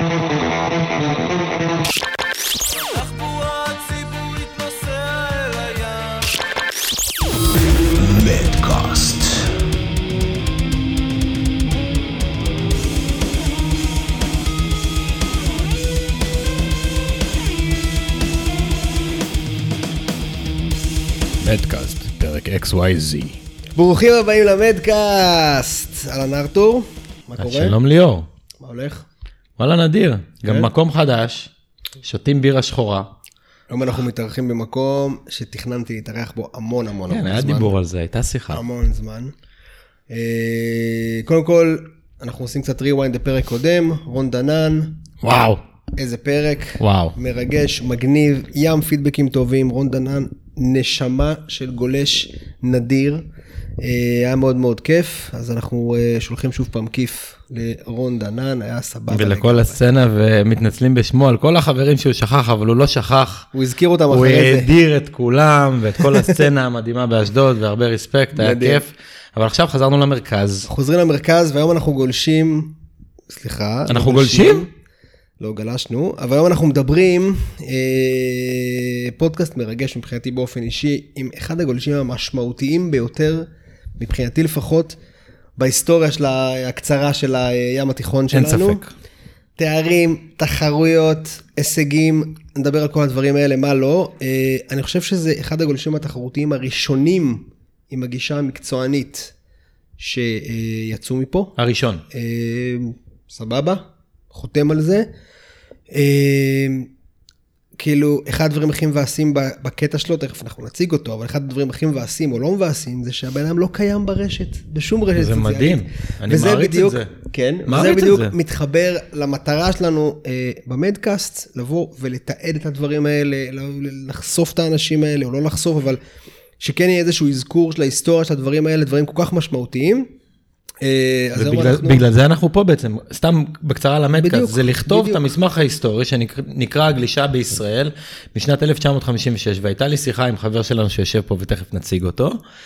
התחבורה הציבורית נוסע אל הים. מדקאסט. מדקאסט, פרק XYZ. ברוכים הבאים למדקאסט. אהלן ארתור, מה קורה? שלום ליאור. מה הולך? וואלה נדיר, גם מקום חדש, שותים בירה שחורה. היום אנחנו מתארחים במקום שתכננתי להתארח בו המון זמן. כן, היה דיבור על זה, הייתה שיחה. המון זמן. קודם כל, אנחנו עושים קצת ריוויינד לפרק קודם, רון דנן. וואו. איזה פרק. וואו. מרגש, מגניב, ים פידבקים טובים, רון דנן, נשמה של גולש נדיר. היה מאוד מאוד כיף, אז אנחנו שולחים שוב פעם כיף לרון דנן, היה סבבה. ולכל הסצנה, ומתנצלים בשמו על כל החברים שהוא שכח, אבל הוא לא שכח. הוא הזכיר אותם הוא אחרי זה. הדיר את כולם, ואת כל הסצנה המדהימה באשדוד, והרבה רספקט, היה כיף. אבל עכשיו חזרנו למרכז. חוזרים למרכז, והיום אנחנו גולשים, סליחה. אנחנו גולשים? לא גלשנו, אבל היום אנחנו מדברים, פודקאסט מרגש מבחינתי באופן אישי, עם אחד הגולשים המשמעותיים ביותר, מבחינתי לפחות, בהיסטוריה של הקצרה של הים התיכון שלנו. אין ספק. תארים, תחרויות, הישגים, נדבר על כל הדברים האלה, מה לא. אני חושב שזה אחד הגולשים התחרותיים הראשונים, עם הגישה המקצוענית, שיצאו מפה. הראשון. סבבה, חותם על זה. כאילו, אחד הדברים הכי מבאסים בקטע שלו, תכף אנחנו נציג אותו, אבל אחד הדברים הכי מבאסים או לא מבאסים, זה שהבן אדם לא קיים ברשת, בשום רשת זה סוציאלית. מדהים, אני מעריץ את זה. כן, וזה בדיוק מתחבר למטרה שלנו במדקאסט, לבוא ולתעד את הדברים האלה, לחשוף את האנשים האלה, או לא לחשוף, אבל שכן יהיה איזשהו אזכור של ההיסטוריה של הדברים האלה, דברים כל כך משמעותיים. ובגלל זה אנחנו פה בעצם, סתם בקצרה למדקאסט, זה לכתוב את המסמך ההיסטורי שנקרא הגלישה בישראל משנת 1956, והייתה לי שיחה עם חבר שלנו שיושב פה ותכף נציג אותו,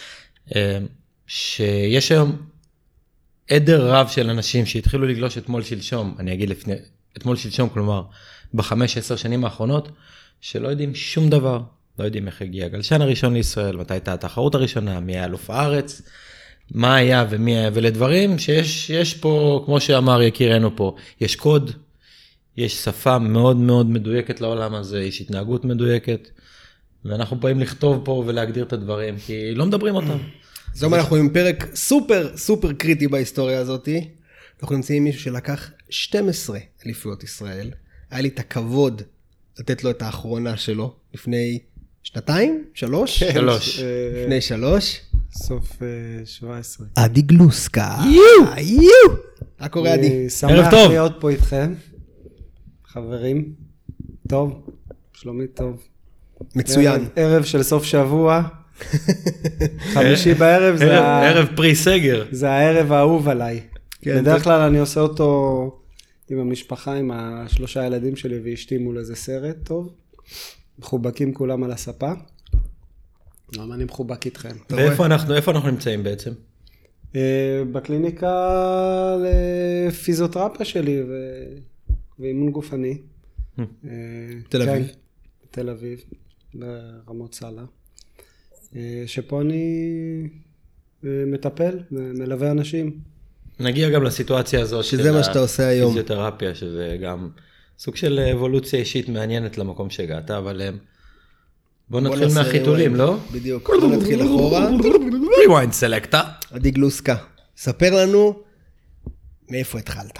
שיש היום עדר רב של אנשים שהתחילו לגלוש אתמול שלשום, אני אגיד לפני, אתמול שלשום, כלומר, ב5-10 שנים האחרונות, שלא יודעים שום דבר, לא יודעים איך הגיע הגלשן הראשון לישראל, מתי הייתה התחרות הראשונה, מי היה אלוף הארץ, מה היה ומי היה, ולדברים שיש פה, כמו שאמר יקירנו פה, יש קוד, יש שפה מאוד מאוד מדויקת לעולם הזה, יש התנהגות מדויקת, ואנחנו באים לכתוב פה ולהגדיר את הדברים, כי לא מדברים אותם. זאת אומרת, אנחנו עם פרק סופר סופר קריטי בהיסטוריה הזאת, אנחנו נמצאים עם מישהו שלקח 12 אליפויות ישראל, היה לי את הכבוד לתת לו את האחרונה שלו, לפני 2? 3? 3. לפני 3. סוף 17. עדי גלוסקה. מה קורה עדי? אני שמח להיות פה איתכם, חברים. טוב, שלומי טוב. מצוין. ערב של סוף שבוע. חמישי בערב זה ערב פרי סגר. זה הערב האהוב עליי. בדרך כלל אני עושה אותו עם המשפחה, עם 3 ילדים שלי ואשתי מול איזה סרט טוב. מחובקים כולם על הספה. למה אני מחובק איתכם? ואיפה אנחנו נמצאים בעצם? בקליניקה לפיזיותרפיה שלי ואימון גופני. תל אביב. תל אביב, ברמות סלה. שפה אני מטפל ומלווה אנשים. נגיע גם לסיטואציה הזאת. שזה מה שאתה עושה היום. פיזיותרפיה, שזה גם סוג של אבולוציה אישית מעניינת למקום שהגעת, אבל בוא נתחיל מהחיתולים, לא? בדיוק, בוא נתחיל אחורה. Rewind Selecta. עדי גלוסקה, ספר לנו מאיפה התחלת.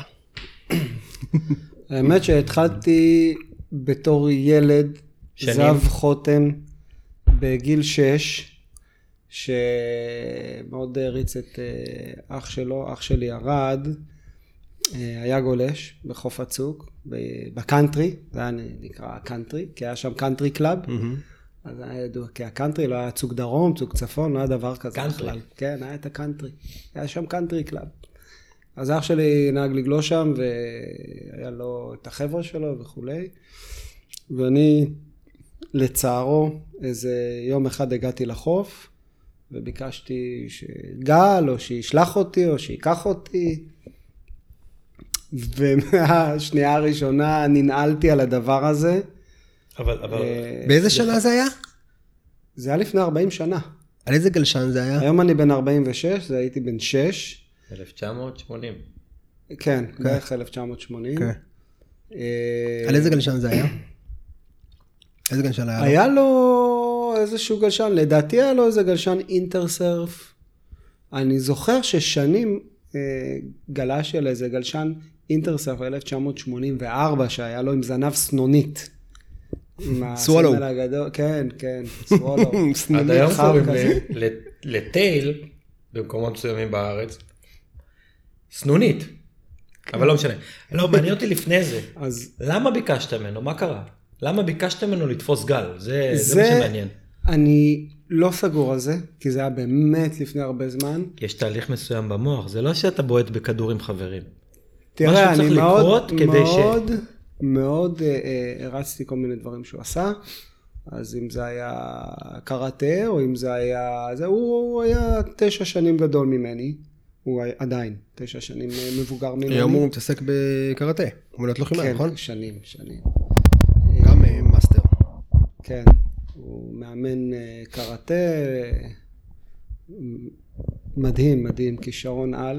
האמת שהתחלתי בתור ילד, זב חותם, בגיל 6, שמאוד הריץ את אח שלו, אח שלי ארד, היה גולש בחוף הצוק, בקאנטרי, זה היה נקרא קאנטרי, כי היה שם קאנטרי קלאב, אז היה ידוע, כי הקאנטרי לא היה צוק דרום, צוק צפון, לא היה דבר כזה בכלל. כן, היה את הקאנטרי, היה שם קאנטרי קלאב. אז אח שלי נהג לגלוש שם, והיה לו את החבר'ה שלו וכולי, ואני לצערו, איזה יום אחד הגעתי לחוף, וביקשתי שגל, או שישלח אותי, או שיקח אותי, ומהשנייה הראשונה ננעלתי על הדבר הזה. אבל... באיזה שנה זה היה? זה היה לפני 40 שנה. על איזה גלשן זה היה? היום אני בן 46, זה הייתי בן 6. 1980. כן, בערך 1980. על איזה גלשן זה היה? איזה גלשן היה לו? היה לו איזשהו גלשן, לדעתי היה לו איזה גלשן אינטרסרף. אני זוכר ששנים גלשתי על איזה גלשן אינטרסרף 1984, שהיה לו עם זנב סנונית. סוולו. כן, כן, סוולו. עד היום קוראים לטייל, במקומות מסוימים בארץ, סנונית. אבל לא משנה. לא, מעניין אותי לפני זה. למה ביקשת ממנו? מה קרה? למה ביקשת ממנו לתפוס גל? זה מה שמעניין. אני לא סגור על זה, כי זה היה באמת לפני הרבה זמן. יש תהליך מסוים במוח, זה לא שאתה בועט בכדור עם חברים. תראה, אני מאוד הרצתי כל מיני דברים שהוא עשה, אז אם זה היה קראטה, או אם זה היה... הוא היה 9 שנים גדול ממני, הוא עדיין 9 שנים מבוגר ממני. היום הוא מתעסק בקראטה, הוא מנת לוחמה, נכון? כן, שנים. גם מאסטר. כן, הוא מאמן קראטה, מדהים, כישרון על,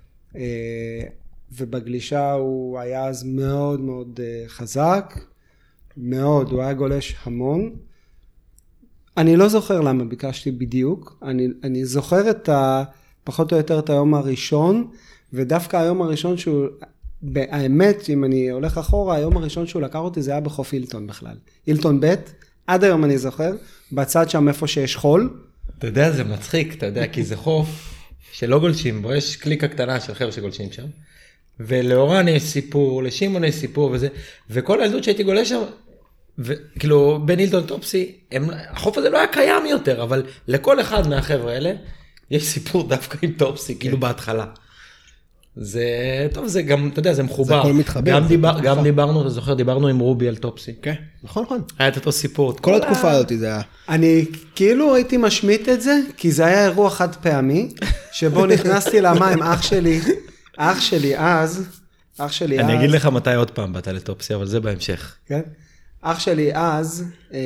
ובגלישה הוא היה אז מאוד מאוד חזק, מאוד, הוא היה גולש המון. אני לא זוכר למה ביקשתי בדיוק, אני זוכר פחות או יותר את היום הראשון, ודווקא היום הראשון שהוא, באמת, אם אני הולך אחורה, היום הראשון שהוא לקח אותי זה היה בחוף אילטון בכלל. אילטון ב', עד היום אני זוכר, בצד שם איפה שיש חול. אתה יודע, זה מצחיק, אתה יודע, כי זה חוף שלא גולשים בו, יש קליקה קטנה של חבר'ה שגולשים שם, ולאורן יש סיפור, לשמעון יש סיפור וזה, וכל הילדות שהייתי גולש שם, וכאילו בין אילטון טופסי, החוף הזה לא היה קיים יותר, אבל לכל אחד מהחבר'ה האלה, יש סיפור דווקא עם טופסי, כאילו בהתחלה. זה, טוב, זה גם, אתה יודע, זה מחובר. זה הכל מתחבר. גם דיברנו, אתה זוכר, דיברנו עם רובי על טופסי. כן, נכון. היה את אותו סיפור. כל התקופה הזאת זה היה. אני כאילו הייתי משמיט את זה, כי זה היה אירוע חד פעמי, שבו נכנסתי למים, אח שלי אז, אני אגיד לך מתי עוד פעם באת לטופסי, אבל זה בהמשך. כן? אח שלי אז,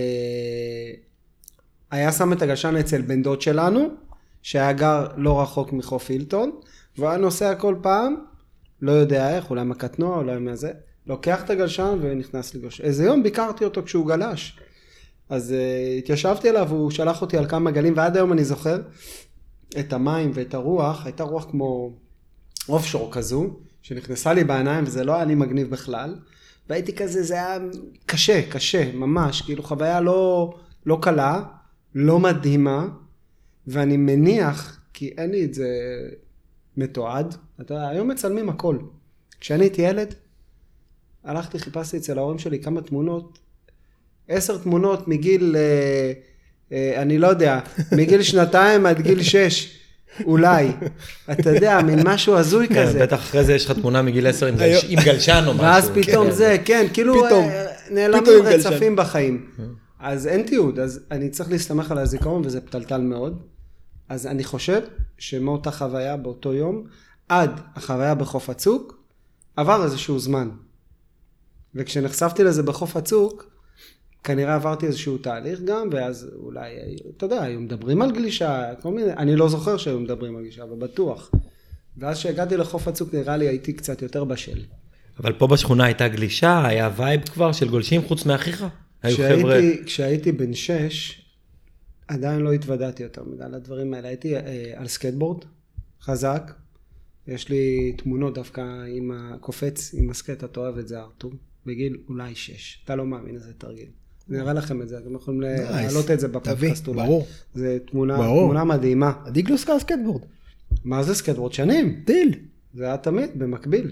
היה שם את הגלשן אצל בן דוד שלנו, שהיה גר לא רחוק מחוף אילטון, והוא היה נוסע כל פעם, לא יודע איך, אולי מקטנוע, אולי מה זה, לוקח את הגלשן ונכנס לגלש. איזה יום ביקרתי אותו כשהוא גלש. אז התיישבתי אליו, והוא שלח אותי על כמה גלים, ועד היום אני זוכר את המים ואת הרוח, הייתה רוח כמו אופשור כזו, שנכנסה לי בעיניים, וזה לא היה לי מגניב בכלל, והייתי כזה, זה היה קשה, ממש, כאילו חוויה לא קלה, לא מדהימה, ואני מניח, כי אין לי את זה מתועד, אתה יודע, היום מצלמים הכל. כשאני הייתי ילד, הלכתי, חיפשתי אצל ההורים שלי כמה תמונות, 10 תמונות מגיל, אני לא יודע, מגיל 2 עד גיל 6, אולי. אתה יודע, מין משהו הזוי כזה. בטח אחרי זה יש לך תמונה מגיל 10 עם גלשן או משהו. ואז פתאום זה, כן, כאילו נעלמים רצפים בחיים. אז אין תיעוד, אז אני צריך להסתמך על הזיכרון, וזה פתלתל מאוד. אז אני חושב שמאותה חוויה באותו יום, עד החוויה בחוף הצוק, עבר איזשהו זמן. וכשנחשפתי לזה בחוף הצוק, כנראה עברתי איזשהו תהליך גם, ואז אולי, אתה יודע, היו מדברים על גלישה, כל מיני, אני לא זוכר שהיו מדברים על גלישה, אבל בטוח. ואז שהגעתי לחוף הצוק, נראה לי הייתי קצת יותר בשל. אבל פה בשכונה הייתה גלישה, היה וייב כבר של גולשים חוץ מאחיך? כשהייתי בן 6, עדיין לא התוודעתי יותר מדי לדברים האלה. הייתי על סקטבורד, חזק. יש לי תמונות דווקא עם הקופץ, עם הסקט, אתה אוהב את זה, ארתור. בגיל אולי 6. אתה לא מאמין, זה תרגיל. אני אראה לכם את זה, אתם יכולים להעלות את זה בפודקאסט אולי. ברור. זה תמונה מדהימה. הדיגלוס קר סקטבורד. מה זה סקטבורד? שנים. דיל. זה היה תמיד, במקביל.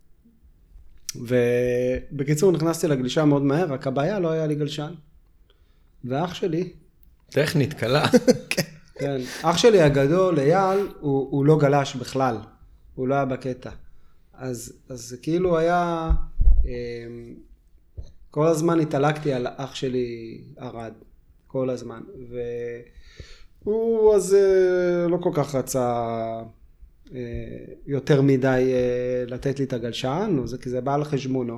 ובקיצור נכנסתי לגלישה מאוד מהר, רק הבעיה לא היה לי גלשן. ואח שלי... טכנית, קלה. כן. אח שלי הגדול, אייל, הוא לא גלש בכלל. הוא לא היה בקטע. אז זה כאילו היה... כל הזמן התעלקתי על אח שלי ארד. כל הזמן. והוא אז לא כל כך רצה יותר מדי לתת לי את הגלשן, כי זה בא על חשבונו,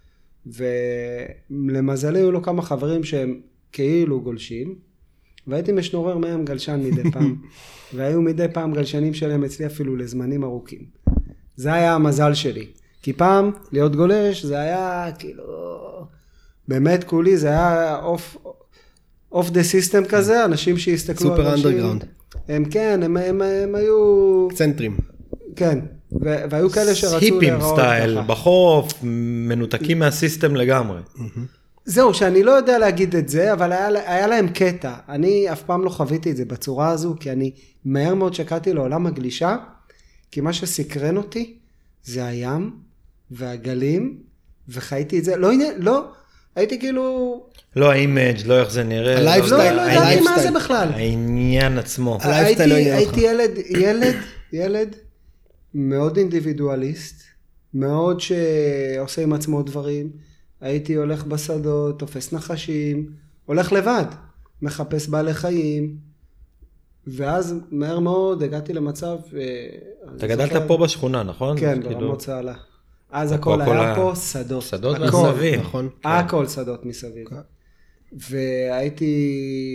ולמזלי היו לו כמה חברים שהם כאילו גולשים, והייתי משנורר מהם גלשן מדי פעם, והיו מדי פעם גלשנים שלהם אצלי אפילו לזמנים ארוכים. זה היה המזל שלי, כי פעם להיות גולש זה היה כאילו, באמת כולי, זה היה off the system כזה, אנשים שהסתכלו על גולשים. סופר אנדרגראונד. הם כן, הם היו... קצנטרים. כן, והיו כאלה שרצו להיראות ככה. היפים סטייל, בחוף, מנותקים מהסיסטם לגמרי. זהו, שאני לא יודע להגיד את זה, אבל היה להם קטע. אני אף פעם לא חוויתי את זה בצורה הזו, כי אני מהר מאוד שקעתי לעולם הגלישה, כי מה שסקרן אותי זה הים והגלים, וחייתי את זה. לא, הייתי כאילו... לא האימג', לא איך זה נראה. הלייפסטייל, לא ידעתי מה זה בכלל. העניין עצמו. הייתי ילד מאוד אינדיבידואליסט, מאוד שעושה עם עצמו דברים. הייתי הולך בשדות, תופס נחשים, הולך לבד, מחפש בעלי חיים, ואז מהר מאוד הגעתי למצב... אתה גדלת פה בשכונה, נכון? כן, ברמות צהלה. אז הכל היה פה שדות. שדות מסביב. נכון. הכל שדות מסביב. והייתי...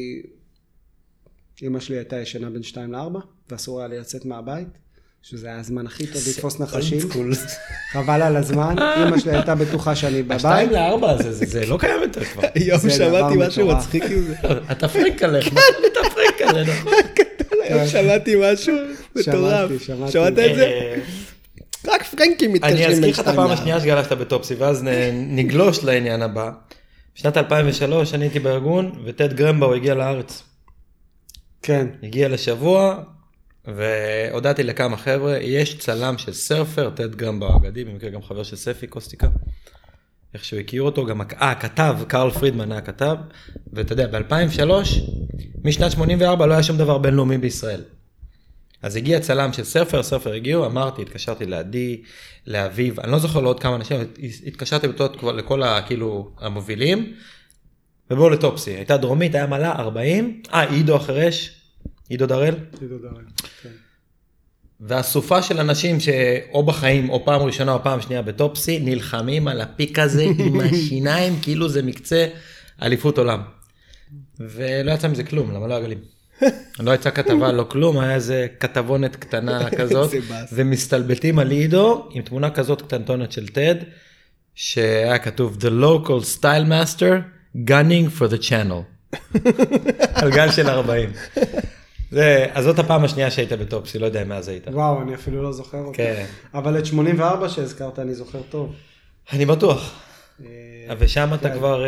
אמא שלי הייתה ישנה בין 2 ל-4, ואסור היה לי לצאת מהבית, שזה היה הזמן הכי טוב לתפוס נחשים. חבל על הזמן. אמא שלי הייתה בטוחה שאני בבית. 2 ל-4 זה לא קיים יותר כבר. היום שמעתי משהו מצחיק עם זה. אתה פריק עליך. אתה פריק עליך. היום שמעתי משהו מטורף. שמעת את זה? רק פרנקים מתקשרים. אני אזכיר לך את הפעם השנייה שגלשת בטופסי, ואז נגלוש לעניין הבא. בשנת 2003 אני הייתי בארגון, וטד גרמבאו הגיע לארץ. כן. הגיע לשבוע, והודעתי לכמה חבר'ה, יש צלם של סרפר, טד גרמבאו אגדי, במקרה גם חבר של ספי קוסטיקה, איך שהוא הכיר אותו, גם הכתב, קרל פרידמן היה כתב, ואתה יודע, ב-2003, משנת 84 לא היה שום דבר בינלאומי בישראל. אז הגיע צלם של סרפר הגיעו, אמרתי, התקשרתי לעדי, לאביב, אני לא זוכר לעוד כמה אנשים, התקשרתי לכל כאילו המובילים, ובואו לטופסי, הייתה דרומית, היה מלא 40, עידו החרש, עידו דרל, כן. והסופה של אנשים שאו בחיים, או פעם ראשונה, או פעם שנייה בטופסי, נלחמים על הפיק הזה עם השיניים, כאילו זה מקצה אליפות עולם. ולא יצא מזה כלום, למה לא הגלים? לא יצא כתבה, לא כלום, היה איזה כתבונת קטנה כזאת, ומסתלבטים על עידו, עם תמונה כזאת קטנטונת של טד, שהיה כתוב, The local style master, gunning for the channel. על גל של 40. אז זאת הפעם השנייה שהיית בטופסי, לא יודע מה זה היית. וואו, אני אפילו לא זוכר אותה. כן. אבל את 84 שהזכרת, אני זוכר טוב. אני בטוח. ושם אתה כבר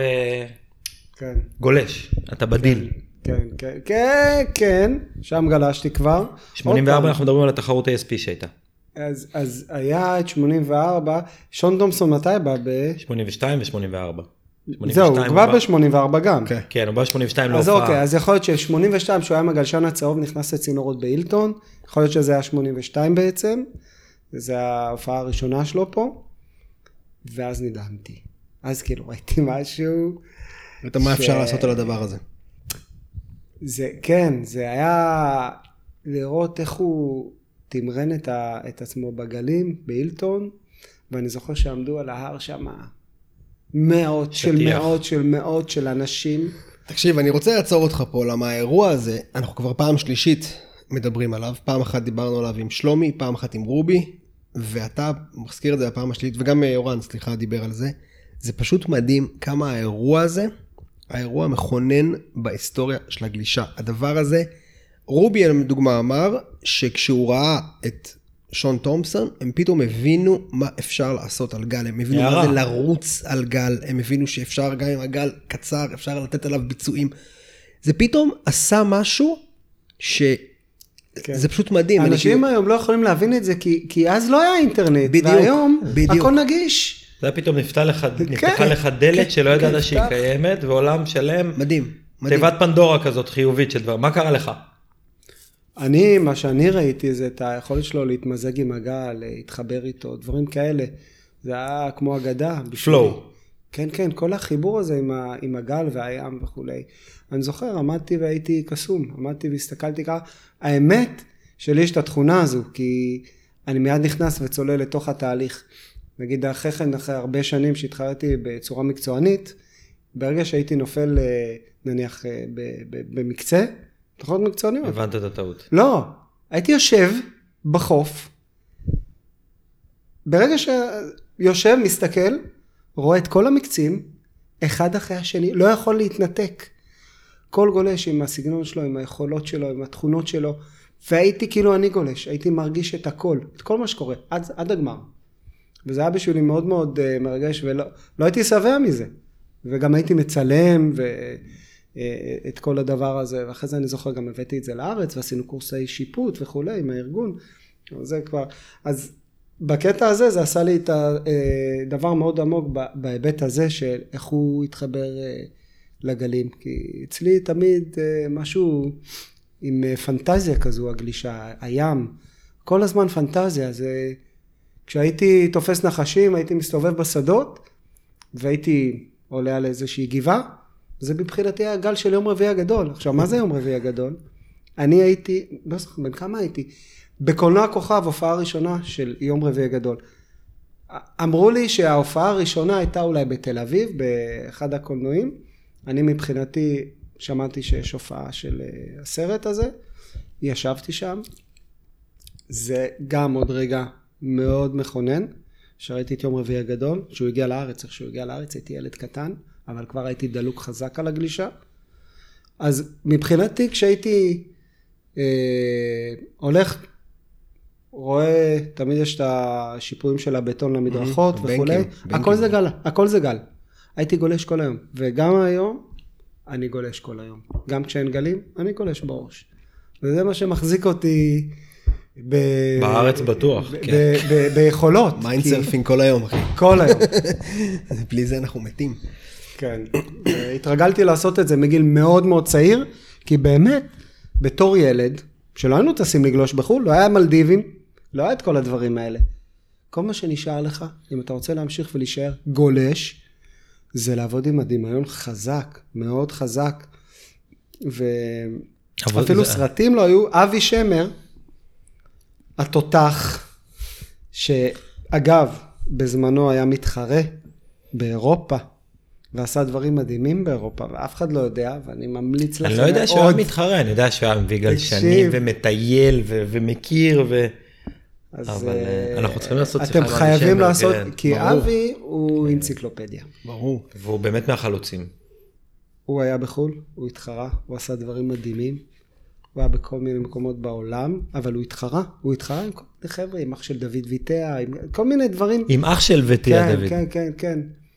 גולש, אתה בדיל. כן, שם גלשתי כבר. 84 אנחנו מדברים על התחרות ASP שהייתה. אז היה את 84, שון תומפסון מתי בא 82 ו-84. זהו, הוא כבר ב-84 גם. כן, הוא בא 82 אז להופעה. אוקיי, אז יכול להיות ש-82 שהוא היה מגלשן הצהוב נכנס לצינורות באילטון, יכול להיות שזה היה 82 בעצם, זה ההופעה הראשונה שלו פה, ואז נדהמתי. אז כאילו ראיתי משהו... ואתה מה אפשר לעשות על הדבר הזה? כן, זה היה לראות איך הוא תמרן את עצמו בגלים באילטון, ואני זוכר שעמדו על ההר שם מאות של אנשים. תקשיב, אני רוצה לעצור אותך פה, למה האירוע הזה, אנחנו כבר פעם שלישית מדברים עליו, פעם אחת דיברנו עליו עם שלומי, פעם אחת עם רובי, ואתה מזכיר את זה הפעם השלישית, וגם אורן, סליחה, דיבר על זה. זה פשוט מדהים כמה האירוע הזה, האירוע מכונן בהיסטוריה של הגלישה. הדבר הזה, רובי לדוגמה אמר, שכשהוא ראה את שון תומפסון, הם פתאום הבינו מה אפשר לעשות על גל, הם הבינו מה זה לרוץ על גל, הם הבינו שאפשר גם עם הגל קצר, אפשר לתת עליו ביצועים. זה פתאום עשה משהו זה פשוט מדהים. אנשים היום לא יכולים להבין את זה, כי אז לא היה אינטרנט, והיום הכל נגיש. זה פתאום נפתחה לך דלת שלא ידעת שהיא קיימת, ועולם שלם. מדהים. תיבת פנדורה כזאת חיובית של דבר. מה קרה לך? מה שאני ראיתי זה את היכולת שלו להתמזג עם הגל, להתחבר איתו, דברים כאלה. זה היה כמו אגדה. פלואו. כן, כן, כל החיבור הזה עם הגל והים וכו'. אני זוכר, עמדתי והייתי קסום, עמדתי והסתכלתי ככה. האמת שלי יש את התכונה הזו, כי אני מיד נכנס וצולל לתוך התהליך. נגיד אחרי כן, אחרי הרבה שנים שהתחלתי בצורה מקצוענית, ברגע שהייתי נופל נניח במקצה, תוכנות מקצועניות. הבנת את הטעות. לא, הייתי יושב בחוף, ברגע שיושב, מסתכל, רואה את כל המקצים, אחד אחרי השני, לא יכול להתנתק. כל גולש עם הסגנון שלו, עם היכולות שלו, עם התכונות שלו, והייתי כאילו אני גולש, הייתי מרגיש את הכל, את כל מה שקורה, עד הגמר. וזה היה בשבילי מאוד מאוד מרגש, ולא הייתי שבע מזה. וגם הייתי מצלם, את כל הדבר הזה, ואחרי זה אני זוכר גם הבאתי את זה לארץ, ועשינו קורסי שיפוט וכולי, עם הארגון. זה כבר, אז בקטע הזה, זה עשה לי את הדבר מאוד עמוק, בהיבט הזה, של איך הוא התחבר לגלים. כי אצלי תמיד משהו עם פנטזיה כזו, הגלישה, הים, כל הזמן פנטזיה, זה, כשהייתי תופס נחשים, הייתי מסתובב בשדות, והייתי עולה על איזושהי גבעה, זה מבחינתי הגל של יום רביעי הגדול. עכשיו, מה זה יום רביעי הגדול? אני הייתי, לא זוכר, בין כמה הייתי? בקולנוע כוכב, הופעה ראשונה של יום רביעי הגדול. אמרו לי שההופעה הראשונה הייתה אולי בתל אביב, באחד הקולנועים. אני מבחינתי שמעתי שיש הופעה של הסרט הזה, ישבתי שם. זה גם עוד רגע מאוד מכונן, שראיתי את יום רביעי הגדול, שהוא הגיע לארץ, איך שהוא הגיע לארץ, הייתי ילד קטן, אבל כבר הייתי דלוק חזק על הגלישה. אז מבחינתי, כשהייתי הולך, רואה, תמיד יש את השיפועים של הבטון למדרכות וכו'. הכל זה גל, הכל זה גל. הייתי גולש כל היום, וגם היום אני גולש כל היום. גם כשאין גלים, אני גולש בראש. וזה מה שמחזיק אותי בארץ בטוח, ביכולות. מיינדסרפינג כל היום, אחי. כל היום. בלי זה אנחנו מתים. כן. התרגלתי לעשות את זה מגיל מאוד מאוד צעיר, כי באמת, בתור ילד, שלא היינו טסים לגלוש בחו"ל, לא היה מלדיבים, לא היה את כל הדברים האלה. כל מה שנשאר לך, אם אתה רוצה להמשיך ולהישאר גולש, זה לעבוד עם הדמיון חזק, מאוד חזק. ואפילו סרטים לא היו. אבי שמר, התותח, שאגב, בזמנו היה מתחרה באירופה, ועשה דברים מדהימים באירופה, ואף אחד לא יודע, ואני ממליץ לכם מאוד. אני לא יודע שהוא היה מתחרה, אני יודע שהוא היה מביא גלשנים, ומטייל, ומכיר, אבל אנחנו צריכים לעשות שיחה. אתם חייבים לעשות, כי אבי הוא אנציקלופדיה. ברור. והוא באמת מהחלוצים. הוא היה בחול, הוא התחרה, הוא עשה דברים מדהימים, הוא היה בכל מיני מקומות בעולם, אבל הוא התחרה עם כל מיני חבר'ה, עם אח של דוד ויטאה, עם כל מיני דברים. עם אח של ויטאה דוד. כן.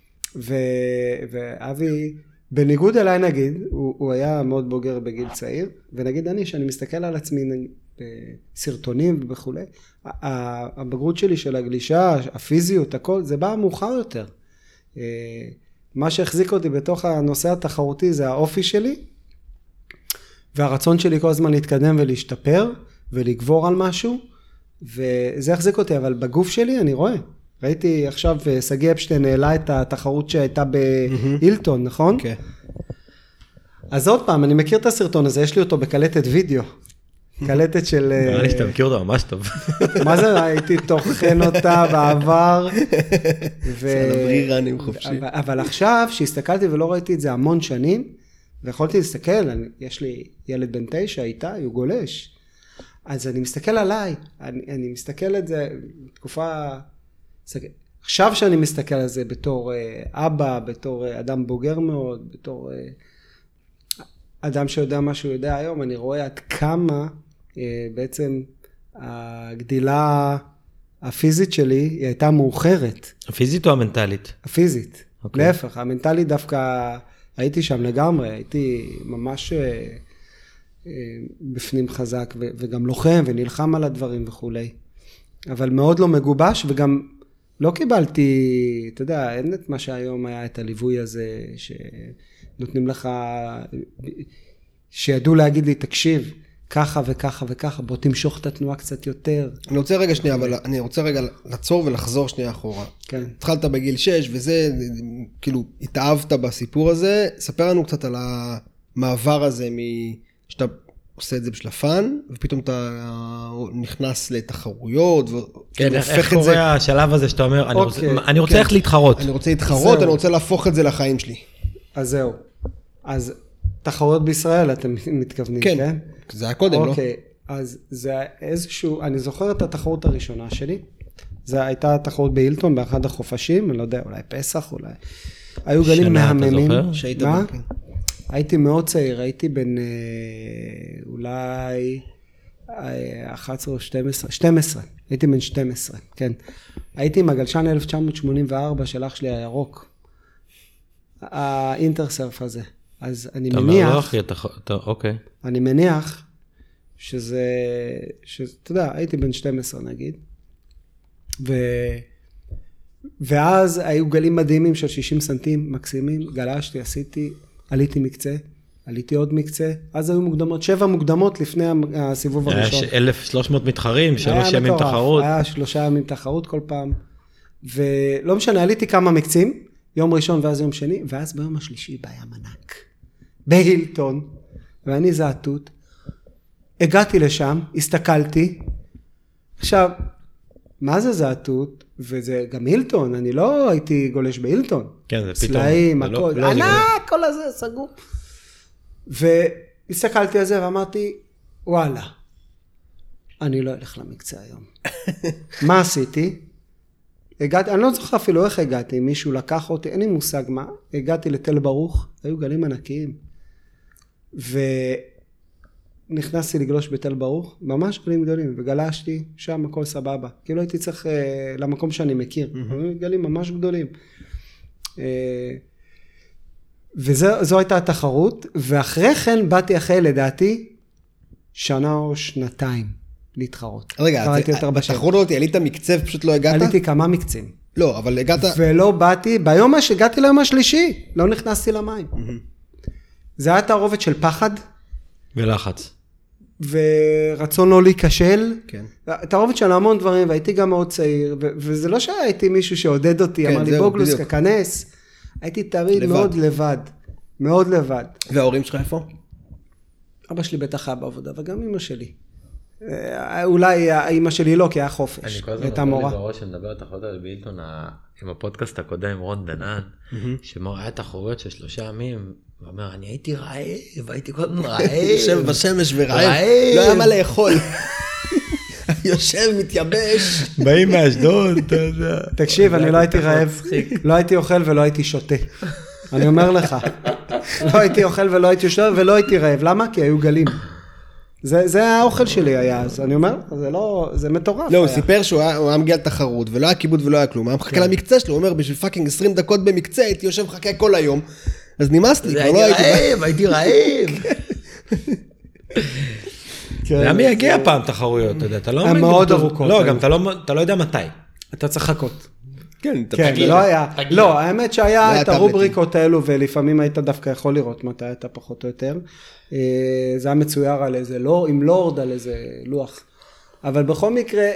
ואבי, בניגוד אליי נגיד, הוא היה מאוד בוגר בגיל צעיר, ונגיד אני, שאני מסתכל על עצמי בסרטונים וכו', הבגרות שלי של הגלישה, הפיזיות, הכל, זה בא מאוחר יותר. מה שהחזיק אותי בתוך הנושא התחרותי זה האופי שלי, והרצון שלי כל הזמן להתקדם ולהשתפר, ולגבור על משהו, וזה החזיק אותי, אבל בגוף שלי אני רואה. ראיתי עכשיו, סגי אפשטיין העלה את התחרות שהייתה בהילטון, נכון? כן. אז עוד פעם, אני מכיר את הסרטון הזה, יש לי אותו בקלטת וידאו. קלטת של... נראה לי שאתה מכיר אותו ממש טוב. מה זה? הייתי תוכן אותה בעבר. סלברי רנים חופשי. אבל עכשיו, שהסתכלתי ולא ראיתי את זה המון שנים, ויכולתי להסתכל, יש לי ילד בן 9, איתה, הוא גולש. אז אני מסתכל עליי, אני מסתכל על זה בתקופה... עכשיו שאני מסתכל על זה בתור אבא, בתור אדם בוגר מאוד, בתור אדם שיודע מה שהוא יודע היום, אני רואה עד כמה בעצם הגדילה הפיזית שלי היא הייתה מאוחרת. הפיזית או המנטלית? הפיזית. להפך, המנטלית דווקא הייתי שם לגמרי, הייתי ממש בפנים חזק וגם לוחם ונלחם על הדברים וכולי. אבל מאוד לא מגובש וגם לא קיבלתי, אתה יודע, אין את מה שהיום היה את הליווי הזה שנותנים לך, שידעו להגיד לי, תקשיב, ככה וככה וככה, בוא תמשוך את התנועה קצת יותר. אני רוצה רגע שנייה, אבל אני רוצה רגע לעצור ולחזור שנייה אחורה. כן. התחלת בגיל 6 וזה, כאילו, התאהבת בסיפור הזה. ספר לנו קצת על המעבר הזה, שאתה עושה את זה בשביל הפאן, ופתאום אתה נכנס לתחרויות, כן, איך קורה השלב הזה שאתה אומר, אני רוצה איך להתחרות. אני רוצה להתחרות, אני רוצה להפוך את זה לחיים שלי. אז זהו. אז תחרויות בישראל אתם מתכוונים, כן? כן, זה היה קודם, לא? אוקיי, אז זה איזשהו, אני זוכר את התחרות הראשונה שלי, זו הייתה תחרות בהילטון באחד החופשים, אני לא יודע, אולי פסח, אולי. היו גלים מהממים. שהיית מה? כן. הייתי מאוד צעיר, הייתי בן אולי 11 או 12, הייתי בן 12, כן. הייתי עם הגלשן 1984 של אח שלי הירוק, האינטרסרף הזה. אז אני מניח, אוקיי. אני מניח שזה, אתה יודע, הייתי בן 12 נגיד, ואז היו גלים מדהימים של 60 סנטים, מקסימים, גלשתי, עשיתי, עליתי מקצה, עליתי עוד מקצה, אז היו מוקדמות, 7 מוקדמות לפני הסיבוב הראשון. היה 1,300 מתחרים, 3 ימים תחרות. היה 3 ימים תחרות כל פעם, ולא משנה, עליתי כמה מקצים, יום ראשון ואז יום שני, ואז ביום השלישי בים ענק, בהילטון, ואני זעתות, הגעתי לשם, הסתכלתי, עכשיו, מה זה זעתות? וזה גם הילטון, אני לא הייתי גולש בהילטון. כן, זה פתאום. סלעים, הכל, ענק, כל הזה סגור. והסתכלתי על זה ואמרתי, וואלה, אני לא אלך למקצה היום. מה עשיתי? הגעתי, אני לא זוכר אפילו איך הגעתי, מישהו לקח אותי, אין לי מושג מה, הגעתי לתל ברוך, היו גלים ענקיים, ונכנסתי לגלוש בתל ברוך, ממש גלים גדולים, וגלשתי, שם הכל סבבה, כאילו הייתי צריך למקום שאני מכיר, גלים ממש גדולים, וזו הייתה התחרות, ואחרי כן באתי אחרי לדעתי, שנה או שנתיים. להתחרות. רגע, בתחרות אותי, עלית מקצב, פשוט לא הגעת? עליתי כמה מקצים. לא, אבל הגעת... ולא באתי, הגעתי ליום השלישי, לא נכנסתי למים. זה היה תערובת של פחד. ולחץ. ורצון לא להיכשל. כן. תערובת של המון דברים, והייתי גם מאוד צעיר, וזה לא שהייתי מישהו שעודד אותי, אמר לי בוגלוס, ככנס. הייתי תמיד מאוד לבד. מאוד לבד. וההורים שלך איפה? אבא שלי בטח היה בעבודה, וגם אמא שלי. אולי האמא שלי לא, כי היה חופש. אני כל הזמן נותן לי בראש שנדבר על תחרות על בהילטון עם הפודקאסט הקודם עם רון דנן, שמור היה תחרויות של 3 ימים, ואומר, אני הייתי רעב, הייתי כל הזמן רעב. יושב בשמש ורעב, לא היה מה לאכול. יושב, מתייבש. באים מאשדוד, אתה יודע. תקשיב, אני לא הייתי רעב, לא הייתי אוכל ולא הייתי שותה. אני אומר לך, לא הייתי אוכל ולא הייתי שותה ולא הייתי רעב. למה? כי היו גלים. זה האוכל שלי היה, אז אני אומר, זה מטורף. לא, הוא סיפר שהוא היה מגיע לתחרות, ולא היה כיבוד ולא היה כלום, היה מחכה למקצה שלו, הוא אומר, בשביל פאקינג 20 דקות במקצה, הייתי יושב מחכה כל היום, אז נמאס לי, כבר לא הייתי רעב. למה יגיע פעם תחרויות, אתה יודע, הן מאוד ארוכות. לא, גם אתה לא יודע מתי. אתה צריך לחכות. כן, לא היה, לא, האמת שהיה את הרובריקות האלו, ולפעמים היית דווקא יכול לראות מתי אתה פחות או יותר. זה היה מצויר על איזה, לא, עם לורד על איזה לוח. אבל בכל מקרה,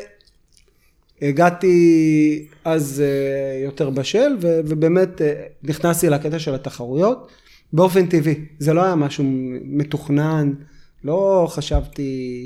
הגעתי אז יותר בשל, ובאמת נכנסתי לקטע של התחרויות, באופן טבעי. זה לא היה משהו מתוכנן, לא חשבתי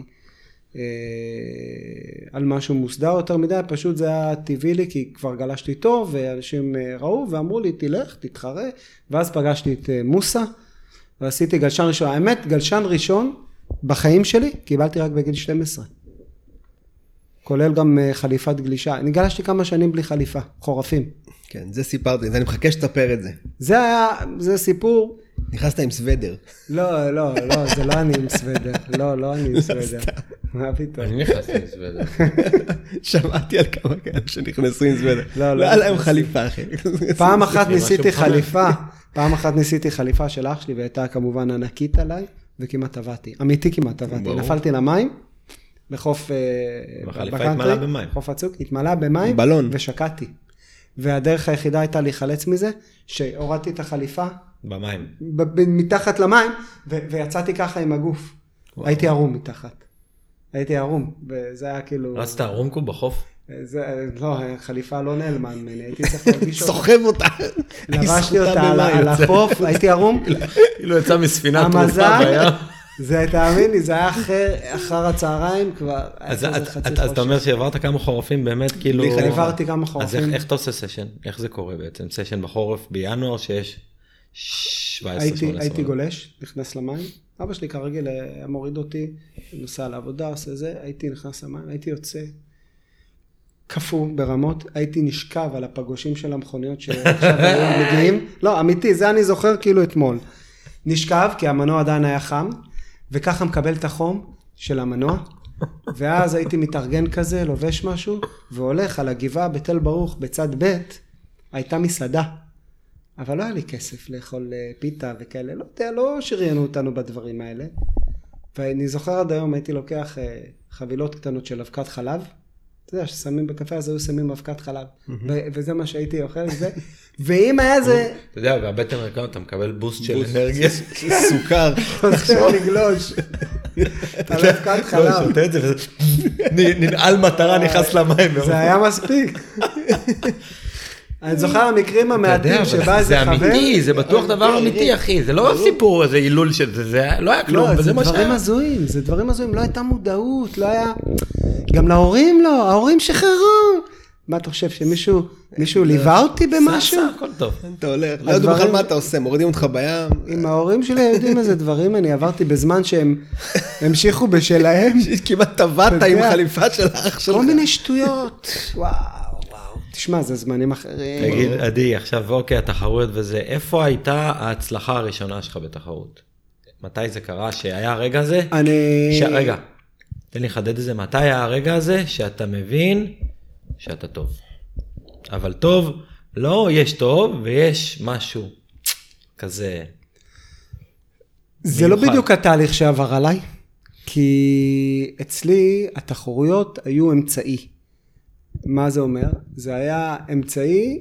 על משהו מוסדר יותר מדי, פשוט זה היה טבעי לי, כי כבר גלשתי טוב, ואנשים ראו ואמרו לי, תלך, תתחרה, ואז פגשתי את מוסה, ועשיתי גלשן ראשון. האמת, גלשן ראשון בחיים שלי, קיבלתי רק בגיל 12. כולל גם חליפת גלישה. אני גלשתי כמה שנים בלי חליפה, חורפים. כן, זה סיפרתי, אני מחכה שתספר את זה. זה סיפור. נכנסת עם סוודר. לא, זה לא אני עם סוודר. לא אני עם סוודר. מה פתאום? אני נכנסתי עם סוודר. שמעתי על כמה כאלה שנכנסו עם סוודר. לא היה להם חליפה אחרת. פעם אחת ניסיתי חליפה של אח שלי, והייתה כמובן ענקית עליי, וכמעט טבעתי. אמיתי כמעט טבעתי. נפלתי למים, לחוף בקאנטרי, חוף הצוק, התמלא במים, ושקעתי. והדרך היחידה הייתה להיחלץ מזה, שהורדתי את החליפה, במים. מתחת למים, ויצאתי ככה עם הגוף. הייתי ערום מתחת. וזה היה כאילו... רצת ערומקו בחוף? לא, חליפה לא נעלמה ממני, הייתי צריך להרגיש אותה. סוחב אותה. לבשתי אותה על החוף, הייתי ערום. כאילו יצא מספינה תרופה בים. זה, תאמין לי, זה היה אחר הצהריים כבר. אז אתה אומר שעברת כמה חורפים באמת, כאילו... העברתי כמה חורפים. אז איך אתה עושה סשן? איך זה קורה בעצם? סשן בחורף בינואר שיש 17-18. הייתי גולש, נכנס למים. אבא שלי כרגיל היה מוריד אותי, נוסע לעבודה, עושה זה, הייתי נכנס למים, הייתי יוצא קפוא ברמות, הייתי נשכב על הפגושים של המכוניות שעכשיו היו מגיעים. לא, אמיתי, זה אני זוכר כאילו אתמול. נשכב, כי המנוע עדיין היה חם, וככה מקבל את החום של המנוע, ואז הייתי מתארגן כזה, לובש משהו, והולך על הגבעה בתל ברוך, בצד ב', הייתה מסעדה. אבל לא היה לי כסף לאכול פיתה וכאלה, לא יודע, לא שריינו אותנו בדברים האלה. ואני זוכר עד היום, הייתי לוקח חבילות קטנות של אבקת חלב, אתה יודע, ששמים בקפה, אז היו שמים אבקת חלב, וזה מה שהייתי אוכל, ואם היה זה... אתה יודע, והבטן ריקה, אתה מקבל בוסט של אנרגיה. סוכר. חוזר לגלוש. על אבקת חלב. שותה את זה, וזה ננעל מטרה, נכנס למים. זה היה מספיק. אני זוכר המקרים המעטים שבא איזה חבר. זה אמיתי, זה בטוח דבר אמיתי, אחי. זה לא סיפור, זה הילול של זה, זה לא היה כלום, וזה מה שהיה. זה דברים הזויים, לא הייתה מודעות, לא היה... גם להורים לא, ההורים שחררו. מה אתה חושב, שמישהו ליווה אותי במשהו? הכל טוב. אתה הולך, לא יודעים בכלל מה אתה עושה, מורידים אותך בים. עם ההורים שלי יודעים איזה דברים, אני עברתי בזמן שהם המשיכו בשלהם. כמעט טבעת עם חליפה של האח שלך. כל מיני שטויות, וואו. תשמע, זה זמנים אחרים. תגיד, עדי, עכשיו אוקיי, התחרויות וזה, איפה הייתה ההצלחה הראשונה שלך בתחרות? מתי זה קרה שהיה הרגע הזה? רגע, תן לי לחדד את זה, מתי היה הרגע הזה שאתה מבין שאתה טוב? אבל טוב, לא יש טוב ויש משהו כזה. זה לא בדיוק התהליך שעבר עליי, כי אצלי התחרויות היו אמצעי. מה זה אומר? זה היה אמצעי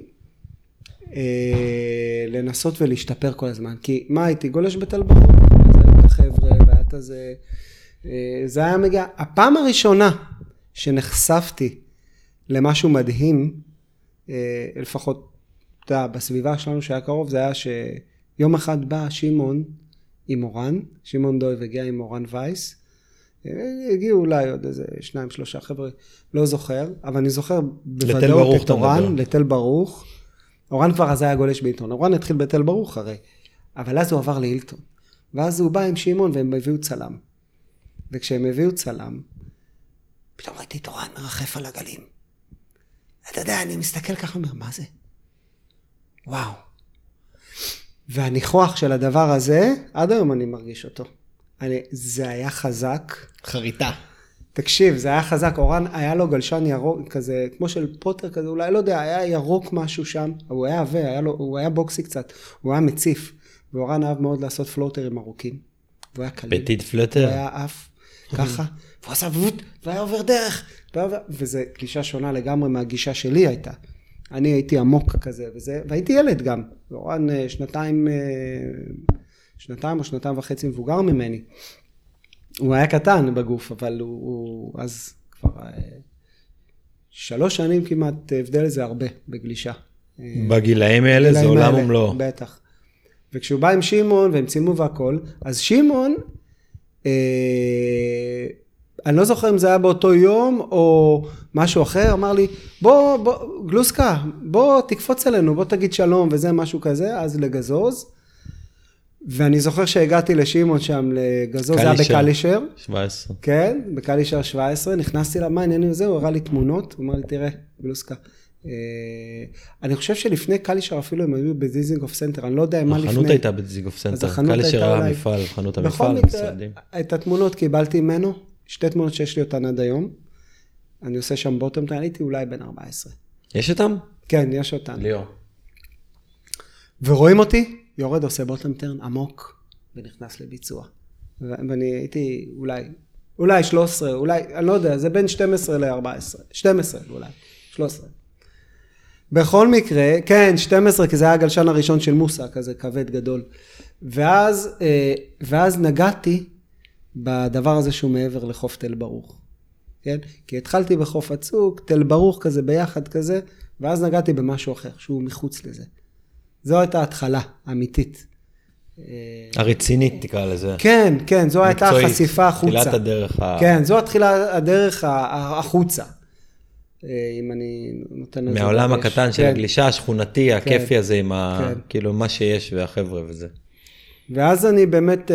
לנסות ולהשתפר כל הזמן. כי מה הייתי? גולש בתל ברוך, זה היו את החבר'ה, ואת הזה, זה היה מגיע. הפעם הראשונה שנחשפתי למשהו מדהים, לפחות בסביבה שלנו שהיה קרוב, זה היה שיום אחד בא שמעון עם אורן, שמעון דוי והגיע עם אורן וייס, הגיעו אולי עוד איזה 2-3 חבר'ה, לא זוכר, אבל אני זוכר בוודאות את אורן, לתל ברוך. אורן כבר אז היה גולש בעיתון, אורן התחיל בתל ברוך הרי, אבל אז הוא עבר להילטון, ואז הוא בא עם שמעון והם הביאו צלם, וכשהם הביאו צלם, פתאום ראיתי את אורן מרחף על הגלים. אתה יודע, אני מסתכל ככה, אומר, מה זה? וואו. והניחוח של הדבר הזה, עד היום אני מרגיש אותו. זה היה חזק. חריטה. תקשיב, זה היה חזק. אורן היה לו גלשן ירוק כזה, כמו של פוטר כזה, אולי לא יודע, היה ירוק משהו שם, הוא היה עבה, הוא היה בוקסי קצת, הוא היה מציף, ואורן אהב מאוד לעשות פלוטרים ארוכים, והוא היה קליל. פטיט פלוטר. הוא היה אף, ככה, והוא עשה ווט, והיה עובר דרך, וזה גלישה שונה לגמרי מהגישה שלי הייתה. אני הייתי עמוק כזה, והייתי ילד גם, ואורן שנתיים או 2.5 מבוגר ממני. הוא היה קטן בגוף, אבל הוא אז כבר 3 שנים כמעט הבדל לזה הרבה בגלישה. בגילאים האלה זה עולם ומלואו. בטח. וכשהוא בא עם שמעון והם צילמו והכל, אז שמעון, אני לא זוכר אם זה היה באותו יום או משהו אחר, אמר לי, בוא, גלוסקה, בוא תקפוץ אלינו, בוא תגיד שלום וזה משהו כזה, אז לגזוז. ואני זוכר שהגעתי לשמעון שם לגזוז, זה היה בקלישר. 17. כן, בקלישר 17, נכנסתי למה, העניינים וזה, הוא הראה לי תמונות, הוא אמר לי, תראה, גלוסקה. אני חושב שלפני קלישר אפילו הם היו בדיזינגוף סנטר, אני לא יודע מה לפני. החנות הייתה בדיזינגוף סנטר, קלישר היה המפעל, חנות המפעל, משרדים. את התמונות קיבלתי ממנו, 2 תמונות שיש לי אותן עד היום. אני עושה שם בוטום, הייתי אולי בן 14. יש אותם? כן, יש אותן. ליאור. ורואים אותי, יורד עושה בוטום טרן עמוק, ונכנס לביצוע. ואני הייתי אולי 13, אולי, אני לא יודע, זה בין 12 ל-14. 12 אולי, 13. בכל מקרה, כן, 12, כי זה היה הגלשן הראשון של מוסה, כזה כבד גדול. ואז נגעתי בדבר הזה שהוא מעבר לחוף תל ברוך. כן? כי התחלתי בחוף הצוק, תל ברוך כזה ביחד כזה, ואז נגעתי במשהו אחר, שהוא מחוץ לזה. זו הייתה התחלה אמיתית. הרצינית תקרא לזה. כן, כן, זו הייתה מקצועית, החשיפה החוצה. תחילת הדרך כן, זו הדרך החוצה. אם אני נותן לזה... מהעולם דגש. הקטן של כן. הגלישה השכונתי, הכיפי הזה עם כן. כאילו מה שיש והחבר'ה וזה. ואז אני באמת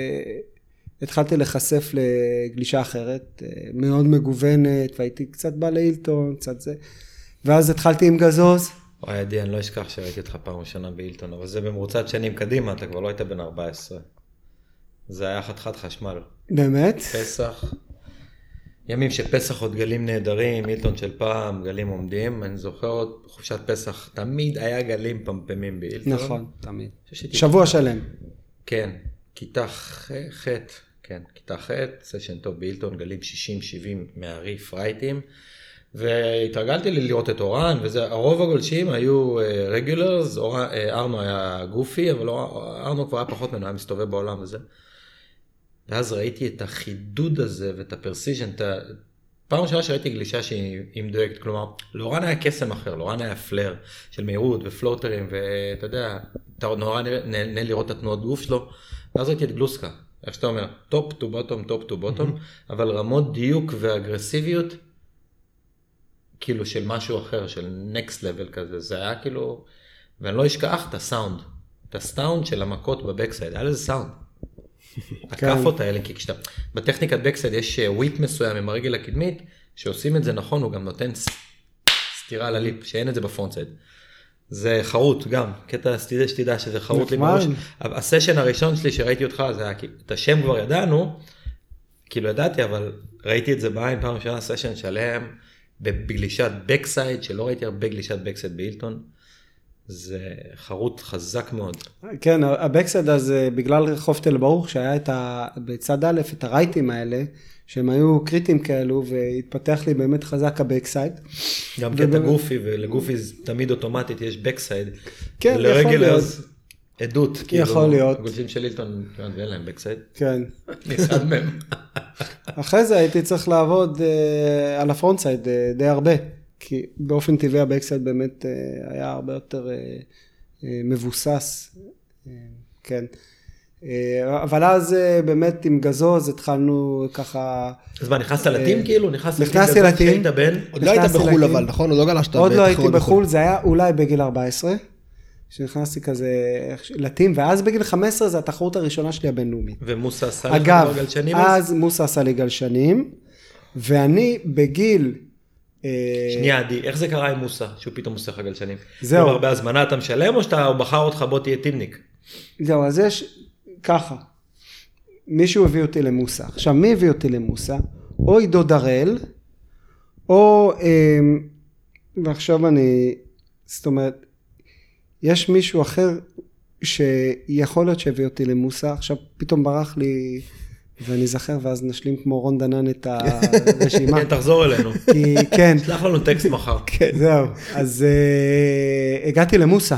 התחלתי לחשף לגלישה אחרת, מאוד מגוונת, והייתי קצת בא לאילטון, קצת זה. ואז התחלתי עם גזוז. אוי, עדי, אני לא אשכח שראיתי אותך פעם ראשונה באילטון, אבל זה במרוצת שנים קדימה, אתה כבר לא היית בן 14. זה היה חתיכת חשמל. באמת? פסח. ימים שפסח עוד גלים נהדרים, אילטון של פעם, גלים עומדים. אני זוכר עוד חופשת פסח, תמיד היה גלים פמפמים באילטון. נכון, תמיד. ששתי- שבוע שלם. כן, כיתה ח', כן, כיתה ח', סשן טוב באילטון, גלים 60-70 מהרי פרייטים, והתרגלתי לי לראות את אורן, וזה, הרוב הגולשים היו רגולרס, ארנו היה גופי, אבל ארנו כבר היה פחות ממנו, היה מסתובב בעולם וזה. ואז ראיתי את החידוד הזה ואת הפרסיז'ן, פעם ראשונה שראיתי גלישה שהיא מדויקת, כלומר, לאורן היה קסם אחר, לאורן היה פלר של מהירות ופלוטרים, ואתה יודע, אתה נורא נהנה לראות את התנועות גוף שלו, ואז ראיתי את גלוסקה, איך שאתה אומר, טופ טו בוטום, טופ טו בוטום, אבל רמות דיוק ואגרסיביות, כאילו של משהו אחר, של נקסט לבל כזה, זה היה כאילו, ואני לא אשכח את הסאונד, את הסאונד של המכות בבקסייד, היה לזה סאונד. הכפות האלה, כי כשאתה, בטכניקת בקסייד יש וויפ מסוים עם הרגל הקדמית, שעושים את זה נכון, הוא גם נותן סתירה לליפ, שאין את זה בפרונטסייד. זה חרוט גם, קטע שתדע שזה חרוט לי בראש. הסשן הראשון שלי שראיתי אותך, זה היה, את השם כבר ידענו, כאילו ידעתי, אבל ראיתי את זה בעין פעם ראשונה, סשן שלם, בגלישת בקסייד, שלא ראיתי הרבה גלישת בקסייד באילטון, זה חרוט חזק מאוד. כן, הבקסייד אז בגלל חוף תל ברוך, שהיה בצד א' את הרייטים האלה, שהם היו קריטיים כאלו, והתפתח לי באמת חזק הבקסייד. גם קטע גופי, ולגופי תמיד אוטומטית יש בקסייד. כן, יכול לרגל להיות. אז עדות. יכול להיות. הגולשים של אילטון, כמעט ואין להם בקסייד. כן. אחד מהם. אחרי זה הייתי צריך לעבוד על הפרונטסייד די הרבה, כי באופן טבעי הבקסייד באמת היה הרבה יותר מבוסס, כן. אבל אז באמת עם גזוז התחלנו ככה... אז מה, נכנסת לטים כאילו? נכנסתי לטים. כשהיית בן? עוד לא היית בחול אבל, נכון? עוד לא גלשת. עוד לא הייתי בחול, זה היה אולי בגיל 14, שנכנסתי כזה לטים, ואז בגיל 15 זה התחרות הראשונה שלי הבינלאומית. ומוסה עשה לך אגב, גלשנים? אז מוסה עשה לי גלשנים, ואני בגיל... שנייה עדי, איך זה קרה עם מוסה, שהוא פתאום עושה לך גלשנים? זהו. כלומר, בהזמנה אתה משלם, או שאתה בחר אותך בוא תהיה טימניק? זהו, אז יש ככה, מישהו הביא אותי למוסה. עכשיו, מי הביא אותי למוסה? או עידו דרל, או, ועכשיו אני, זאת אומרת, יש מישהו אחר שיכול להיות שהביא אותי למוסה, עכשיו פתאום ברח לי, ואני זכר, ואז נשלים כמו רון דנן את הרשימה. כן, תחזור אלינו. כי, כן. שלח לנו טקסט מחר. זהו, אז הגעתי למוסה,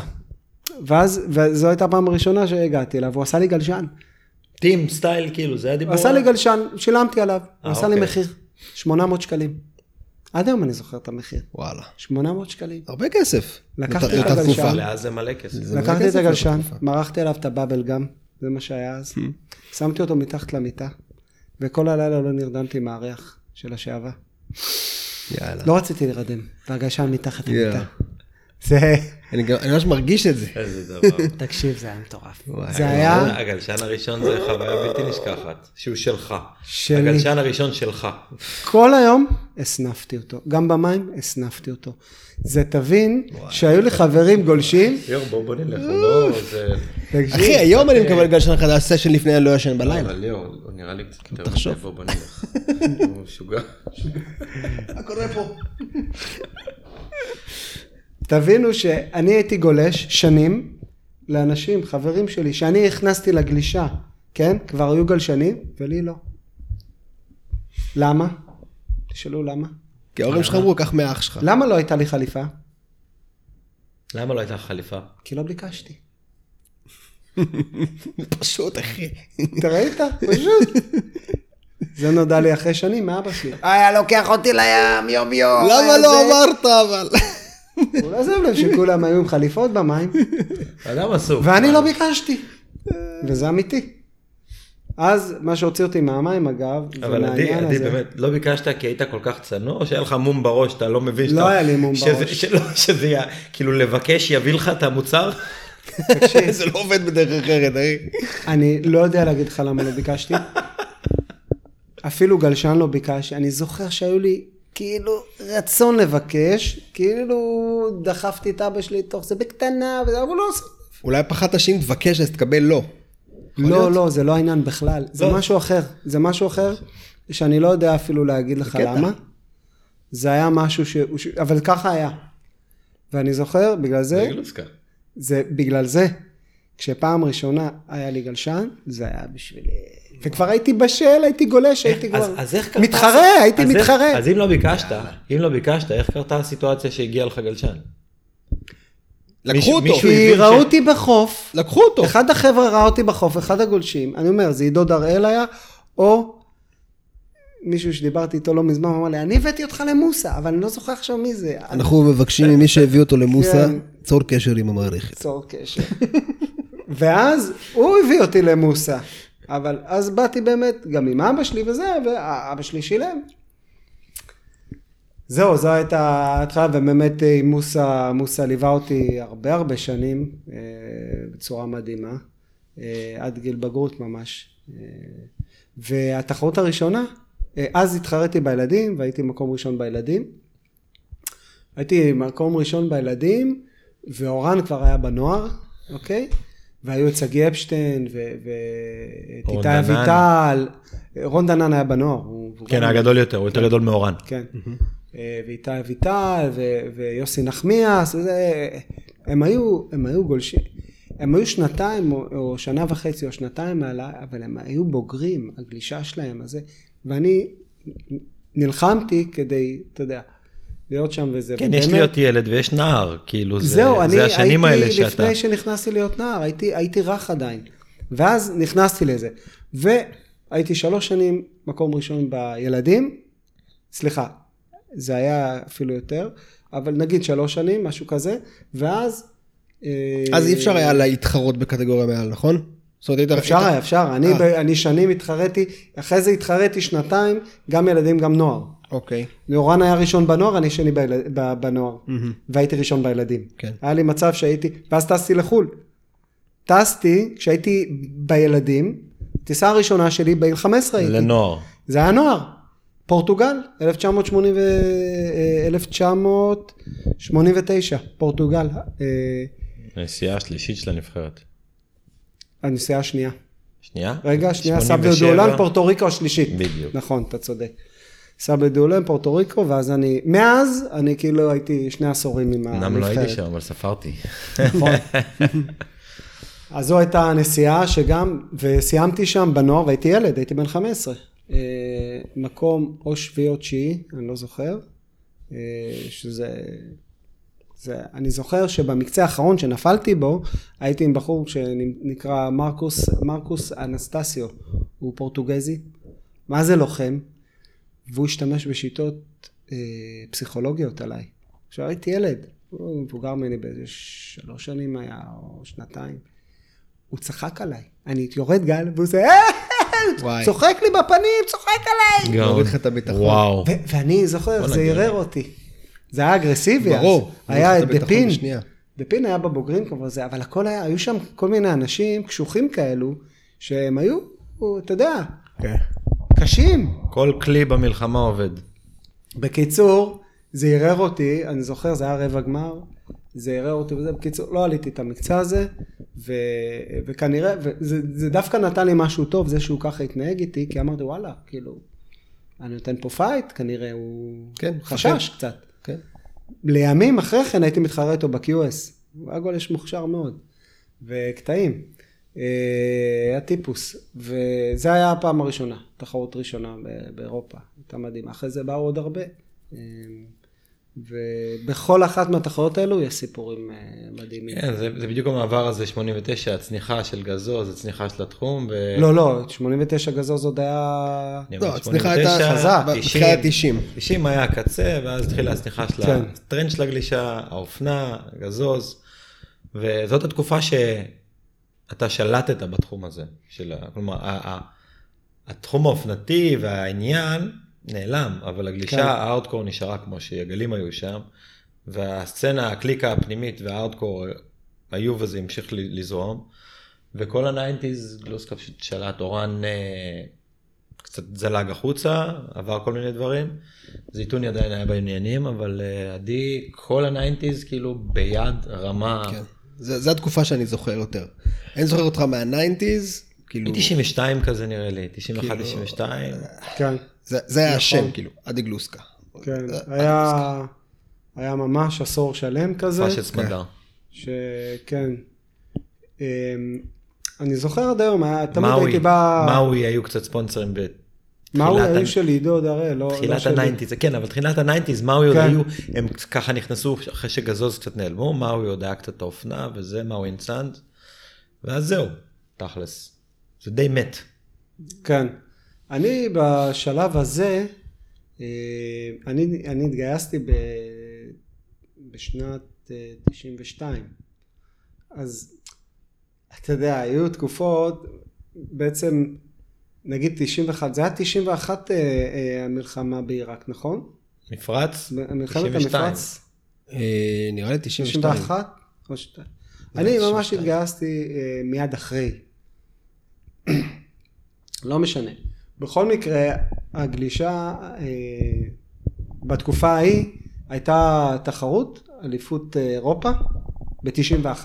וזו הייתה הפעם הראשונה שהגעתי אליו, הוא עשה לי גלשן. טים, סטייל, כאילו, זה הדיבור? הוא עשה לי גלשן, שילמתי עליו, הוא עשה לי אוקיי. מחיר, 800 שקלים. עד היום אני זוכר את המחיר. וואלה. 800 שקלים. הרבה כסף. לקחתי את לאותה הגלשן. תקופה. לאז זה מלא כסף. לקחתי את כסף הגלשן, לתקופה. מרחתי עליו את הבאבל גם, זה מה שהיה אז. שמתי אותו מתחת למיטה, וכל הלילה לא נרדמתי מהריח של השעבה. יאללה. לא רציתי להירדם, והגלשן מתחת למיטה. יאללה. זה, אני ממש מרגיש את זה. איזה דבר. תקשיב, זה היה מטורף. וואי. זה היה... הגלשן הראשון זה חוויה בלתי נשכחת, שהוא שלך. שלי. הגלשן הראשון שלך. כל היום הסנפתי אותו, גם במים הסנפתי אותו. זה תבין שהיו לי חברים גולשים, ליאור, בוא נלך, לא, זה... אחי, היום אני מקבל גלשן חדש, סשן לפני אני לא ישן בלילה. אבל ליאור, הוא נראה לי קצת יותר תחשוב. מטבע, בוא נלך. הוא משוגע. מה קורה פה? תבינו שאני הייתי גולש שנים לאנשים, חברים שלי, שאני הכנסתי לגלישה, כן? כבר היו גלשנים, ולי לא. למה? תשאלו למה. כי ההורים שלך אמרו, קח מהאח שלך. למה לא הייתה לי חליפה? למה לא הייתה לך חליפה? כי לא ביקשתי. פשוט, אחי. אתה ראית? פשוט. זה נודע לי אחרי שנים מאבא שלי. היה לוקח אותי לים, יום יום. למה לא אמרת אבל? הוא לא שם לב שכולם היו עם חליפות במים, אדם עסוק. ואני לא ביקשתי. וזה אמיתי. אז מה שהוציא אותי מהמים אגב, אבל עדי באמת, לא ביקשת כי היית כל כך צנוע, או שהיה לך מום בראש, אתה לא מבין לא היה לי מום בראש. שזה יהיה, כאילו לבקש יביא לך את המוצר? זה לא עובד בדרך אחרת, אחי. אני לא יודע להגיד לך למה לא ביקשתי. אפילו גלשן לא ביקשתי. אני זוכר שהיו לי כאילו רצון לבקש, כאילו דחפתי את אבא שלי תוך זה בקטנה, אבל לא עושה. אולי פחדת שאם תבקש אז תקבל לא. לא, זה לא העניין בכלל. זה משהו אחר. זה משהו אחר שאני לא יודע אפילו להגיד לך למה. זה היה משהו אבל ככה היה. ואני זוכר, בגלל זה, זה בגלל זה, כשפעם ראשונה היה לי גלשן, זה היה בשביל... וכבר הייתי בשל, הייתי גולש, הייתי כבר... מתחרה, הייתי מתחרה. אז אם לא ביקשת, איך קרתה הסיטואציה שהגיע לך גלשן? לקחו אותו. כי ראו אותי בחוף. לקחו אותו. אחד החבר'ה ראה אותי בחוף, אחד הגולשים. אני אומר, זה עידו דראל היה, או מישהו שדיברתי איתו לא מזמן, הוא אמר לי, אני הבאתי אותך למוסה, אבל אני לא זוכר עכשיו מי זה. אנחנו מבקשים ממי שהביא אותו למוסה, צור קשר עם המערכת. צור קשר. ואז הוא הביא אותי למוסה. אבל אז באתי באמת גם עם אבא שלי וזה, ואבא שלי שילם. זהו, זו הייתה ההתחלה, ובאמת מוסה ליווה אותי הרבה שנים, בצורה מדהימה, עד גיל בגרות ממש. והתחרות הראשונה, אז התחרתי בילדים, והייתי מקום ראשון בילדים. הייתי מקום ראשון בילדים, ואורן כבר היה בנוער, אוקיי? והיו את סגי אפשטיין, וטיטאי אביטל, רון דנן היה בנוער. כן, הגדול יותר, הוא יותר גדול מאורן. כן. ואיתי אביטל, ויוסי נחמיאס, הם היו גולשים, הם היו שנתיים, או שנה וחצי, או שנתיים מעלה, אבל הם היו בוגרים, הגלישה שלהם, ואני נלחמתי כדי, אתה יודע, להיות שם וזה. כן, יש להיות ילד ויש נער, כאילו, זה השנים האלה שאתה... לפני שנכנסתי להיות נער, הייתי רך עדיין, ואז נכנסתי לזה, והייתי 3 שנים מקום ראשון בילדים, סליחה, זה היה אפילו יותר, אבל נגיד 3 שנים, משהו כזה, ואז... אז אי אפשר היה להתחרות בקטגוריה מעל, נכון? אפשר. אני שנים התחרתי, אחרי זה התחרתי 2, גם ילדים, גם נוער. אוקיי. אורן היה ראשון בנוער, אני שני בנוער, והייתי ראשון בילדים. כן. היה לי מצב שהייתי, ואז טסתי לחול. טסתי, כשהייתי בילדים, טיסה הראשונה שלי בגיל 15 הייתי. לנוער. זה היה נוער. פורטוגל, 1989, פורטוגל. הנסיעה השלישית של הנבחרת. הנסיעה השנייה. שנייה? רגע, שנייה, סבא דולן, פורטו ריקו השלישית. בדיוק. נכון, אתה צודק. סבא דולן, פורטו ריקו, ואז מאז אני כאילו הייתי 2 עשורים עם הנבחרת. לא הייתי שם, אבל ספרתי. נכון. אז זו הייתה הנסיעה שגם, וסיימתי שם בנוער, והייתי ילד, הייתי בן 15. מקום או 7 או 9, אני לא זוכר, אני זוכר שבמקצה האחרון שנפלתי בו, הייתי עם בחור שנקרא מרקוס אנסטסיו, הוא פורטוגזי, מה זה לוחם? והוא השתמש בשיטות פסיכולוגיות עליי. עכשיו הייתי ילד, הוא מבוגר ממני באיזה 3 שנים היה, או 2, הוא צחק עליי, אני יורד גל, והוא עושה, צוחק לי בפנים, צוחק עליי. מוריד לך את הביטחון. וואו. ואני זוכר, זה ערער אותי. זה היה אגרסיבי. ברור. היה את דפין. דפין היה בבוגרים כבר זה, אבל הכל היה, היו שם כל מיני אנשים קשוחים כאלו, שהם היו, אתה יודע, קשים. כל כלי במלחמה עובד. בקיצור, זה ערער אותי, אני זוכר, זה היה רבע גמר, זה ערער אותי וזה, בקיצור, לא עליתי את המקצוע הזה, וכנראה, זה דווקא נתן לי משהו טוב, זה שהוא ככה התנהג איתי, כי אמרתי, וואלה, כאילו, אני נותן פה פייט, כנראה הוא חשש קצת. לימים אחרי כן הייתי מתחרה איתו ב-QS, הוא היה גולש מוכשר מאוד, וקטעים, הטיפוס, וזה היה הפעם הראשונה, תחרות ראשונה באירופה, הייתה מדהימה, אחרי זה באו עוד הרבה, ובכל אחת מהתחרות האלו יש סיפורים מדהימים. כן, זה בדיוק המעבר הזה, 89, הצניחה של גזוז, הצניחה של התחום. לא, 89 גזוז עוד היה... לא, הצניחה הייתה חזק, בתחילת 90. 90 היה הקצה, ואז התחילה הצניחה של הטרנד של הגלישה, האופנה, גזוז, וזאת התקופה אתה שלטת בתחום הזה. כלומר, התחום האופנתי והעניין נעלם, אבל הגלישה הארדקור נשארה כמו שהגלים היו שם, והסצנה, הקליקה הפנימית והארדקור היו וזה המשיך לזרום, וכל ה-90's גלוסקה פשוט שלט, אורן קצת זלג החוצה, עבר כל מיני דברים, זיתוני עדיין היה בעניינים, אבל עדי, כל ה-90's כאילו ביד רמה. כן, זו התקופה שאני זוכר יותר. אני זוכר אותך מה-90's, כאילו... 92 כזה נראה לי, 91, 92. כן. זה היה השם, כאילו, עדי גלוסקה. כן, היה ממש עשור שלם כזה. פשט סמדר. שכן. אני זוכר עד היום, תמיד הייתי בא... מאוי היו קצת ספונסרים בתחילת... מאוי היו של עידו דרל, לא שלי. תחילת ה-90's, כן, אבל תחילת ה-90's, מאוי עוד היו, הם ככה נכנסו, אחרי שגזוז קצת נעלמו, מאוי עוד היה קצת האופנה, וזה מאוי אינסנד, ואז זהו, תכלס. זה די מת. כן. אני בשלב הזה, אני התגייסתי בשנת 92. אז אתה יודע, היו תקופות, בעצם נגיד 91, זה היה 91 המלחמה בעיראק, נכון? מפרץ? מלחמת המפרץ? נראה לי 92. 91 או 2. אני ממש התגייסתי מיד אחרי. לא משנה. בכל מקרה, הגלישה בתקופה ההיא הייתה תחרות, אליפות אירופה, ב-91,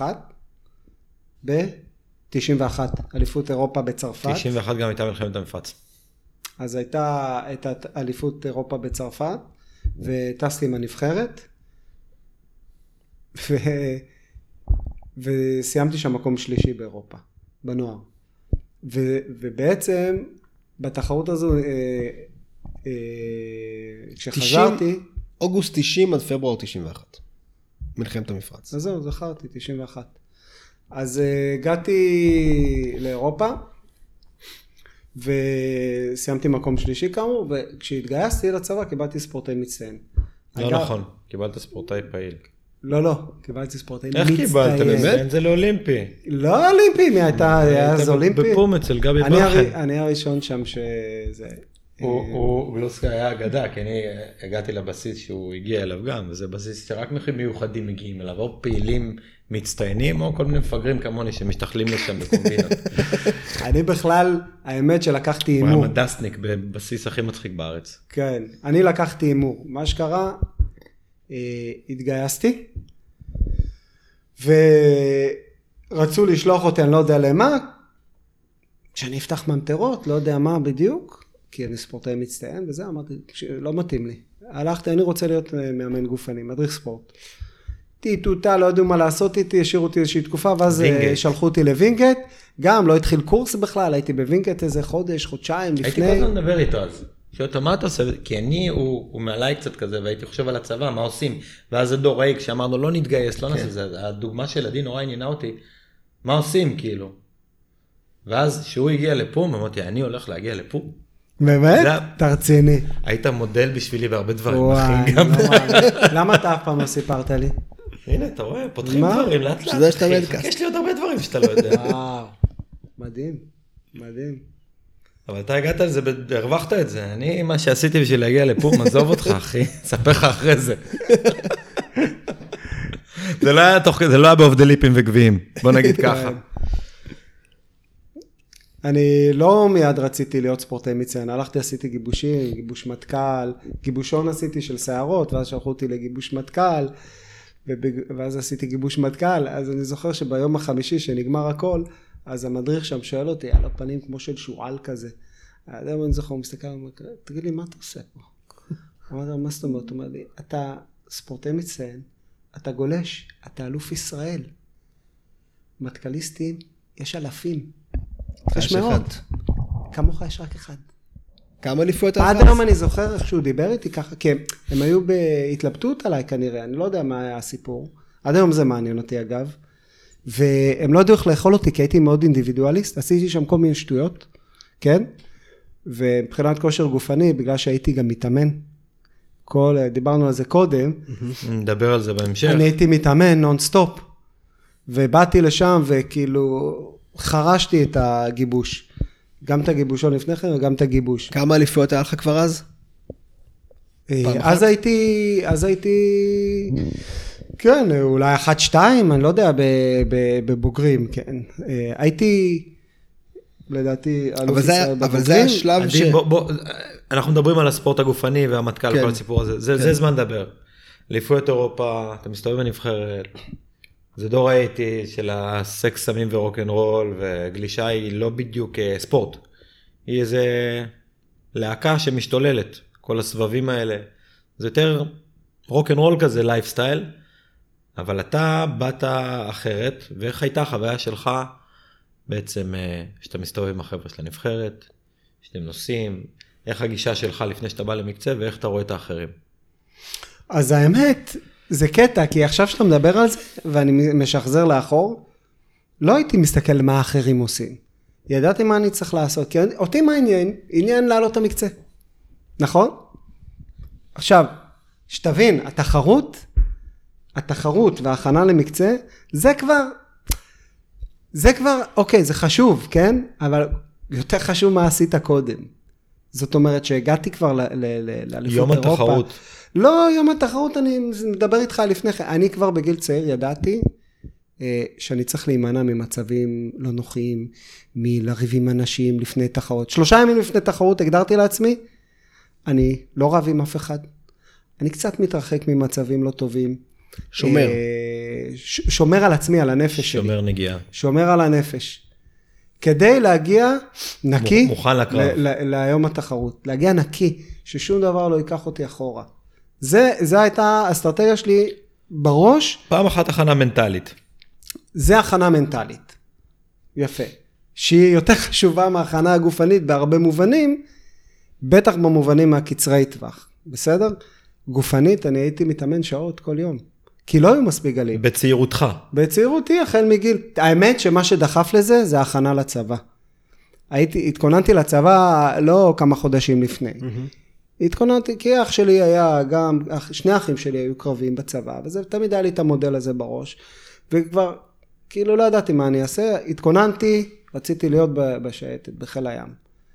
אליפות אירופה בצרפת. 91 גם הייתה מלחמת המפרץ. אז הייתה אליפות אירופה בצרפת, וטסתי עם הנבחרת, וסיימתי שם מקום שלישי באירופה, בנוער. ובעצם בתחרות הזו, כשחזרתי... אוגוסט 90 עד פברואר 91. מלחמת המפרץ. אז זהו, זכרתי, 91. אז הגעתי לאירופה, וסיימתי מקום שלישי כאמור, וכשהתגייסתי לצבא קיבלתי ספורטאי מצטיין. לא נכון, קיבלת ספורטאי פעיל. לא, קיבלתי ספורטאי מצטיין. איך קיבלת? באמת? זה לא אולימפי. לא אולימפי, מי הייתה? אז אולימפי. בפום אצל גבי בחן. אני הראשון שם שזה... גלוסקה היה אגדה, כי אני הגעתי לבסיס שהוא הגיע אליו גם, וזה בסיס שרק מחירים מיוחדים מגיעים אליו, או פעילים מצטיינים, או כל מיני מפגרים כמוני שמשתחלים לשם בקומבינות. אני בכלל, האמת שלקחתי הוא אימור. היה מדסניק בבסיס הכי מצחיק בארץ. כן, אני לקחתי אימור. מה שקרה, התגייסתי, ורצו לשלוח אותי, אני לא יודע למה, כשאני אפתח ממטרות, לא יודע מה בדיוק, כי אני ספורטאי מצטיין, וזה אמרתי, לא מתאים לי. הלכתי, אני רוצה להיות מאמן גופני, מדריך ספורט. תותה, לא יודעים מה לעשות איתי, השאירו אותי איזושהי תקופה, ואז שלחו אותי לווינגט, גם לא התחיל קורס בכלל, הייתי בווינגט איזה חודש, חודשיים לפני. הייתי כל הזמן מדבר איתו אז. שאתה, מה אתה עושה? כי אני, הוא מעליי קצת כזה, והייתי חושב על הצבא, מה עושים? ואז זה דור ראי, כשאמרנו, לא נתגייס, לא נעשה זה. הדוגמה של עדי נורא עניינה אותי, מה עושים כאילו? ואז שהוא הגיע לפום, אמרתי, אני הולך להגיע לפום. באמת? תרציני. היית מודל בשבילי בהרבה דברים. וואי, למה אתה אף פעם לא סיפרת לי? הנה, אתה רואה, פותחים דברים, לאט לאט. שזה שאתה מדקס. יש לי עוד הרבה דברים שאתה לא יודע. וואו, מדהים, מדהים. אבל אתה הגעת לזה, הרווחת את זה. אני, מה שעשיתי בשביל להגיע לפום, עזוב אותך, אחי. אספר לך אחרי זה. זה לא היה תוך כדי, זה לא היה בעובדי ליפים וגביעים. בוא נגיד ככה. אני לא מיד רציתי להיות ספורטאי מצטיין, הלכתי עשיתי גיבושים, גיבוש מטכ"ל, גיבושון עשיתי של שערות, ואז שלחו אותי לגיבוש מטכ"ל, ואז עשיתי גיבוש מטכ"ל, אז אני זוכר שביום החמישי שנגמר הכל, אז המדריך שם שואל אותי, על הפנים כמו של שועל כזה, אני זוכר, הוא מסתכל, תגיד לי, מה אתה עושה פה? אמרתי לו, מה זאת אומרת? הוא אומר לי, אתה ספורטאי מצטיין, אתה גולש, אתה אלוף ישראל, מטכ"ליסטים, יש אלפים. יש מאות. כמוך יש רק אחד. כמה אליפויות אתה עד היום אני זוכר איך שהוא דיבר איתי ככה, כי הם היו בהתלבטות עליי כנראה, אני לא יודע מה היה הסיפור. עד היום זה מעניין אותי אגב. והם לא ידעו איך לאכול אותי, כי הייתי מאוד אינדיבידואליסט, עשיתי שם כל מיני שטויות, כן? ומבחינת כושר גופני, בגלל שהייתי גם מתאמן, דיברנו על זה קודם. נדבר על זה בהמשך. אני הייתי מתאמן נון סטופ, ובאתי לשם וכאילו... חרשתי את הגיבוש. גם את הגיבושון לפני כן וגם את הגיבוש. כמה אליפויות היה לך כבר אז? אז הייתי, כן, אולי 1-2, אני לא יודע, בבוגרים, כן. הייתי, לדעתי, אלוף ישראל בבוגרים. אבל זה השלב אנחנו מדברים על הספורט הגופני והמטכ"ל, כן. כל הסיפור הזה, זה זמן לדבר. אליפויות אירופה, אתה מסתובב בנבחרת, זה דור ה-80 של הסקס, סמים ורוק'נ'רול, וגלישה היא לא בדיוק ספורט. היא איזה להקה שמשתוללת, כל הסבבים האלה. זה יותר רוק'נ'רול כזה, לייפסטייל, אבל אתה באת אחרת, ואיך הייתה החוויה שלך בעצם, שאתה מסתובב עם החבר'ה של הנבחרת, שאתם נוסעים, איך הגישה שלך לפני שאתה בא למקצה, ואיך אתה רואה את האחרים? אז האמת, זה קטע, כי עכשיו שאתה מדבר על זה, ואני משחזר לאחור, לא הייתי מסתכל מה האחרים עושים. ידעתי מה אני צריך לעשות, כי אותי מה עניין לעלות את המקצה. נכון? עכשיו, שתבין, התחרות וההכנה למקצה, זה כבר, אוקיי, זה חשוב, כן? אבל יותר חשוב מה עשית קודם. זאת אומרת שהגעתי כבר לאליפות יום אירופה. התחרות. לא, יום התחרות, אני מדבר איתך לפני כן. אני כבר בגיל צעיר ידעתי שאני צריך להימנע ממצבים לא נוחים, מלריב עם אנשים לפני תחרות. 3 ימים לפני תחרות הגדרתי לעצמי, אני לא רב עם אף אחד. אני קצת מתרחק ממצבים לא טובים. שומר על עצמי, על הנפש שלי. שומר נגיעה. שומר על הנפש. כדי להגיע נקי. מוכן לקרב. ליום התחרות. להגיע נקי, ששום דבר לא ייקח אותי אחורה. זה הייתה האסטרטגיה שלי בראש. פעם אחת הכנה מנטלית. זה הכנה מנטלית. יפה. שהיא יותר חשובה מההכנה הגופנית בהרבה מובנים, בטח במובנים מהקצרי טווח. בסדר? גופנית, אני הייתי מתאמן שעות כל יום. כי לא היו מספיק גלים. בצעירותך. בצעירותי, החל מגיל. האמת שמה שדחף לזה, זה הכנה לצבא. התכוננתי לצבא לא כמה חודשים לפני. התכוננתי, כי אח שלי היה גם, שני אחים שלי היו קרבים בצבא, וזה תמיד היה לי את המודל הזה בראש. וכבר, כאילו לא ידעתי מה אני אעשה, התכוננתי, רציתי להיות בשייטת, בחיל הים.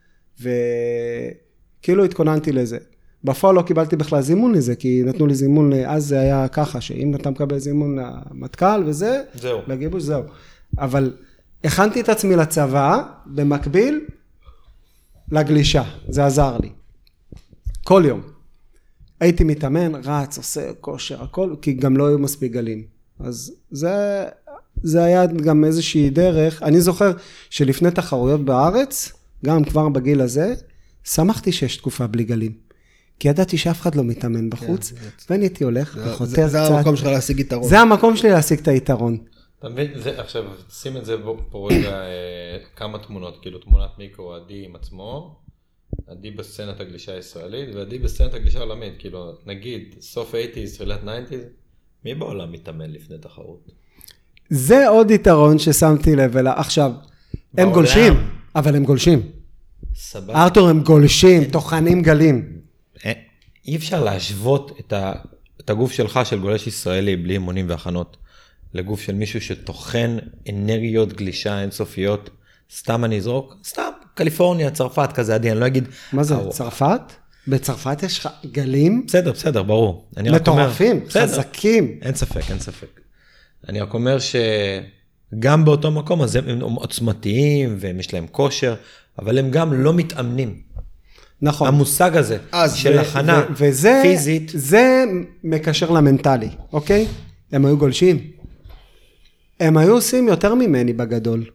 וכאילו התכוננתי לזה. בפועל לא קיבלתי בכלל זימון לזה, כי נתנו לי זימון, אז זה היה ככה, שאם אתה מקבל זימון למטכ"ל וזה, זהו. לגיבוש, זהו. אבל הכנתי את עצמי לצבא, במקביל לגלישה, זה עזר לי. כל יום. הייתי מתאמן, רץ, עושה כושר, הכל, כי גם לא היו מספיק גלים. אז זה היה גם איזושהי דרך. אני זוכר שלפני תחרויות בארץ, גם כבר בגיל הזה, שמחתי שיש תקופה בלי גלים. כי ידעתי שאף אחד לא מתאמן בחוץ, ואני הייתי הולך וחותר קצת. זה המקום שלך להשיג יתרון. זה המקום שלי להשיג את היתרון. אתה מבין, עכשיו שים את זה פה רגע כמה תמונות, כאילו תמונת מיקרו, עדי עם עצמו, עדי בסצנת הגלישה הישראלית, ועדי בסצנת הגלישה העולמית, כאילו נגיד סוף 80s, תחילת 90s, מי בעולם מתאמן לפני תחרות? זה עוד יתרון ששמתי לב אליו. עכשיו, הם גולשים, אבל הם גולשים. סבבה. ארתור הם גולשים, טוחנים גלים. אי אפשר להשוות את הגוף שלך של גולש ישראלי בלי אימונים והכנות לגוף של מישהו שטוחן אנרגיות גלישה אינסופיות. סתם אני אזרוק, סתם קליפורניה, צרפת כזה עדי, אני לא אגיד. מה זה, צרפת? בצרפת יש לך גלים? בסדר, ברור. מטורפים, חזקים. אין ספק. אני רק אומר שגם באותו מקום, אז הם עוצמתיים והם יש להם כושר, אבל הם גם לא מתאמנים. נכון. המושג הזה של הכנה פיזית. זה מקשר למנטלי, אוקיי? הם היו גולשים. הם היו עושים יותר ממני בגדול.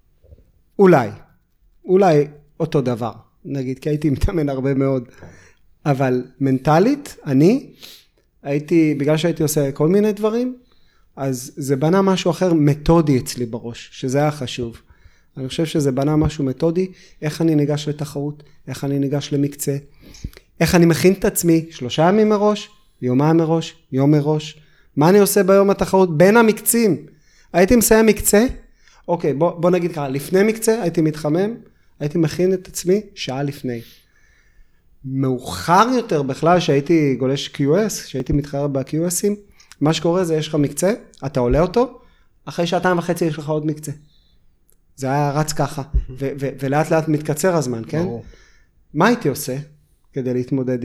אולי אותו דבר. נגיד, כי הייתי מתאמן הרבה מאוד. אבל מנטלית, אני הייתי, בגלל שהייתי עושה כל מיני דברים, אז זה בנה משהו אחר מתודי אצלי בראש, שזה היה חשוב. אני חושב שזה בנה משהו מתודי, איך אני ניגש לתחרות, איך אני ניגש למקצה, איך אני מכין את עצמי 3 ימים מראש, יומיים מראש, יום מראש, מה אני עושה ביום התחרות בין המקצים. הייתי מסיים מקצה, אוקיי, בוא נגיד ככה, לפני מקצה הייתי מתחמם, הייתי מכין את עצמי שעה לפני. מאוחר יותר בכלל שהייתי גולש QS, שהייתי מתחרר ב-QSים, מה שקורה זה יש לך מקצה, אתה עולה אותו, אחרי 2.5 יש לך עוד מקצה. זה היה רץ ככה, ולאט לאט מתקצר הזמן, כן? מה הייתי עושה כדי להתמודד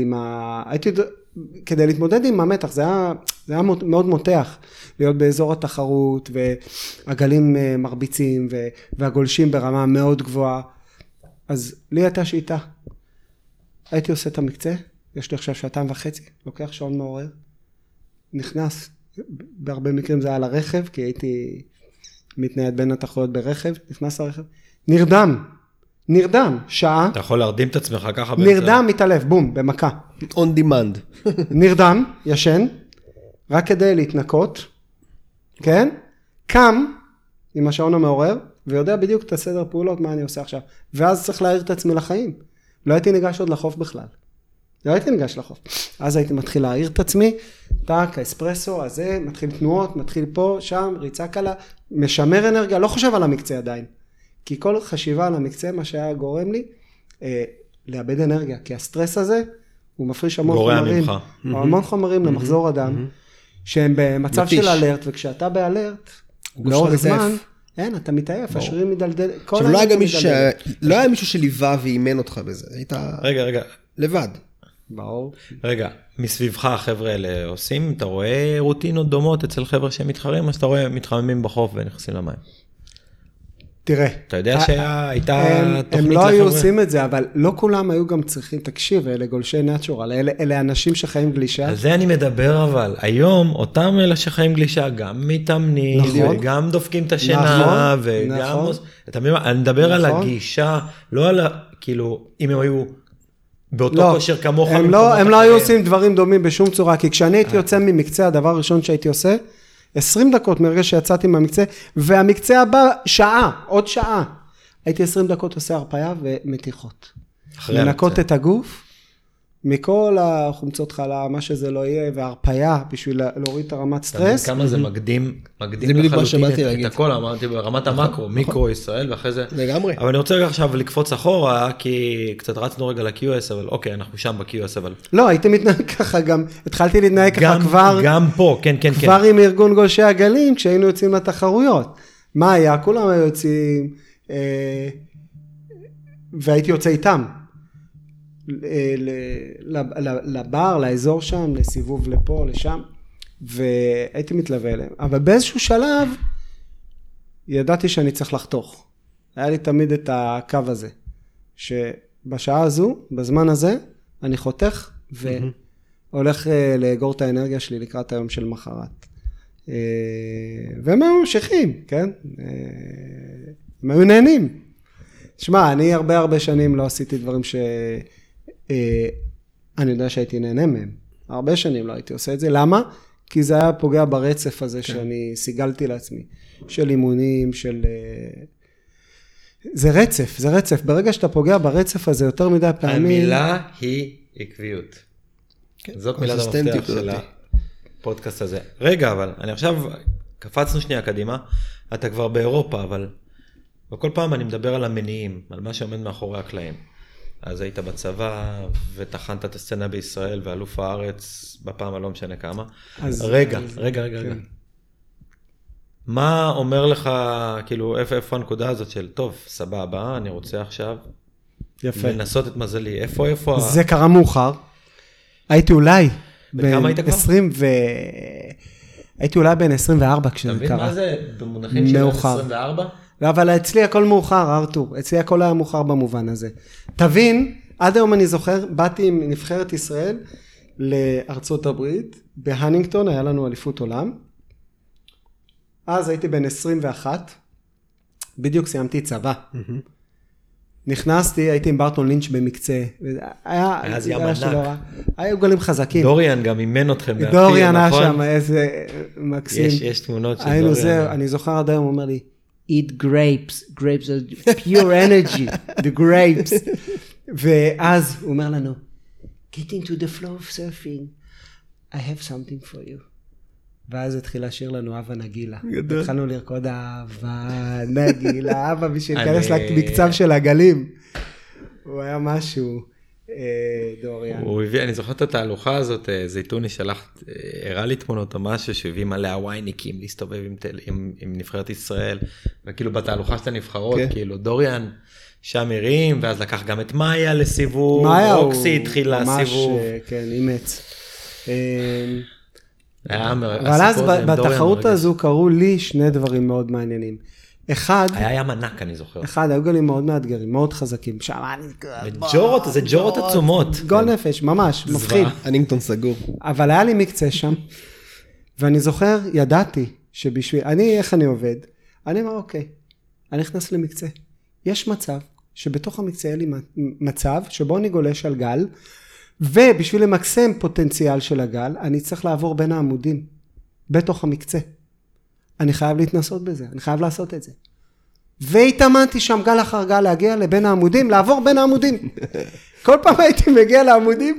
כדי להתמודד עם המתח? זה היה מאוד מותח, להיות באזור התחרות, והגלים מרביצים, והגולשים ברמה מאוד גבוהה. אז לי הייתה שיטה. הייתי עושה את המקצה, יש לי עכשיו 2.5 שעות, לוקח שעון מעורר, נכנס, בהרבה מקרים זה היה לרכב, כי הייתי מתנייד בין התחרויות ברכב, נכנס לרכב, נרדם, שעה. אתה יכול להרדים את עצמך ככה. נרדם, מתעלף, בום, במכה. on demand. נרדם, ישן, רק כדי להתנקות, כן? קם עם השעון המעורר, ויודע בדיוק את הסדר פעולות, מה אני עושה עכשיו. ואז צריך להעיר את עצמי לחיים. לא הייתי ניגש עוד לחוף בכלל. לא הייתי ניגש לחוף. אז הייתי מתחיל להעיר את עצמי, טק, האספרסו, הזה, מתחיל תנועות, מתחיל פה, שם, ריצה קלה, משמר אנרגיה, לא חושב על המקצה עדיין. כי כל חשיבה על המקצה, מה שהיה גורם לי, לאבד אנרגיה. כי הסטרס הזה, הוא מפריש המון חומרים. המון חומרים למחזור אדם, שהם במצב של אלרט, וכשאתה באלרט, לאורך זמן, אין, אתה מתעייף, השרירים מדלדל, עכשיו, לא היה מישהו שליווה ואימן אותך בזה, היית רגע. לבד. ברור. רגע, מסביבך החבר'ה האלה עושים, אתה רואה רוטינות דומות אצל חבר'ה שהם מתחרים, אז אתה רואה מתחממים בחוף ונכנסים למים. תראה. אתה יודע שהייתה תוכנית הם לא היו עושים את זה, אבל לא כולם היו גם צריכים, תקשיב, אלה גולשי נאצ'ורל, אלה אנשים שחיים גלישה. על זה אני מדבר אבל, היום אותם אלה שחיים גלישה, גם מתאמנים, וגם דופקים את השינה, וגם... אני מדבר על הגישה, לא על, כאילו, אם הם היו באותו כושר כמוך. הם לא היו עושים דברים דומים בשום צורה, כי כשאני הייתי יוצא ממקצה, הדבר הראשון שהייתי עושה, 20 דקות מרגע שיצאתי מהמקצה, והמקצה הבא עוד שעה. הייתי 20 דקות עושה הרפאיה ומתיחות. לנקות את הגוף, מכל החומצות חלה, מה שזה לא יהיה, והרפאיה בשביל להוריד את הרמת סטרס. כמה זה מקדים לחלוטין את הכל, אמרתי ברמת המקרו, מיקרו ישראל, ואחרי זה... לגמרי. אבל אני רוצה עכשיו לקפוץ אחורה, כי קצת רצנו רגע ל-QS, אבל אוקיי, אנחנו שם ב-QS, אבל... לא, הייתי מתנהג ככה גם, התחלתי להתנהג ככה כבר... גם פה, כן. כבר עם ארגון גולשי הגלים, כשהיינו יוצאים לתחרויות. מה היה? כולם היו יוצאים, והייתי יוצא איתם. לבר, לאזור שם, לסיבוב לפה, לשם, והייתי מתלווה אליהם. אבל באיזשהו שלב, ידעתי שאני צריך לחתוך. היה לי תמיד את הקו הזה, שבשעה הזו, בזמן הזה, אני חותך, והולך לאגור את האנרגיה שלי לקראת היום של מחרת. והם היו ממשיכים, כן? הם היו נהנים. תשמע, אני הרבה שנים לא עשיתי דברים אני יודע שהייתי נהנה מהם. הרבה שנים לא הייתי עושה את זה. למה? כי זה היה פוגע ברצף הזה שאני סיגלתי לעצמי. של אימונים, של... זה רצף. ברגע שאתה פוגע ברצף הזה יותר מדי פעמים... המילה היא עקביות. זאת מילת המפתח של הפודקאסט הזה. רגע, אבל אני עכשיו... קפצנו שנייה קדימה. אתה כבר באירופה, אבל... וכל פעם אני מדבר על המניעים, על מה שעומד מאחורי הקלעים. אז היית בצבא, ותחנת את הסצנה בישראל, ואלוף הארץ, בפעם הלא משנה כמה. רגע. מה אומר לך, כאילו, איפה הנקודה הזאת של, טוב, סבבה, אני רוצה עכשיו, לנסות את מזלי, איפה... זה קרה מאוחר. הייתי אולי... בכמה היית כבר? הייתי אולי בין 24 כשזה קרה. אתה מבין מה זה במונחים של 24? לא, אבל אצלי הכל מאוחר, ארתור. אצלי הכל היה מאוחר במובן הזה. תבין, עד היום אני זוכר, באתי עם נבחרת ישראל לארצות הברית, בהנינגטון היה לנו אליפות עולם. אז הייתי בן 21, בדיוק סיימתי צבא. נכנסתי, הייתי עם ברטון לינץ' במקצה. היה זה ים ענק. היו גולים חזקים. דוריאן גם אימן אתכם. דוריאן היה שם, איזה מקסים. יש תמונות של דוריאן. אני זוכר עד היום, הוא אומר לי, eat grapes are pure energy, the grapes. ואז הוא אומר לנו, get into the flow of surfing, I have something for you. ואז התחיל לשיר לנו אבא נגילה. התחלנו לרקוד אבא נגילה, אבא בשביל להיכנס למקצב של הגלים. הוא היה משהו. דוריאן. הוא הביא, אני זוכר את התהלוכה הזאת, זייתוני שלח, הראה לי תמונות או משהו, שהביא מלא הווייניקים להסתובב עם נבחרת ישראל, וכאילו בתהלוכה של הנבחרות, כאילו דוריאן שם הרים, ואז לקח גם את מאיה לסיבוב, רוקסי התחיל לסיבוב. ממש, כן, אימץ. אבל אז בתחרות הזו קראו לי שני דברים מאוד מעניינים. אחד, היה ים ענק, אני זוכר. אחד, היו גולים מאוד מאתגרים, מאוד חזקים. שם ג'ורות, זה ג'ורות עצומות. גול נפש, ממש, מפחיד. הנינגטון סגור. אבל היה לי מקצה שם, ואני זוכר, ידעתי שבשביל, איך אני עובד? אני אומר, אוקיי, אני נכנס למקצה. יש מצב שבתוך המקצה יהיה לי מצב שבו אני גולש על גל, ובשביל למקסם פוטנציאל של הגל, אני צריך לעבור בין העמודים, בתוך המקצה. אני חייב להתנסות בזה, אני חייב לעשות את זה. והתאמנתי שם גל אחר גל להגיע לבין העמודים, לעבור בין העמודים. כל פעם הייתי מגיע לעמודים,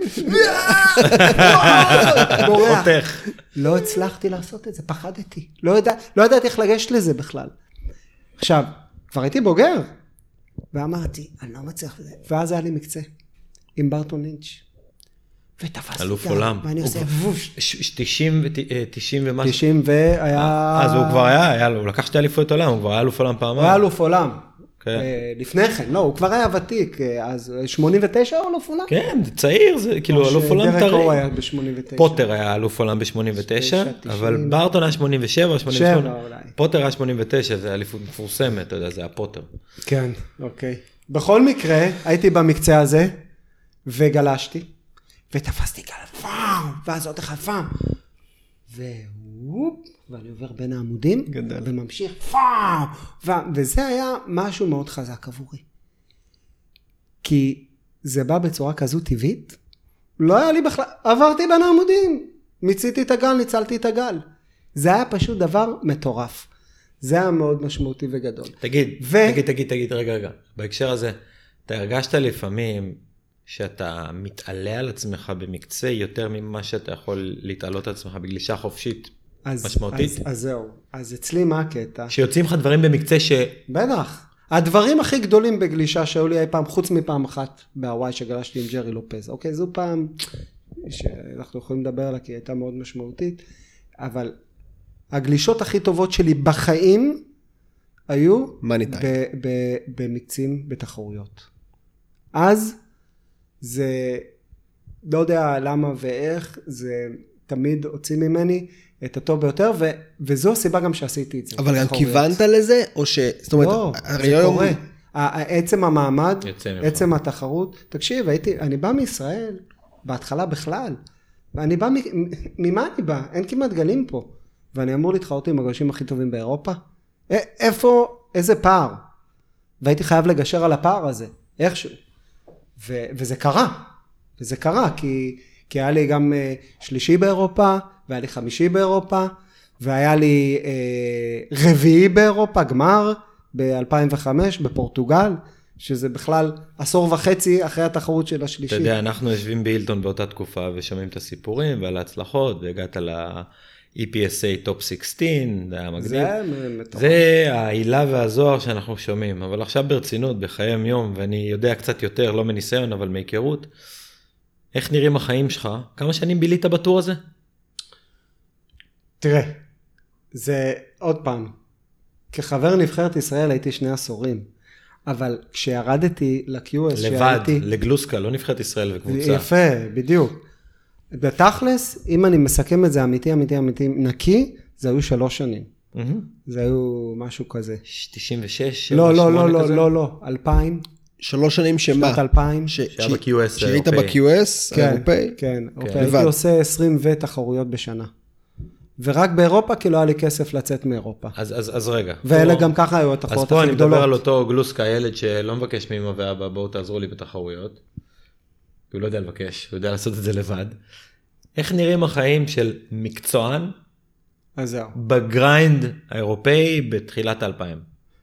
בורח. לא הצלחתי לעשות את זה, פחדתי. לא ידעתי איך לגשת לזה בכלל. עכשיו, כבר הייתי בוגר, ואמרתי, אני לא מצליח לזה. ואז היה לי מקצה, עם ברטון לינץ'. ותפסתי אלוף עולם. ואני עושה ווש. 90 ומשהו. 90 והיה... אז הוא כבר היה, הוא לקח שתי אליפויות עולם, הוא כבר היה אלוף עולם פעמיים. הוא היה אלוף עולם. כן. לפני כן, לא, הוא כבר היה ותיק, אז 89 הוא אלוף עולם? כן, זה צעיר, זה כאילו אלוף עולם דרק טרי. הוא היה ב-89. פוטר היה אלוף עולם ב-89, אבל ברטון היה 87, 88. פוטר היה 89, זה אליפות מפורסמת, אתה יודע, זה היה פוטר. כן, אוקיי. בכל מקרה, הייתי במקצה הזה, וגלשתי, ותפסתי גל, פאם, ואז עוד אחד פאם, ואני עובר בין העמודים, וממשיך, פאם, וזה היה משהו מאוד חזק עבורי. כי זה בא בצורה כזו טבעית, לא היה לי בכלל, עברתי בין העמודים, מיציתי את הגל, ניצלתי את הגל. זה היה פשוט דבר מטורף. זה היה מאוד משמעותי וגדול. תגיד, רגע. בהקשר הזה, אתה הרגשת לפעמים שאתה מתעלה על עצמך במקצה יותר ממה שאתה יכול להתעלות על עצמך בגלישה חופשית משמעותית? אז זהו. אז אצלי מה הקטע? שיוצאים לך דברים במקצה בטח. הדברים הכי גדולים בגלישה שהיו לי אי פעם, חוץ מפעם אחת בהוואי שגלשתי עם ג'רי לופז. אוקיי, זו פעם שאנחנו יכולים לדבר עליה כי היא הייתה מאוד משמעותית, אבל הגלישות הכי טובות שלי בחיים היו במקצים בתחרויות. אז זה, לא יודע למה ואיך, זה תמיד הוציא ממני את הטוב ביותר, וזו הסיבה גם שעשיתי את זה. אבל גם כיוונת לזה, או ש... זאת אומרת, לא, זה קורה. עצם המעמד, עצם התחרות, תקשיב, אני בא מישראל, בהתחלה בכלל, ואני בא, ממה אני בא? אין כמעט גלים פה. ואני אמור להתחרות עם הגולשים הכי טובים באירופה? איפה, איזה פער? והייתי חייב לגשר על הפער הזה, איכשהו. וזה קרה, כי היה לי גם שלישי באירופה, והיה לי חמישי באירופה, והיה לי רביעי באירופה, גמר, ב-2005, בפורטוגל, שזה בכלל עשור וחצי אחרי התחרות של השלישי. אתה יודע, אנחנו יושבים באילטון באותה תקופה, ושומעים את הסיפורים ועל ההצלחות, והגעת ל-EPSA טופ 16, זה היה מגניב. זה העילה והזוהר שאנחנו שומעים, אבל עכשיו ברצינות, בחיי יום, ואני יודע קצת יותר, לא מניסיון, אבל מהיכרות, איך נראים החיים שלך? כמה שנים בילית בטור הזה? תראה, זה עוד פעם, כחבר נבחרת ישראל הייתי 2 עשורים, אבל כשירדתי ל-QS לבד, לגלוסקה, לא נבחרת ישראל וקבוצה. יפה, בדיוק. בתכלס, אם אני מסכם את זה אמיתי, נקי, זה היו 3 שנים. זה היו משהו כזה. 96? לא, 2000. 3 שנים שמה? שנת 2000. שהיה ב-QS שהיית ב-QS האירופאי? כן, הייתי עושה 20 תחרויות בשנה. ורק באירופה, כי לא היה לי כסף לצאת מאירופה. אז רגע. ואלה גם ככה היו התחרויות הכי גדולות. אז פה אני מדבר על אותו גלוסקה, ילד שלא מבקש מאמא ואבא, בואו תעזרו לי בתחרויות. הוא לא יודע לבקש, הוא יודע לעשות את זה לבד. איך נראים החיים של מקצוען בגריינד האירופאי בתחילת 2000?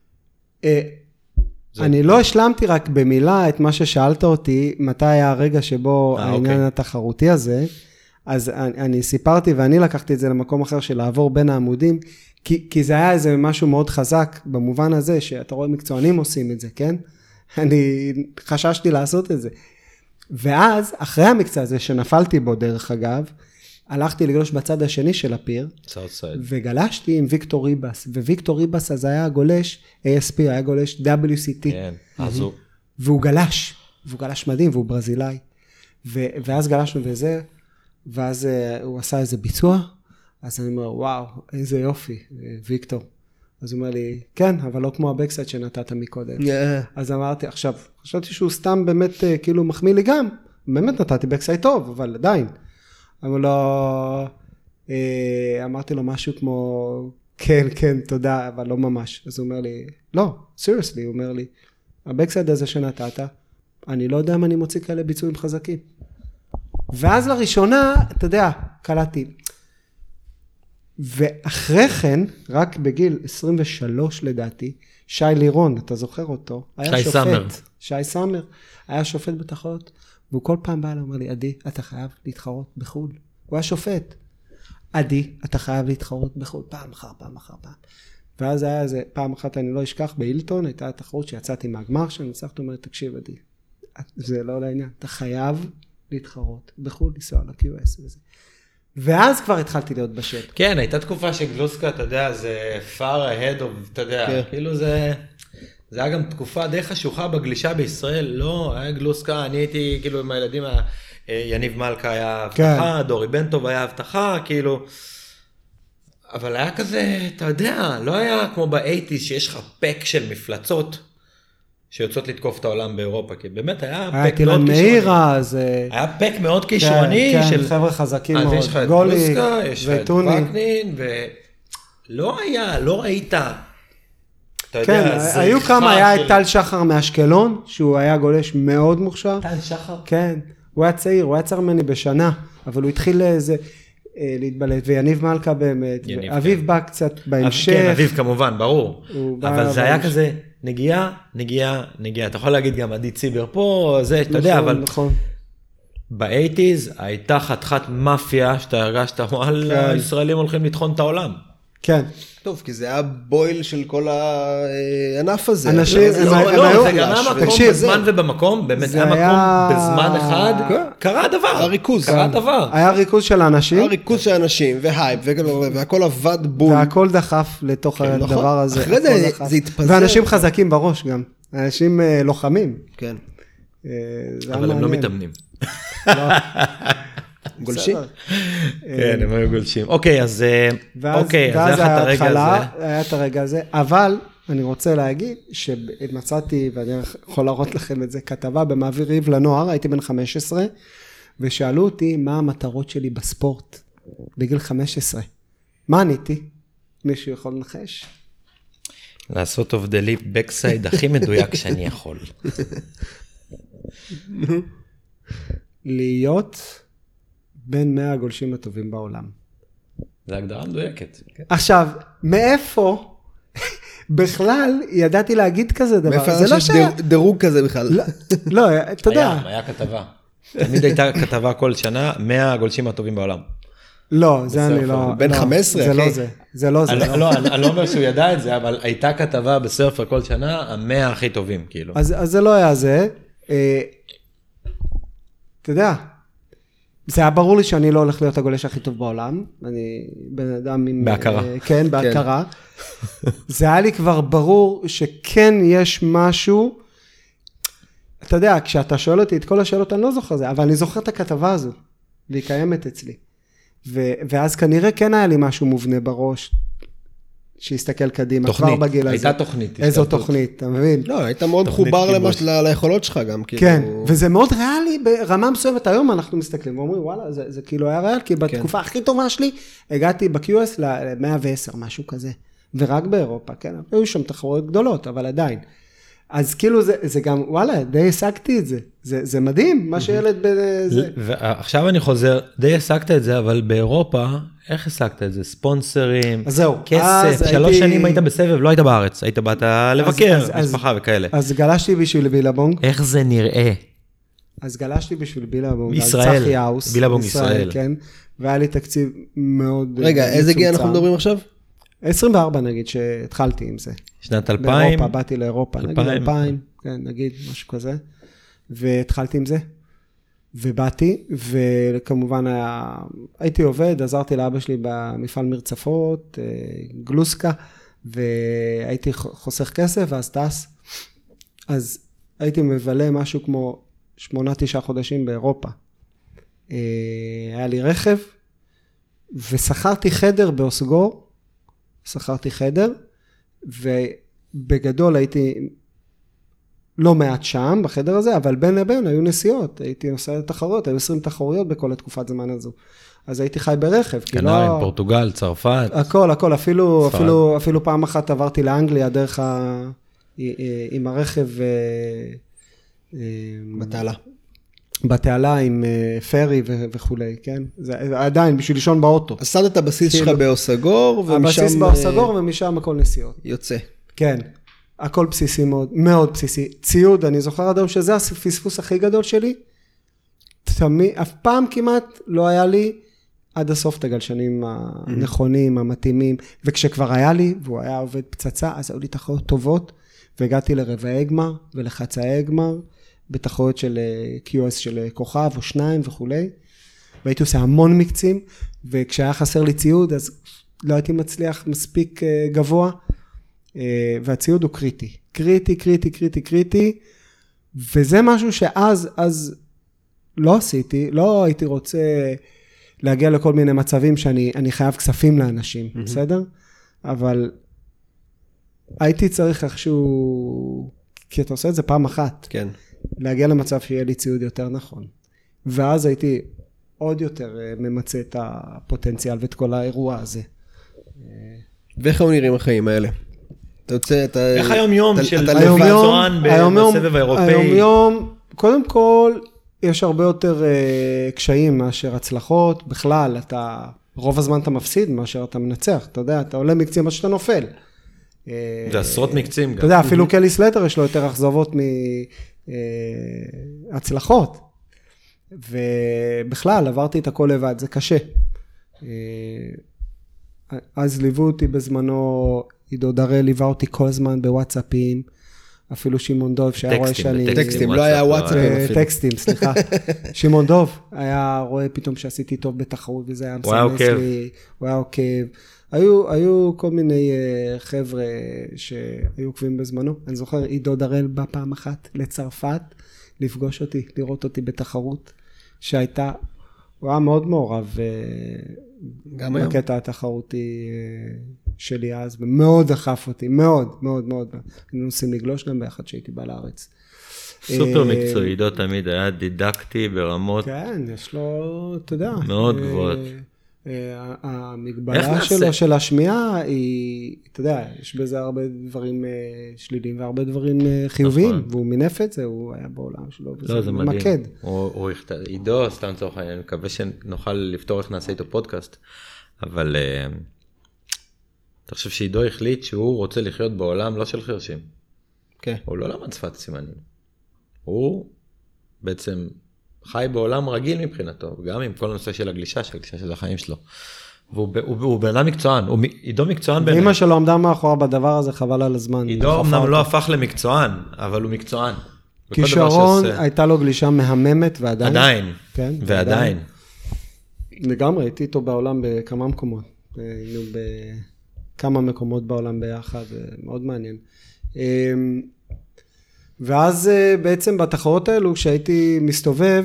אני לא השלמתי רק במילה את מה ששאלת אותי, מתי היה הרגע שבו העניין התחרותי הזה, אז אני סיפרתי ואני לקחתי את זה למקום אחר של לעבור בין העמודים, כי זה היה איזה משהו מאוד חזק במובן הזה, שאתה רואה מקצוענים עושים את זה, כן? אני חששתי לעשות את זה. ואז, אחרי המקצוע הזה שנפלתי בו דרך אגב, הלכתי לגלוש בצד השני של הפיר, וגלשתי עם ויקטור ריבס, וויקטור ריבס אז היה גולש ASP, היה גולש WCT. כן, אז הוא... והוא גלש מדהים, והוא ברזילאי. ואז גלשנו וזה, ואז הוא עשה איזה ביצוע, אז אני אומר, וואו, איזה יופי, ויקטור. אז הוא אומר לי, כן, אבל לא כמו הבקסייד שנתת מקודם. אז אמרתי, עכשיו, חשבתי שהוא סתם באמת כאילו מחמיא לי גם, באמת נתתי בקסייד טוב, אבל עדיין. אבל לא, אמרתי לו משהו כמו, כן, כן, תודה, אבל לא ממש. אז הוא אומר לי, לא, seriously, הוא אומר לי, הבקסייד הזה שנתת, אני לא יודע אם אני מוציא כאלה ביצועים חזקים. ואז לראשונה, אתה יודע, קלטתי. ואחרי כן, רק בגיל 23 לדעתי, שי לירון, אתה זוכר אותו? שי סאמר. שי סאמר, היה שופט בתחרות, והוא כל פעם בא ואומר לי, עדי, אתה חייב להתחרות בחו"ל. הוא היה שופט. עדי, אתה חייב להתחרות בחו"ל, פעם אחר פעם אחר פעם. ואז היה איזה, פעם אחת אני לא אשכח, באילטון, הייתה התחרות שיצאתי מהגמר, שאני ניצחתי, אומר, תקשיב עדי, זה לא לעניין, אתה חייב להתחרות בחו"ל, לנסוע ל-QS וזה. ואז כבר התחלתי להיות בשל. כן, הייתה תקופה שגלוסקה, אתה יודע, זה far ahead of, אתה יודע, כאילו זה היה גם תקופה די חשוכה בגלישה בישראל, לא, היה גלוסקה, אני הייתי כאילו עם הילדים, יניב מלכה היה הבטחה, דורי בנטוב היה הבטחה, כאילו, אבל היה כזה, אתה יודע, לא היה כמו ב-80s שיש לך פק של מפלצות, שיוצאות לתקוף את העולם באירופה, כי באמת היה פק מאוד כישרוני. היה פק מאוד כישרוני. כן, חבר'ה חזקים מאוד. יש לך את גלוסקה, יש לך את וקנין, ולא היה, לא ראית, אתה יודע, כן, היו כמה, היה את טל שחר מאשקלון, שהוא היה גולש מאוד מוכשר. טל שחר? כן, הוא היה צעיר, הוא היה צעיר ממני בשנה, אבל הוא התחיל איזה... להתבלט, ויניב מלכה באמת, אביב בא קצת בהמשך. כן, אביב כמובן, ברור. אבל זה היה כזה נגיעה, נגיעה, נגיעה. אתה יכול להגיד גם עדי ציבר פה, זה, אתה יודע, אבל ב-80s הייתה חתיכת מאפיה, שאתה הרגשת, וואלה, ישראלים הולכים לטחון את העולם. כן. טוב, כי זה היה בויל של כל הענף הזה. אנשים, זה גם היה מקום בזמן ובמקום, באמת היה מקום בזמן אחד, קרה דבר. הריכוז. קרה דבר. היה ריכוז של האנשים. היה ריכוז של האנשים, והייפ, והכל עבד בול. והכל דחף לתוך הדבר הזה. אחרי זה התפזר. ואנשים חזקים בראש גם. אנשים לוחמים. כן. אבל הם לא מתאמנים. גולשים? כן, הם היו גולשים. אוקיי, אז אוקיי, אז היה את הרגע הזה, אבל אני רוצה להגיד שמצאתי, ואני יכול להראות לכם את זה, כתבה במעביר ריב לנוער, הייתי בן 15, ושאלו אותי מה המטרות שלי בספורט, בגיל 15. מה עניתי? מישהו יכול לנחש? לעשות אוף דה ליפ בקסייד הכי מדויק שאני יכול. להיות בין 100 הגולשים הטובים בעולם. זה הגדרה מדויקת. עכשיו, מאיפה בכלל ידעתי להגיד כזה דבר? מאיפה זה לא שיש דירוג כזה בכלל? לא, אתה יודע. היה כתבה. תמיד הייתה כתבה כל שנה, 100 הגולשים הטובים בעולם. לא, זה אני לא. בין 15, זה לא זה. זה לא זה. לא, אני לא אומר שהוא ידע את זה, אבל הייתה כתבה בסרפר כל שנה, 100 הכי טובים, כאילו. אז זה לא היה זה. אתה יודע, זה היה ברור לי שאני לא הולך להיות הגולש הכי טוב בעולם. אני בן אדם עם... בהכרה. כן, בהכרה. זה היה לי כבר ברור שכן יש משהו, אתה יודע, כשאתה שואל אותי את כל השאלות, אני לא זוכר זה, אבל אני זוכר את הכתבה הזו, והיא קיימת אצלי. ואז כנראה כן היה לי משהו מובנה בראש, שיסתכל קדימה, תוכנית, כבר בגיל הזה. הייתה תוכנית. איזו תוכנית, אתה מבין? לא, היית מאוד חובר ליכולות שלך גם. כן, וזה מאוד ריאלי ברמה מסוימת. היום אנחנו מסתכלים ואומרים, וואלה, זה כאילו היה ריאלי, כי בתקופה הכי טובה שלי, הגעתי ב-QS ל-110, משהו כזה. ורק באירופה, כן? היו שם תחרויות גדולות, אבל עדיין. אז כאילו זה גם, וואלה, די השגתי את זה. זה מדהים, מה שילד בזה. ועכשיו אני חוזר, די השגת את זה, אבל באירופה, איך השגת את זה? ספונסרים, אז זהו. כסף, 3 שנים היית בסבב, לא היית בארץ, היית באת לבקר, משפחה וכאלה. אז גלשתי בשביל בילבונג. איך זה נראה? אז גלשתי בשביל בילבונג. ישראל, בילבונג ישראל. כן, והיה לי תקציב מאוד... רגע, איזה גיל אנחנו מדברים עכשיו? 24 נגיד שהתחלתי עם זה. שנת 2000? באירופה, באתי לאירופה, נגיד 2000, כן, נגיד משהו כזה, והתחלתי עם זה. ובאתי, וכמובן הייתי עובד, עזרתי לאבא שלי במפעל מרצפות, גלוסקה, והייתי חוסך כסף, ואז טס. אז הייתי מבלה משהו כמו 8-9 חודשים באירופה. היה לי רכב, ושכרתי חדר באוסגור, ובגדול הייתי לא מעט שם בחדר הזה, אבל בין לבין היו נסיעות, הייתי נוסע לתחרויות, היו 20 תחרויות בכל התקופת זמן הזו. אז הייתי חי ברכב. קנרים, פורטוגל, צרפת. הכל, אפילו פעם אחת עברתי לאנגליה דרך עם הרכב בתעלה עם פרי וכולי, כן? זה עדיין בשביל לישון באוטו. עשת את הבסיס שלך באוסגור, הבסיס באוסגור ומשם הכל נסיעות. יוצא. כן, הכל בסיסי מאוד, מאוד בסיסי. ציוד, אני זוכר עד היום שזה הפספוס הכי גדול שלי. אף פעם כמעט לא היה לי עד הסוף את הגלשנים הנכונים, המתאימים, וכשכבר היה לי, והוא היה עובד פצצה, אז היו לי תחרויות טובות, והגעתי לרבעי גמר ולחצאי גמר, בתחרויות של QS של כוכב או 2 וכולי, והייתי עושה המון מקצים, וכשהיה חסר לי ציוד, אז לא הייתי מצליח מספיק גבוה, והציוד הוא קריטי, קריטי, וזה משהו שאז לא עשיתי, לא הייתי רוצה להגיע לכל מיני מצבים שאני חייב כספים לאנשים, בסדר? אבל הייתי צריך איכשהו, כי אתה עושה את זה פעם אחת, כן. להגיע למצב שיהיה לי ציוד יותר נכון. ואז הייתי עוד יותר ממצא את הפוטנציאל ואת כל האירוע הזה. ואיך היו נראים החיים האלה? אתה יוצא, אתה... איך היום-יום של מקצוען בסבב האירופאי? היום-יום, קודם כל, יש הרבה יותר קשיים מאשר הצלחות. בכלל, רוב הזמן אתה מפסיד מאשר אתה מנצח. אתה יודע, אתה עולה מקצים עד שאתה נופל. זה עשרות מקצים גם. אתה יודע, אפילו קלי סלטר יש לו יותר אכזבות מהצלחות. ובכלל, עברתי את הכל לבד, זה קשה. אז ליוו אותי בזמנו, עידו דרל ליווה אותי כל הזמן בוואטסאפים, אפילו שמעון דוב שהיה רואה שאני... טקסטים, לא היה וואטסאפים אפילו. טקסטים, סליחה. שמעון דוב היה רואה פתאום שעשיתי טוב בתחרות, וזה היה מסמס לי, הוא היה עוקב. היו כל מיני חבר'ה שהיו עוקבים בזמנו. אני זוכר, עידו דרל בא פעם אחת לצרפת, לפגוש אותי, לראות אותי בתחרות, שהייתה, הוא היה מאוד מעורב, גם היום. בקטע התחרותי שלי אז, ומאוד דחף אותי, מאוד, מאוד, מאוד. היינו נוסעים לגלוש גם ביחד שהייתי בא לארץ. סופר מקצועי, עידו תמיד היה דידקטי ברמות. כן, יש לו, אתה יודע. מאוד גבוהות. המגבלה שלו, של השמיעה, היא, אתה יודע, יש בזה הרבה דברים שליליים והרבה דברים חיוביים, והוא מינף את זה, הוא היה בעולם שלו, וזה ממקד. עידו, סתם צורך, אני מקווה שנוכל לפתור איך נעשה איתו פודקאסט, אבל אתה חושב שעידו החליט שהוא רוצה לחיות בעולם לא של חרשים. כן. הוא לא למד שפת סימנים. הוא בעצם... חי בעולם רגיל מבחינתו, גם עם כל הנושא של הגלישה, של החיים שלו. והוא בן אדם מקצוען, עידו מקצוען בעיניי. אמא שלו עמדה מאחורה בדבר הזה, חבל על הזמן. עידו אמנם לא הפך למקצוען, אבל הוא מקצוען. כישרון, הייתה לו גלישה מהממת ועדיין. עדיין, כן, ועדיין. לגמרי, הייתי איתו בעולם בכמה מקומות. היינו בכמה מקומות בעולם ביחד, מאוד מעניין. ואז בעצם בתחרות האלו, כשהייתי מסתובב,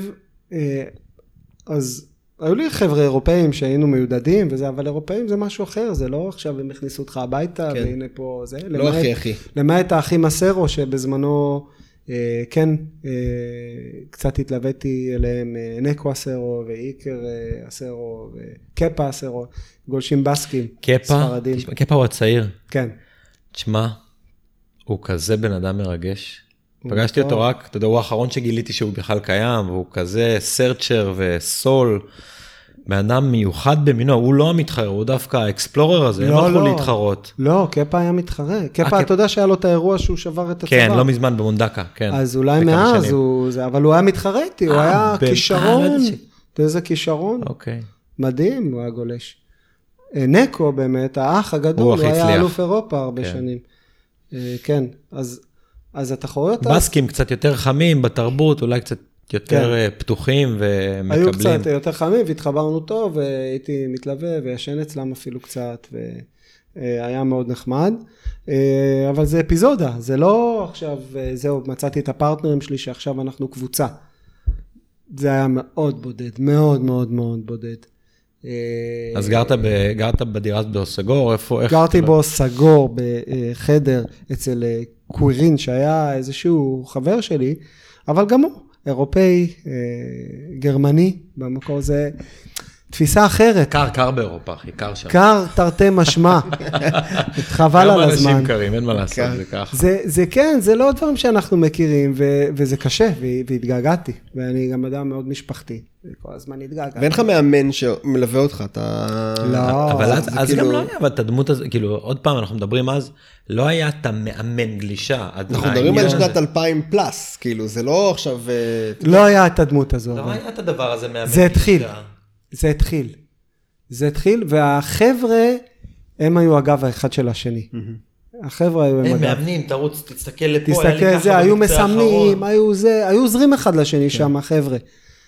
אז היו לי חבר'ה אירופאים שהיינו מיודדים וזה, אבל אירופאים זה משהו אחר, זה לא עכשיו הם הכניסו אותך הביתה, כן. והנה פה זה. לא הכי. למעט האחים אסרו, שבזמנו, כן, קצת התלוויתי אליהם, נקו אסרו, ואיקר אסרו, וקפה אסרו, גולשים בסקים, ספרדים. קפה הוא הצעיר. כן. תשמע, הוא כזה בן אדם מרגש. פגשתי אותו רק, אתה יודע, הוא האחרון שגיליתי שהוא בכלל קיים, והוא כזה סרצ'ר וסול, באדם מיוחד במינו, הוא לא המתחרה, הוא דווקא האקספלורר הזה, הם הלכו להתחרות. לא, קפה היה מתחרה, קפה, אתה יודע שהיה לו את האירוע שהוא שבר את הצבא. כן, לא מזמן במונדקה, כן. אז אולי מאז, אבל הוא היה מתחרה איתי, הוא היה כישרון, אתה יודע איזה כישרון? אוקיי. מדהים, הוא היה גולש. נקו באמת, האח הגדול, הוא היה אלוף אירופה הרבה שנים. כן, אז התחרויות... בסקים קצת יותר חמים בתרבות, אולי קצת יותר פתוחים ומקבלים. היו קצת יותר חמים והתחברנו טוב, והייתי מתלווה וישן אצלם אפילו קצת, והיה מאוד נחמד. אבל זה אפיזודה, זה לא עכשיו, זהו, מצאתי את הפרטנרים שלי שעכשיו אנחנו קבוצה. זה היה מאוד בודד, מאוד מאוד מאוד בודד. אז גרת בדירה באוסגור, איפה? גרתי באוסגור בחדר אצל קווירין, שהיה איזשהו חבר שלי, אבל גם הוא, אירופאי, גרמני, במקור זה תפיסה אחרת. קר באירופה, אחי, קר שם. קר תרתי משמע, חבל על הזמן. גם אנשים קרים, אין מה לעשות, זה ככה. זה כן, זה לא דברים שאנחנו מכירים, וזה קשה, והתגעגעתי, ואני גם אדם מאוד משפחתי, וכל הזמן התגעגעתי. ואין לך מאמן שמלווה אותך, אתה... לא. אבל אז גם לא היה, אבל את הדמות הזאת, כאילו, עוד פעם אנחנו מדברים אז, לא היה את המאמן גלישה. אנחנו מדברים על שנת 2000 פלוס, כאילו, זה לא עכשיו... לא היה את הדמות הזו. לא היה את הדבר הזה מאמן גלישה. זה התחיל. זה התחיל, והחבר'ה, הם היו אגב האחד של השני. החבר'ה היו הם מאמנים, תרוץ, תסתכל לפה. תסתכל זה, היו מסמנים, היו עוזרים אחד לשני שם, החבר'ה.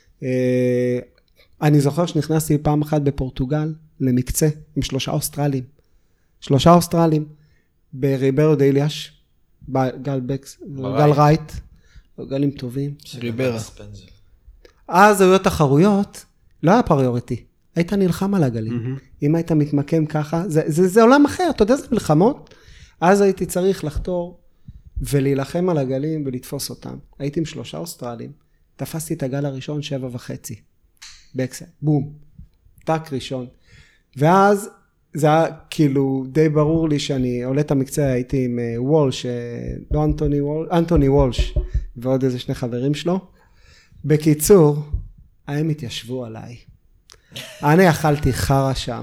אני זוכר שנכנסתי פעם אחת בפורטוגל, למקצה, עם 3 אוסטרלים. 3 אוסטרלים, בריברו דאליאש, גל בקס, גל רייט, גלים טובים. ריברה. אז היו תחרויות, לא היה פריוריטי, היית נלחם על הגלים. אם היית מתמקם ככה, זה עולם אחר, אתה יודע, זה מלחמות. אז הייתי צריך לחתור ולהילחם על הגלים ולתפוס אותם. הייתי עם 3 אוסטרלים, תפסתי את הגל הראשון 7.5, בקסייד, בום, טק ראשון. ואז זה היה כאילו די ברור לי שאני עולה את המקצוע, הייתי עם וולש, לא אנטוני וולש, ועוד איזה 2 חברים שלו. בקיצור, הם התיישבו עליי. אני אכלתי חרה שם.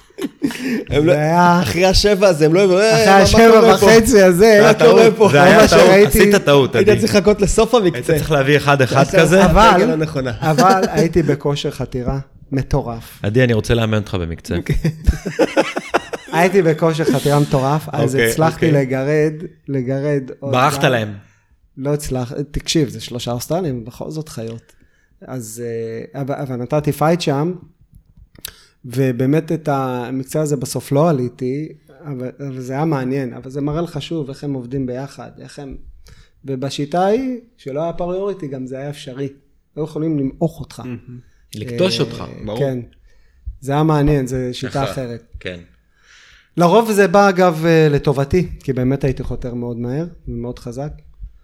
אחרי 7 הזה, הם לא יבואו, אחרי 7.5 הזה, זה היה טעות, עשית טעות. היית צריך לחכות לסוף המקצה. היית צריך להביא אחד כזה. אבל הייתי בכושר חתירה מטורף. עדי, אני רוצה לאמן אותך במקצה. הייתי בכושר חתירה מטורף, אז הצלחתי לגרד. ברחת להם. לא הצלח, תקשיב, זה 3 אוסטרלים, בכל זאת חיות. אז, אבל נתתי פייט שם, ובאמת את המקצוע הזה בסוף לא עליתי, אבל זה היה מעניין, אבל זה מראה לך שוב איך הם עובדים ביחד, איך הם, ובשיטה היא, שלא היה פריוריטי, גם זה היה אפשרי, לא יכולים למעוך אותך. לקטוש אותך, ברור. כן, זה היה מעניין, זה שיטה אחרת. כן. לרוב זה בא אגב לטובתי, כי באמת הייתי חותר מאוד מהר, ומאוד חזק,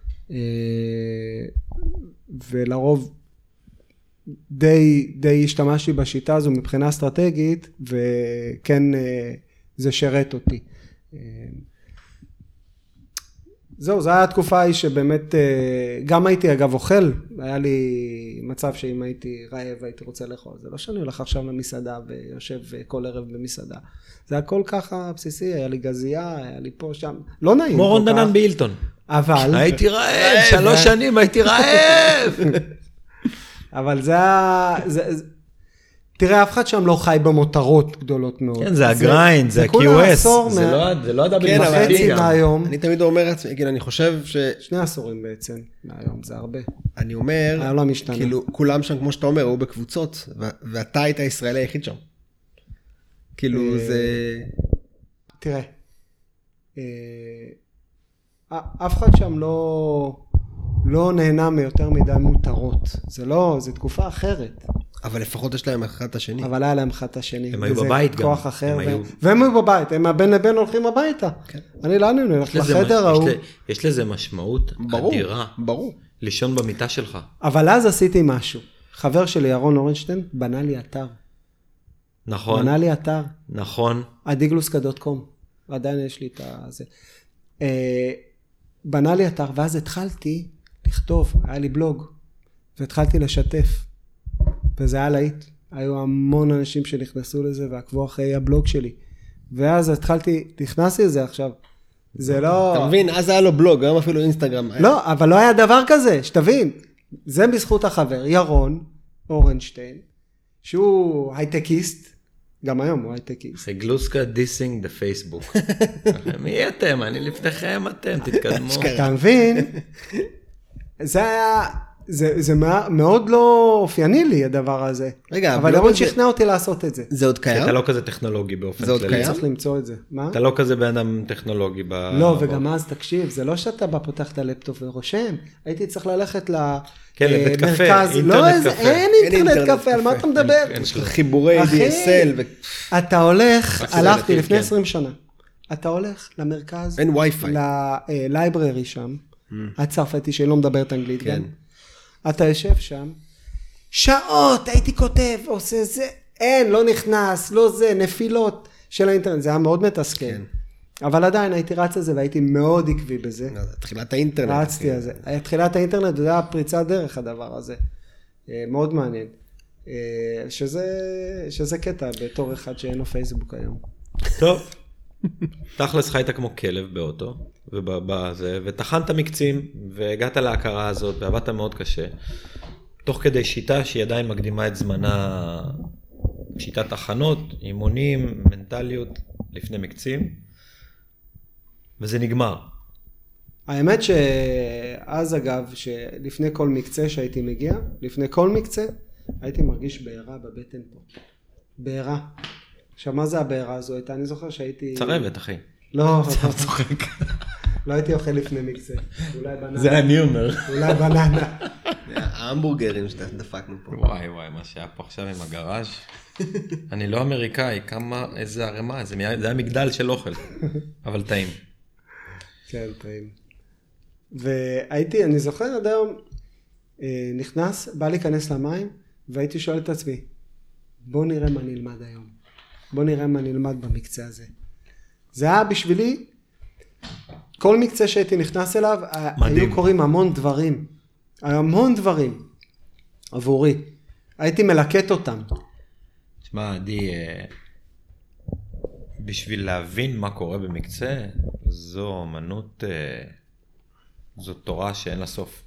ולרוב די השתמשתי בשיטה הזו מבחינה אסטרטגית, וכן זה שרת אותי. זהו, זו הייתה התקופה ההיא שבאמת, גם הייתי אגב אוכל, היה לי מצב שאם הייתי רעב הייתי רוצה לאכול, זה לא שאני הולך עכשיו למסעדה ויושב כל ערב במסעדה, זה הכל ככה בסיסי, היה לי גזייה, היה לי פה שם, לא נעים. כמו רונדנן באילטון. אבל... הייתי רעב, 3 שנים הייתי רעב. אבל זה... תראה, אף אחד שם לא חי במותרות גדולות מאוד. כן, זה הגריינד, זה ה-QS. זה לא הדבר חצי מהיום. אני תמיד אומר, אני חושב 2 עשורים בעצם מהיום, זה הרבה. אני אומר, לא משתנה. כאילו, כולם שם, כמו שאתה אומר, היו בקבוצות, ואתה היית הישראלי היחיד שם. כאילו, זה... תראה, אף אחד שם לא נהנה מיותר מדי מותרות. זה לא, זה תקופה אחרת. אבל לפחות יש להם אחד את השני. אבל היה להם אחד את השני. הם היו בבית גם. כוח אחר. והם היו בבית, הם בין לבין הולכים הביתה. אני לא נלך לחדר ההוא. יש לזה משמעות אדירה. ברור. לישון במיטה שלך. אבל אז עשיתי משהו. חבר שלי, ירון אורנשטיין, בנה לי אתר. נכון. בנה לי אתר. נכון. adigluska.com. עדיין יש לי את זה. בנה לי אתר, ואז התחלתי לכתוב, היה לי בלוג, והתחלתי לשתף. וזה היה להיט. היו המון אנשים שנכנסו לזה, ועקבו אחרי הבלוג שלי. ואז נכנסתי לזה עכשיו. זה לא... אתה מבין, אז היה לו בלוג, גם אפילו אינסטגרם. לא, אבל לא היה דבר כזה, שתבין. זה בזכות החבר, ירון אורנשטיין, שהוא הייטקיסט, גם היום הוא הייטקיסט. זה גלוסקה דיסינג דה פייסבוק. מי אתם? אני לפניכם, אתם, תתקדמו. אתה מבין? זה מאוד לא אופייני לי הדבר הזה. רגע, אבל ירון שכנע אותי לעשות את זה. זה עוד קיים? אתה לא כזה טכנולוגי באופן זה עוד כללי. קיים? צריך למצוא את זה. מה? אתה לא כזה בן אדם טכנולוגי. לא, וגם אז תקשיב, זה לא שאתה בא פותח את הלפטופ ורושם, הייתי צריך ללכת כן, לבית קפה, למרכז, אינטרנט לא, קפה. אין אינטרנט קפה, על מה אתה מדבר? יש לך חיבורי אחי, DSL. אתה הולך, הלכתי לפני כן. 20 שנה, אתה הולך למרכז, אין וי-פיי. ללייבררי שם, הצרפתי שלא מדברת אנגלית כן. גם, אתה יושב שם, שעות הייתי כותב, עושה זה, אין, לא נכנס, לא זה, נפילות של האינטרנט, זה היה מאוד מתסכל. כן. אבל עדיין הייתי רץ על זה והייתי מאוד עקבי בזה. תחילת האינטרנט. רצתי על זה. תחילת האינטרנט, זה היה פריצת דרך הדבר הזה. מאוד מעניין. שזה קטע בתור אחד שאין לו פייסבוק היום. טוב, תכלס חיית כמו כלב באוטו, וטחנת מקצים, והגעת להכרה הזאת, ועבדת מאוד קשה, תוך כדי שיטה שהיא עדיין מקדימה את זמנה, שיטת הכנות, אימונים, מנטליות, לפני מקצים, וזה נגמר. האמת שאז אגב, שלפני כל מקצה שהייתי מגיע, לפני כל מקצה, הייתי מרגיש בעירה בבטן פה. בעירה. עכשיו, מה זה הבעירה הזו? אני זוכר שהייתי... צרבת, אחי. לא, צוחק. לא הייתי אוכל לפני מקצה. אולי בננה. זה אני אומר. אולי בננה. ההמבורגרים שדפקנו פה. וואי, מה שהיה פה עכשיו עם הגראז'. אני לא אמריקאי, איזה הרמה, זה היה מגדל של אוכל, אבל טעים. כן, טעים. והייתי, אני זוכר עד היום, בא להיכנס למים, והייתי שואל את עצמי, בוא נראה מה נלמד היום. בוא נראה מה נלמד במקצה הזה. זה היה בשבילי, כל מקצה שהייתי נכנס אליו, היו קוראים המון דברים. המון דברים עבורי. הייתי מלקט אותם. תשמע, עדי, בשביל להבין מה קורה במקצה, זו אמנות, זו תורה שאין לה סוף.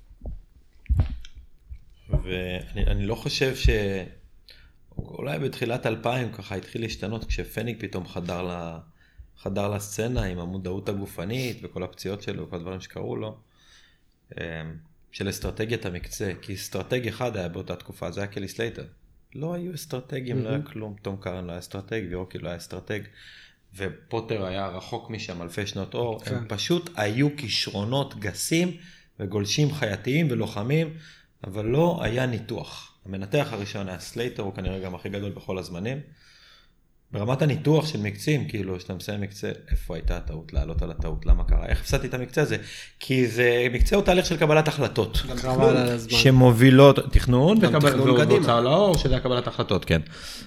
ואני לא חושב אולי בתחילת 2000 ככה התחיל להשתנות כשפניק פתאום חדר לסצנה עם המודעות הגופנית וכל הפציעות שלו וכל הדברים שקראו לו, של אסטרטגיית המקצה, כי אסטרטג אחד היה באותה תקופה, זה היה קלי סלייטר. לא היו אסטרטגים, לא היה כלום, תום קרן לא היה אסטרטג, ויורקי לא היה אסטרטג, ופוטר היה רחוק משם אלפי שנות אור, הם פשוט היו כישרונות גסים וגולשים חייתיים ולוחמים, אבל לא היה ניתוח. המנתח הראשון היה סלייטר, הוא כנראה גם הכי גדול בכל הזמנים. ברמת הניתוח של מקצים, כאילו, שאתה מסיים מקצה, איפה הייתה הטעות, לעלות על הטעות, למה קרה, איך הפסדתי את המקצה הזה? כי זה, מקצה הוא תהליך של קבלת החלטות. שמובילות תכנון, והוצאה לאור, שזה קבלת החלטות, כן.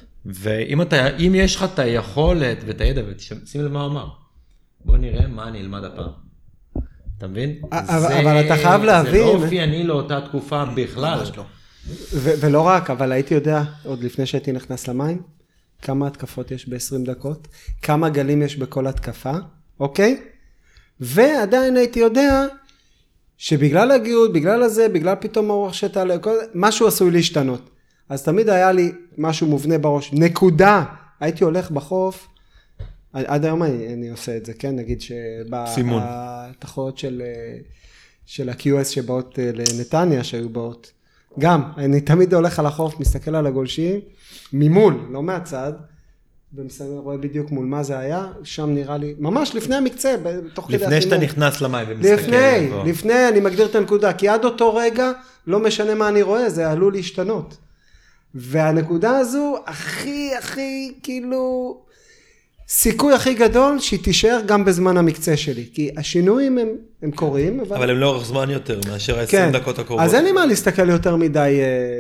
ואם יש לך את היכולת ואת הידע, שים לב מה הוא אמר, בוא נראה מה אני אלמד הפעם. אתה מבין? אבל אתה חייב להבין. זה לא אופייני לאותה תקופה בכלל. ולא רק, אבל הייתי יודע, עוד לפני שהייתי נכנס למים, כמה התקפות יש ב-20 דקות, כמה גלים יש בכל התקפה, אוקיי? ועדיין הייתי יודע שבגלל הגיעות, בגלל הזה, בגלל פתאום הרוח שתעלה, משהו עשוי להשתנות. אז תמיד היה לי משהו מובנה בראש, נקודה. הייתי הולך בחוף, עד היום אני עושה את זה, כן? נגיד שבתחרות של ה-QS שבאות לנתניה, שהיו באות, גם, אני תמיד הולך על החוף, מסתכל על הגולשים, ממול, לא מהצד, רואה בדיוק מול מה זה היה, שם נראה לי, ממש לפני המקצה, תוך כדי לפני שאתה נכנס למים ומסתכל. לפני, אני מגדיר את הנקודה, כי עד אותו רגע, לא משנה מה אני רואה, זה עלול להשתנות. והנקודה הזו, הכי, כאילו, סיכוי הכי גדול, שהיא תישאר גם בזמן המקצה שלי, כי השינויים הם קורים, אבל הם לאורך זמן יותר, מאשר כן. 20 דקות הקרובות. אז אין לי מה להסתכל יותר מדי,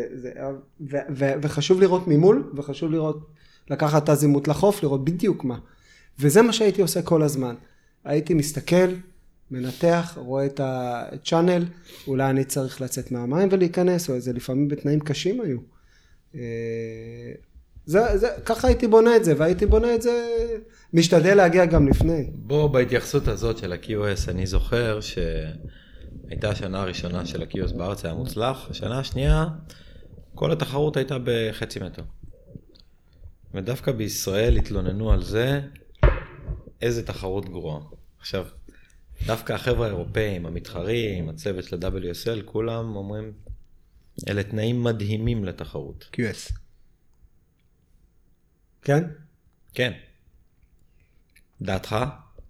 וחשוב לראות ממול, וחשוב לראות, לקחת את הזימות לחוף, לראות בדיוק מה. וזה מה שהייתי עושה כל הזמן. הייתי מסתכל, מנתח, רואה את הצ'אנל, אולי אני צריך לצאת מהמים ולהיכנס, או איזה לפעמים בתנאים קשים היו. ככה הייתי בונה את זה, והייתי בונה את זה, משתדל להגיע גם לפני. בוא, בהתייחסות הזאת של ה-QS, אני זוכר שהייתה השנה הראשונה של ה-QS בארץ, היה מוצלח, השנה השנייה, כל התחרות הייתה בחצי מטר. ודווקא בישראל התלוננו על זה, איזה תחרות גרועה. עכשיו, דווקא החבר'ה האירופאים, המתחרים, הצוות של ה-WSL, כולם אומרים, אלה תנאים מדהימים לתחרות. QS. כן? כן. דעתך?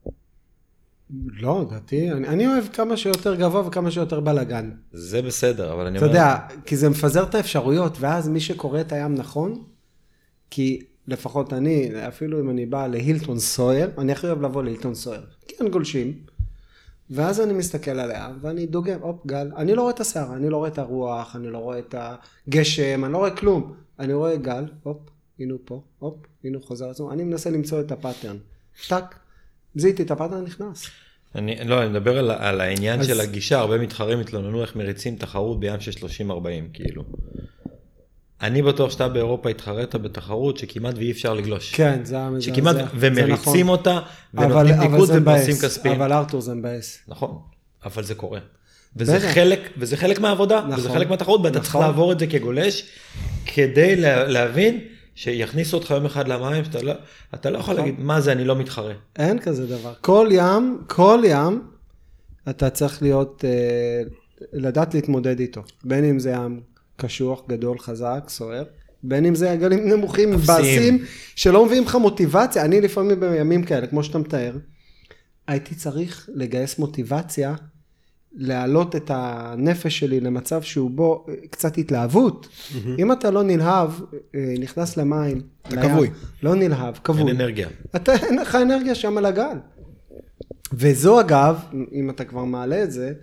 לא, דעתי, אני אוהב כמה שיותר גבוה וכמה שיותר בלגן. זה בסדר, אבל אני אתה אומר... יודע, כי זה מפזר את האפשרויות, ואז מי שקורא את הים נכון, כי לפחות אני, אפילו אם אני בא להילטון סויר, אני הכי אוהב לבוא להילטון סויר, כי אין גולשים, ואז אני מסתכל עליה, ואני דוגם, הופ, גל, אני לא רואה את הסערה, אני לא רואה את הרוח, אני לא רואה את הגשם, אני לא רואה כלום, אני רואה גל, הופ, הנה הוא פה, הופ, הנה הוא חוזר עצמו, אני מנסה למצוא את הפאטרן, טק, זיהיתי את הפאטרן, נכנס. אני מדבר על העניין של הגישה, הרבה מתחרים התלוננו איך מריצים תחרות בים של 30-40, כאילו. אני בטוח שאתה באירופה התחרית בתחרות שכמעט ואי אפשר לגלוש. כן, זה המזעזע. שכמעט, ומריצים נכון. אותה, ונותנים ניקוד ופרסים כספיים. אבל ארתור זה מבאס. נכון, אבל זה קורה. וזה חלק מהעבודה, נכון. וזה חלק מהתחרות, ואתה צריך לעבור את זה כגולש, כדי להבין שיכניסו אותך יום אחד למים, אתה לא יכול להגיד, מה זה, אני לא מתחרה. אין כזה דבר. כל ים, אתה צריך לדעת להתמודד איתו. בין אם זה ים קשוח, גדול, חזק, סוער, בין אם זה הגלים נמוכים, מבאסים, שלא מביאים לך מוטיבציה. אני לפעמים בימים כאלה, כמו שאתה מתאר, הייתי צריך לגייס מוטיבציה, להעלות את הנפש שלי למצב שהוא בו קצת התלהבות. אם אתה לא נלהב, נכנס למים, אתה כבוי. לא נלהב, כבוי. אין אנרגיה. אין לך אנרגיה שם על הגל. וזו אגב, אם אתה כבר מעלה את זה,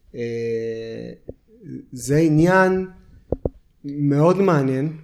זה עניין מאוד מעניין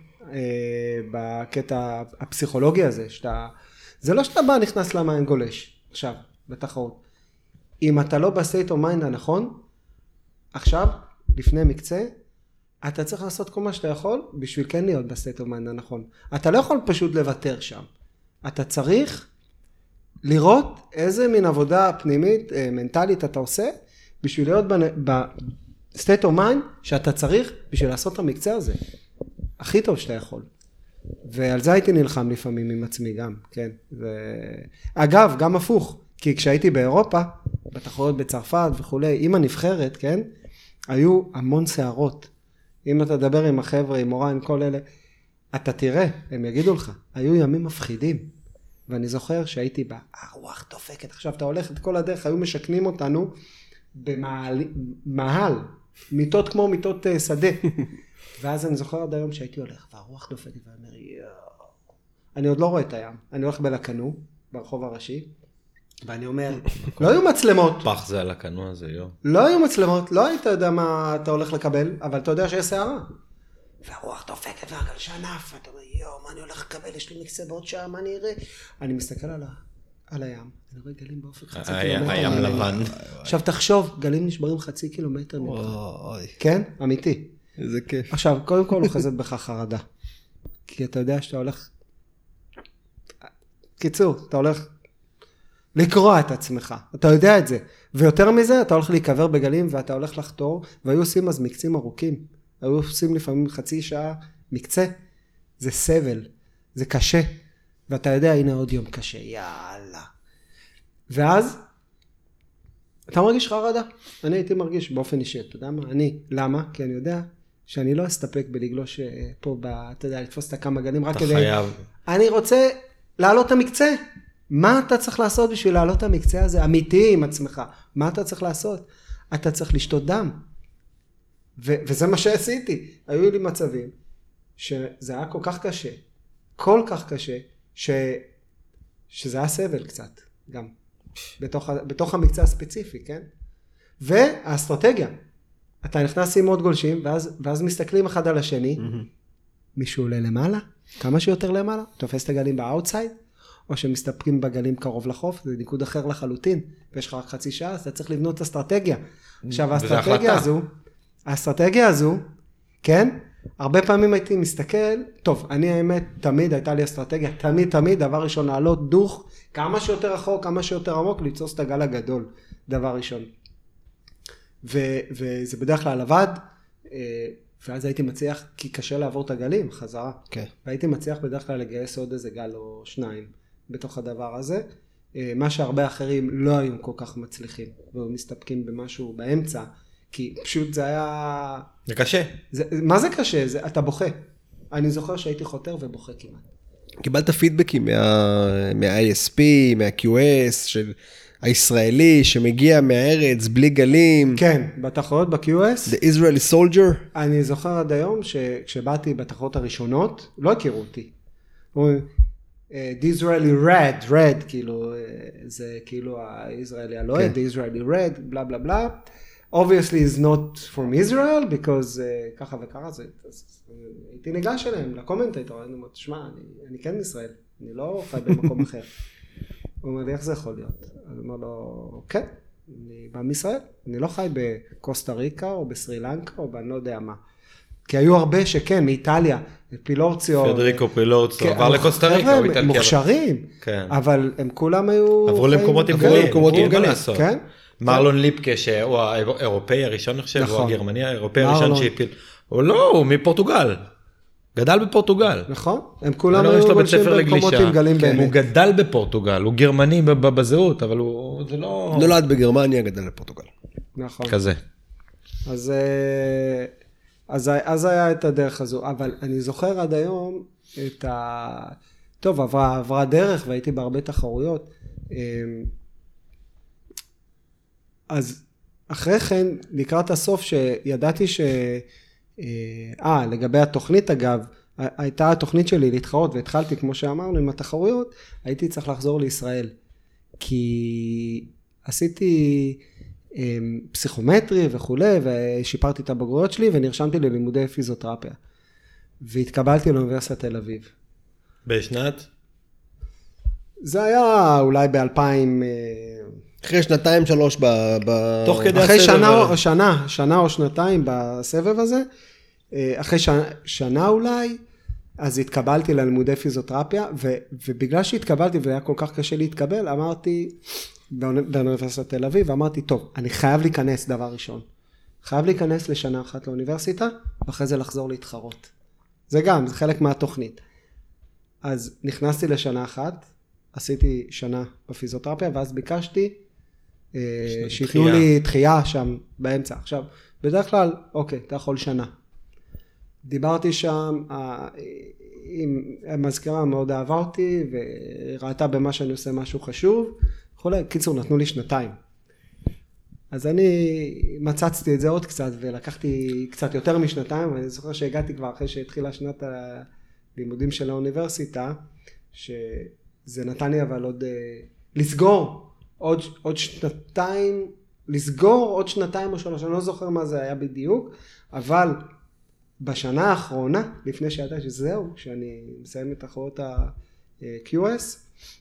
בקטע הפסיכולוגי הזה, זה לא שאתה בא נכנס למים גולש, עכשיו, בתחרות. אם אתה לא בסטייט או מיינד הנכון, עכשיו, לפני מקצה, אתה צריך לעשות כל מה שאתה יכול, בשביל כן להיות בסטייט או מיינד הנכון. אתה לא יכול פשוט לוותר שם. אתה צריך לראות איזה מין עבודה פנימית, מנטלית אתה עושה, בשביל להיות בסטייט או מיינד שאתה צריך, בשביל לעשות את המקצה הזה. הכי טוב שאתה יכול. ועל זה הייתי נלחם לפעמים עם עצמי גם, כן. אגב, גם הפוך. כי כשהייתי באירופה, בתחרויות בצרפת וכולי, עם הנבחרת, כן, היו המון שערות. אם אתה תדבר עם החבר'ה, עם מורה, עם כל אלה, אתה תראה, הם יגידו לך, היו ימים מפחידים. ואני זוכר שהייתי הרוח דופקת. עכשיו, אתה הולך את כל הדרך, היו משכנים אותנו במעל, מיטות כמו מיטות שדה. ואז אני זוכר עד היום שהייתי הולך, והרוח דופקת, ואני אומר, יואו. אני עוד לא רואה את הים. אני הולך בלקנו, ברחוב הראשי, ואני אומר, לא היו מצלמות. פח זה על הקנוע הזה, יו. לא היו מצלמות, לא היית יודע מה אתה הולך לקבל, אבל אתה יודע שיש שערה. והרוח דופקת והגלשן עף, ואתה אומר, יואו, מה אני הולך לקבל? יש לי מקצה בעוד שעה, מה אני אראה? אני מסתכל על הים, אני רואה גלים באופק חצי קילומטר. הים לבן. עכשיו תחשוב, גלים נשברים חצי קילומטר ממך. כן? אמיתי. איזה כיף. עכשיו, קודם כל אוחזת בך חרדה. כי אתה יודע שאתה הולך... קיצור, אתה הולך... לקרוא את עצמך, אתה יודע את זה, ויותר מזה אתה הולך להיקבר בגלים ואתה הולך לחתור, והיו עושים אז מקצים ארוכים, היו עושים לפעמים חצי שעה מקצה, זה סבל, זה קשה, ואתה יודע הנה עוד יום קשה, יאללה, ואז אתה מרגיש חרדה, אני הייתי מרגיש באופן אישי, אתה יודע מה, למה? כי אני יודע שאני לא אסתפק בלגלוש פה, אתה יודע, לתפוס את הכמה גלים, רק כדי, אני רוצה לעלות את המקצה, מה אתה צריך לעשות בשביל לעלות את המקצה הזה? אמיתי עם עצמך. מה אתה צריך לעשות? אתה צריך לשתות דם. וזה מה שעשיתי. היו לי מצבים שזה היה כל כך קשה, שזה היה סבל קצת, גם. בתוך המקצה הספציפי, כן? והאסטרטגיה. אתה נכנס עם עוד גולשים, ואז מסתכלים אחד על השני. מישהו עולה למעלה? כמה שיותר למעלה? תופס את הגלים באוטסייד? או שמסתפקים בגלים קרוב לחוף, זה ניקוד אחר לחלוטין, ויש לך רק חצי שעה, אז אתה צריך לבנות אסטרטגיה. עכשיו, האסטרטגיה הזו, כן? הרבה פעמים הייתי מסתכל, טוב, אני האמת, תמיד הייתה לי אסטרטגיה, תמיד, דבר ראשון, לעלות דוך, כמה שיותר רחוק, כמה שיותר עמוק, ליצוס את הגל הגדול, דבר ראשון. וזה בדרך כלל עבד, ואז הייתי מצליח, כי קשה לעבור את הגלים, חזרה. כן. והייתי מצליח בדרך כלל לגייס עוד איזה גל או שניים בתוך הדבר הזה. מה שהרבה אחרים לא היו כל כך מצליחים, והיו מסתפקים במשהו באמצע, כי פשוט זה היה... זה קשה. מה זה קשה? אתה בוכה. אני זוכר שהייתי חותר ובוכה כמעט. קיבלת פידבקים מה-ISP, מה-QS, של הישראלי שמגיע מהארץ בלי גלים. כן, בתחרות ב-QS. The Israeli soldier. אני זוכר עד היום שכשבאתי בתחרות הראשונות, לא הכירו אותי. The Israeli red, כאילו, זה כאילו הישראלי הלוהד, the Israeli red, בלה בלה בלה. Obviously is not from Israel, because ככה וככה זה, הייתי ניגש אליהם, לקומנטייטור, אני אומר, תשמע, אני כן מישראל, אני לא חי במקום אחר. הוא אומר לי, איך זה יכול להיות? אני אומר לו, כן, אני בא מישראל, אני לא חי בקוסטה ריקה, או בסרי לנקה, או אני לא יודע מה. כי היו הרבה שכן, מאיטליה, פילורציו. פדריקו פילורציו, עבר לקוסטה ריקה, או איטליה. מוכשרים, אבל הם כולם היו... עברו למקומות עם גלים, כן? מרלון ליפקה, שהוא האירופאי הראשון, אני חושב, הוא הגרמני האירופאי הראשון שהפיל. הוא לא, הוא מפורטוגל. גדל בפורטוגל. נכון, הם כולם היו בולשים במקומות עם גלים באמת. הוא גדל בפורטוגל, הוא גרמני בזהות, אבל זה לא... נולד בגרמניה, גדל בפורטוגל. נכון. כזה. אז היה את הדרך הזו, אבל אני זוכר עד היום את טוב, עברה דרך והייתי בהרבה תחרויות. אז אחרי כן, לקראת הסוף שידעתי לגבי התוכנית אגב, הייתה התוכנית שלי להתחרות והתחלתי כמו שאמרנו עם התחרויות, הייתי צריך לחזור לישראל. כי עשיתי פסיכומטרי וכו' ושיפרתי את הבגרויות שלי ונרשמתי ללימודי פיזיותרפיה. והתקבלתי לאוניברסיטת תל אביב. בשנת? זה היה אולי ב-2000... אחרי 2-3 תוך כדי אחרי הסבב. שנה או שנתיים בסבב הזה, אחרי שנה אולי, אז התקבלתי ללימודי פיזיותרפיה, ובגלל שהתקבלתי והיה כל כך קשה להתקבל, אמרתי, באוניברסיטת תל אביב, אמרתי, טוב, אני חייב להיכנס דבר ראשון. חייב להיכנס לשנה אחת לאוניברסיטה, ואחרי זה לחזור להתחרות. זה גם, זה חלק מהתוכנית. אז נכנסתי לשנה אחת, עשיתי שנה בפיזיותרפיה, ואז ביקשתי שיתנו לי דחייה שם באמצע. עכשיו, בדרך כלל, אוקיי, אתה יכול שנה. דיברתי שם, עם המזכירה מאוד אהבה אותי, וראתה במה שאני עושה משהו חשוב, קיצור, נתנו לי 2 אז אני מצצתי את זה עוד קצת, ולקחתי קצת יותר מ2, ואני זוכר שהגעתי כבר אחרי שהתחילה שנת הלימודים של האוניברסיטה, שזה נתן לי אבל עוד לסגור עוד 2, לסגור עוד 2 או 3, אני לא זוכר מה זה היה בדיוק, אבל בשנה האחרונה, לפני שידעתי שזהו, שאני מסיים את תחרות ה-QS,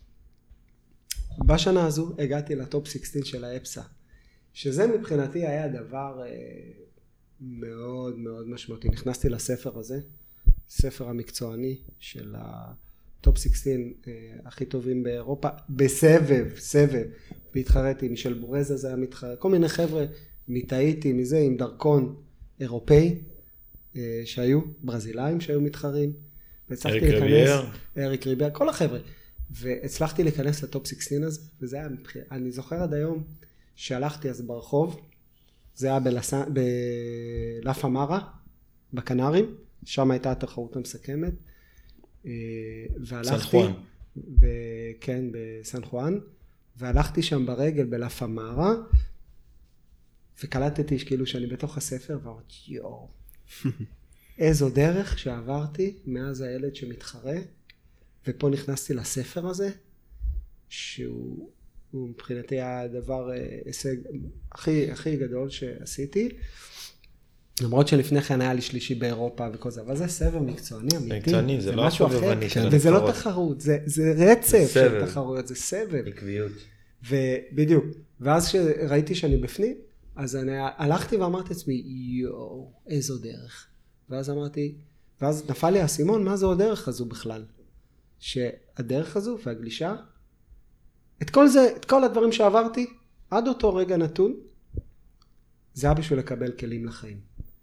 בשנה הזו הגעתי לטופ 16 של האפסה, שזה מבחינתי היה דבר מאוד מאוד משמעותי. נכנסתי לספר הזה, ספר המקצועני של הטופ 16 הכי טובים באירופה, בסבב, והתחרתי, מישל בורזה זה היה מתחרט, כל מיני חבר'ה מתהיתי מזה עם דרכון אירופאי, שהיו ברזילאים שהיו מתחרים, והצלחתי להיכנס, אריק ריבייר, כל החבר'ה, והצלחתי להיכנס לטופ 16 הזה, וזה היה, אני זוכר עד היום, שהלכתי אז ברחוב, זה היה בלאפה מרה, בקנרים, שם הייתה התחרות המסכמת, והלכתי, סן חואן. כן, בסן חואן, והלכתי שם ברגל בלאפה מרה, וקלטתי כאילו שאני בתוך הספר, ואמרתי, יואו, איזו דרך שעברתי מאז הילד שמתחרה, ופה נכנסתי לספר הזה, שהוא מבחינתי הדבר הישג הכי גדול שעשיתי, למרות שלפני כן היה לי שלישי באירופה וכל זה, אבל זה סבב מקצועני אמיתי, מקצועני, זה לא משהו אחר, וזה לא תחרות, זה רצף של תחרויות, זה סבב. עקביות. ובדיוק, ואז שראיתי שאני בפנים, אז אני הלכתי ואמרתי לעצמי, יואו, איזו דרך. ואז אמרתי, ואז נפל לי הסימון, מה זו הדרך הזו בכלל? שהדרך הזו והגלישה, את כל זה, את כל הדברים שעברתי, עד אותו רגע נתון, זה היה בשביל לקבל כלים לחיים.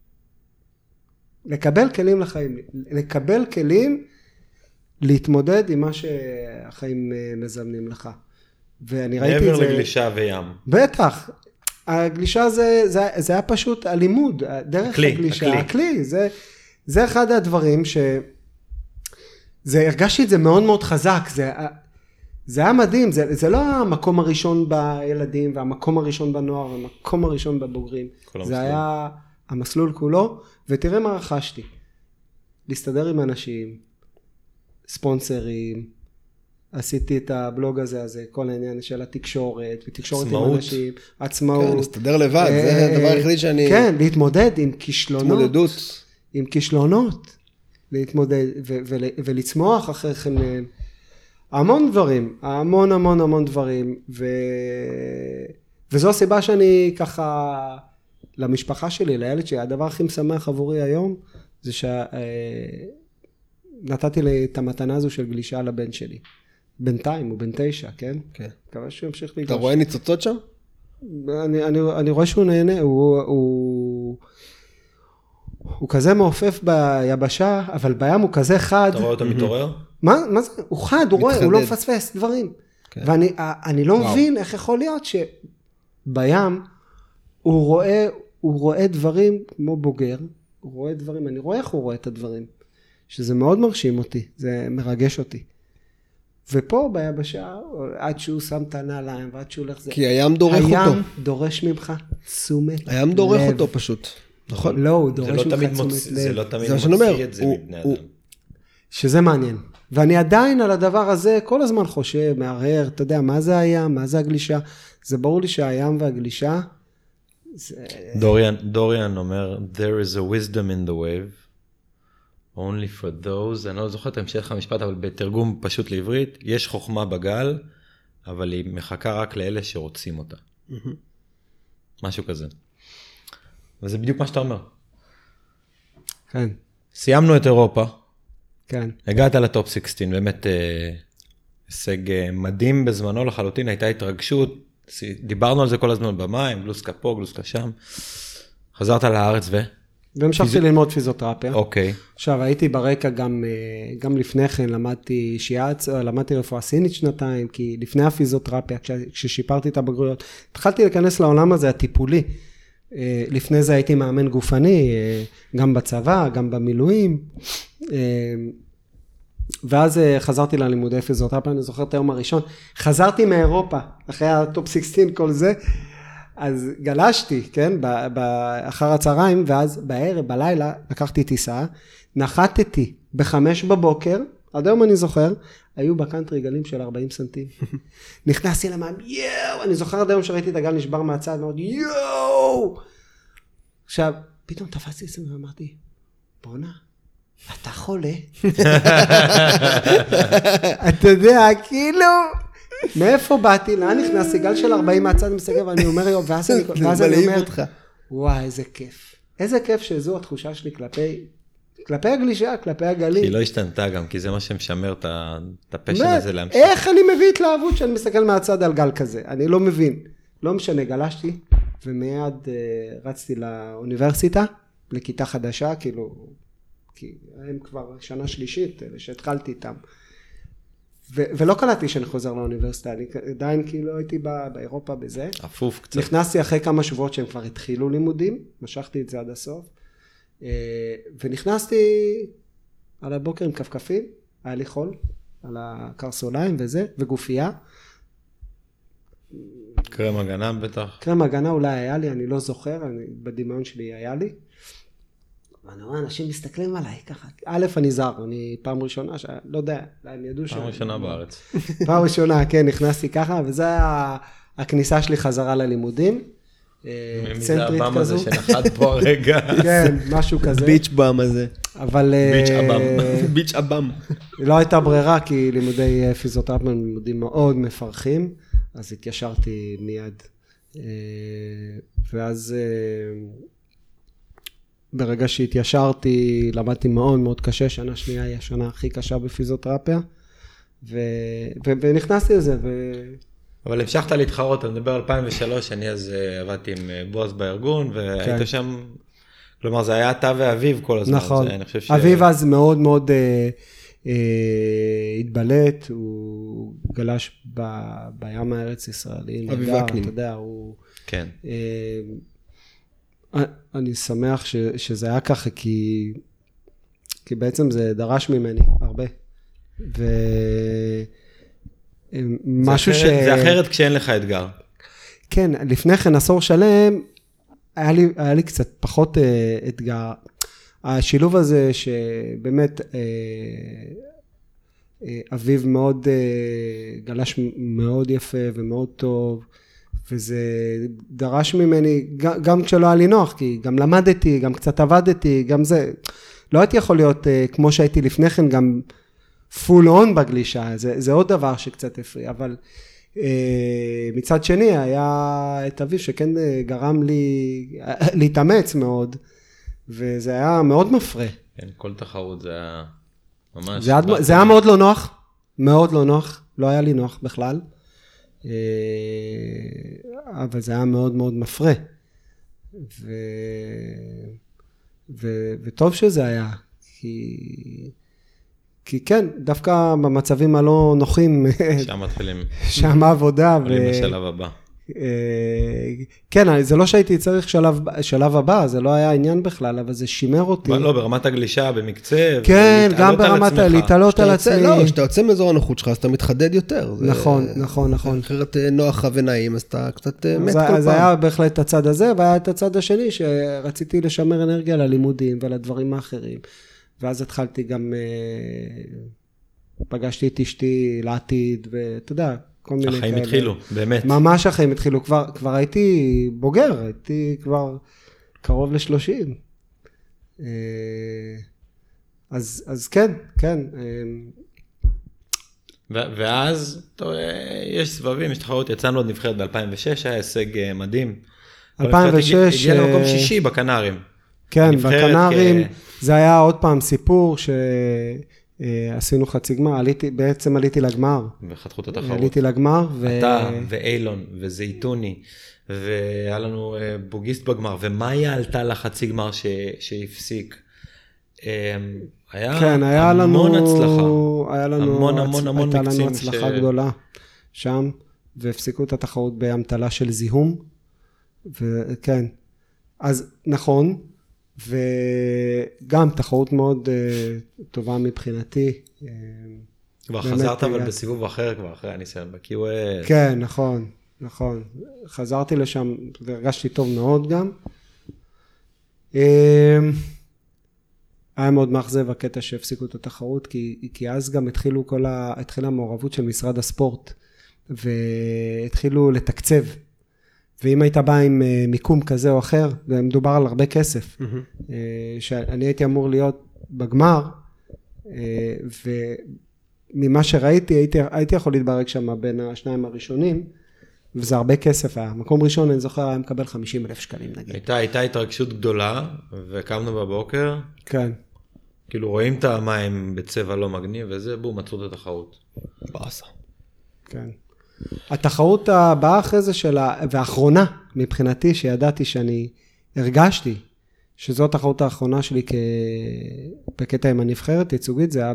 לקבל כלים לחיים, לקבל כלים להתמודד עם מה שהחיים מזמנים לך. ואני ראיתי את זה... מעבר לגלישה וים. בטח. הגלישה זה היה פשוט הלימוד, דרך הגלישה, הכלי, זה אחד הדברים הרגשתי את זה מאוד מאוד חזק, זה היה מדהים, זה לא המקום הראשון בילדים, והמקום הראשון בנוער, והמקום הראשון בבוגרים, זה היה המסלול כולו, ותראה מה רכשתי, להסתדר עם אנשים, ספונסרים, עשיתי את הבלוג הזה, כל העניין של התקשורת, ותקשורת עם אנשים, עצמאות. כן, להסתדר לבד, זה הדבר היחידי שאני... כן, להתמודד עם כישלונות. התמודדות. עם כישלונות, להתמודד ולצמוח אחרי כן המון דברים, המון דברים, וזו הסיבה שאני ככה, למשפחה שלי, לילד שלי, הדבר הכי משמח עבורי היום, זה שנתתי לי את המתנה הזו של גלישה לבן שלי. בינתיים, הוא בן 9, כן? כן. מקווה שהוא ימשיך לגלוש. אתה רואה ניצוצות שם? אני רואה שהוא נהנה, הוא כזה מעופף ביבשה, אבל בים הוא כזה חד. אתה רואה אותו מתעורר? מה זה? הוא חד, הוא רואה, הוא לא מפספס דברים. ואני לא מבין איך יכול להיות שבים הוא רואה דברים כמו בוגר, הוא רואה דברים, אני רואה איך הוא רואה את הדברים, שזה מאוד מרשים אותי, זה מרגש אותי. ופה ביבשה, עד שהוא שם את הנעליים, ועד שהוא הולך זה. כי הים דורך אותו. הים דורש ממך תשומת לב. הים דורך אותו פשוט. נכון. לא, הוא דורש ממך תשומת לב. זה לא תמיד מוציא את זה מבני אדם. שזה מעניין. ואני עדיין על הדבר הזה כל הזמן חושב, מערער, אתה יודע, מה זה הים, מה זה הגלישה. זה ברור לי שהים והגלישה... דוריאן אומר, there is a wisdom in the wave, only for those, אני לא זוכר את המשך המשפט, אבל בתרגום פשוט לעברית, יש חוכמה בגל, אבל היא מחכה רק לאלה שרוצים אותה. משהו כזה. וזה בדיוק מה שאתה אומר. כן. סיימנו את אירופה. כן. הגעת לטופ 16, באמת הישג מדהים בזמנו לחלוטין, הייתה התרגשות, דיברנו על זה כל הזמן במים, גלוסקה פה, גלוסקה שם. חזרת לארץ והמשכתי ללמוד פיזיותרפיה. אוקיי. עכשיו, הייתי ברקע גם לפני כן, למדתי שיאץ, למדתי רפואה סינית שנתיים, כי לפני הפיזיותרפיה, כששיפרתי את הבגרויות, התחלתי להיכנס לעולם הזה, הטיפולי. לפני זה הייתי מאמן גופני, גם בצבא, גם במילואים. ואז חזרתי ללימודי פיזיותרפיה, אני זוכר את היום הראשון. חזרתי מאירופה, אחרי הטופ 16, כל זה. אז גלשתי, כן, אחר הצהריים, ואז בערב, בלילה, לקחתי טיסה, נחתתי ב5 בבוקר, עד היום אני זוכר, היו בקנטרי גלים של 40 סנטים. נכנסתי למים, יואו, אני זוכר עד היום שראיתי את הגל נשבר מהצד, מאוד יואו. עכשיו, פתאום תפסתי את זה ואמרתי, בונה, אתה חולה. אתה יודע, כאילו... מאיפה באתי, לאן נכנסתי, גל של 40 מהצד מסגר, ואני אומר, ואז אני אומר, וואי, איזה כיף. איזה כיף שזו התחושה שלי כלפי הגלישה, כלפי הגלים. היא לא השתנתה גם, כי זה מה שמשמר את הפשן הזה להמשיך. איך אני מביא התלהבות שאני מסתכל מהצד על גל כזה? אני לא מבין. לא משנה, גלשתי, ומיד רצתי לאוניברסיטה, לכיתה חדשה, כאילו, כי הם כבר שנה שלישית, שהתחלתי איתם. ולא קלטתי שאני חוזר לאוניברסיטה, אני עדיין כאילו הייתי באירופה בזה. אפוף קצת. נכנסתי אחרי כמה שבועות שהם כבר התחילו לימודים, משכתי את זה עד הסוף, ונכנסתי על הבוקר עם כפכפים, היה לי חול, על הקרסוליים וזה, וגופייה. קרם הגנה בטח. קרם הגנה אולי היה לי, אני לא זוכר, בדמיון שלי היה לי. ואני רואה, אנשים מסתכלים עליי ככה. א', אני זר, אני פעם ראשונה, לא יודע, הם ידעו פעם ראשונה בארץ. פעם ראשונה, כן, נכנסתי ככה, וזה הכניסה שלי חזרה ללימודים. מי זה הבאם הזה שנחת פה הרגע? כן, משהו כזה. ביץ' באם הזה. אבל... ביץ' אבאם. לא הייתה ברירה, כי לימודי פיזיותרפיה הם לימודים מאוד מפרכים, אז התיישרתי מיד. ואז... ברגע שהתיישרתי, למדתי מאוד מאוד קשה, שנה שנייה היא השנה הכי קשה בפיזיותרפיה, ונכנסתי לזה. אבל המשכת להתחרות, אני מדבר 2003, אני אז עבדתי עם בועז בארגון, והיית שם, כלומר זה היה אתה ואביב כל הזמן. נכון, אביב אז מאוד מאוד התבלט, הוא גלש בים הארץ ישראלי, אביב וקנין. אתה יודע, הוא... כן. אני שמח שזה היה ככה, כי בעצם זה דרש ממני הרבה. ומשהו זה אחרת כשאין לך אתגר. כן, לפני כן, עשור שלם, היה לי קצת פחות אתגר. השילוב הזה שבאמת אביב מאוד גלש מאוד יפה ומאוד טוב, וזה דרש ממני, גם כשלא היה לי נוח, כי גם למדתי, גם קצת עבדתי, גם זה, לא הייתי יכול להיות כמו שהייתי לפני כן, גם פול און בגלישה, זה עוד דבר שקצת הפריע, אבל מצד שני היה את אביב שכן גרם לי להתאמץ מאוד, וזה היה מאוד מפרה. כן, כל תחרות זה היה ממש... זה היה מאוד לא נוח, מאוד לא נוח, לא היה לי נוח בכלל, אבל זה היה מאוד מאוד מפרה. וטוב שזה היה, כי כן, דווקא במצבים הלא נוחים, שם מתחילים. שם העבודה. עולים לשלב הבא. כן, זה לא שהייתי צריך שלב הבא, זה לא היה עניין בכלל, אבל זה שימר אותי. לא, ברמת הגלישה, במקצה. כן, גם ברמת להתעלות על עצמי. לא, כשאתה יוצא מאזור הנוחות שלך, אז אתה מתחדד יותר. נכון. אחרת נוח ונעים, אז אתה קצת מת כל פעם. אז היה בהחלט הצד הזה, והיה את הצד השני, שרציתי לשמר אנרגיה ללימודים ולדברים האחרים. ואז התחלתי גם, פגשתי את אשתי לעתיד, ואתה יודע, כל מיני כאלה. החיים התחילו, באמת. ממש החיים התחילו, כבר הייתי בוגר, הייתי כבר קרוב ל-30. אז כן. ואז, יש סבבים, יש תחרות, יצאנו עוד נבחרת ב-2006, היה הישג מדהים. 2006. הגיע למקום שישי בקנרים. כן, בקנרים, זה היה עוד פעם סיפור שעשינו חצי גמר, בעצם עליתי לגמר. וחתכו את התחרות. עליתי לגמר. אתה ואילון וזייתוני, והיה לנו בוגיסט בגמר, ומאיה עלתה לחצי גמר שהפסיק. היה המון הצלחה. הייתה לנו הצלחה גדולה שם, והפסיקו את התחרות בהמתלה של זיהום, וכן. אז נכון, וגם תחרות מאוד טובה מבחינתי. כבר חזרת אבל בסיבוב אחר, כבר אחרי הניסיון ב-QS. כן, נכון. חזרתי לשם והרגשתי טוב מאוד גם. היה מאוד מאכזב הקטע שהפסיקו את התחרות, כי אז גם התחילה המעורבות של משרד הספורט, והתחילו לתקצב. ואם היית בא עם מיקום כזה או אחר, מדובר על הרבה כסף, שאני הייתי אמור להיות בגמר, וממה שראיתי, הייתי יכול להתברג שם בין השניים הראשונים, וזה הרבה כסף היה. מקום ראשון, אני זוכר, היה מקבל 50,000 שקלים נגיד. הייתה התרגשות גדולה, וקמנו בבוקר. כן. כאילו רואים את המים בצבע לא מגניב, וזה בום, מצאו את התחרות. בעשה. כן. התחרות הבאה אחרי זה והאחרונה מבחינתי, שידעתי שאני הרגשתי, שזו התחרות האחרונה שלי בקטע עם הנבחרת ייצוגית, זה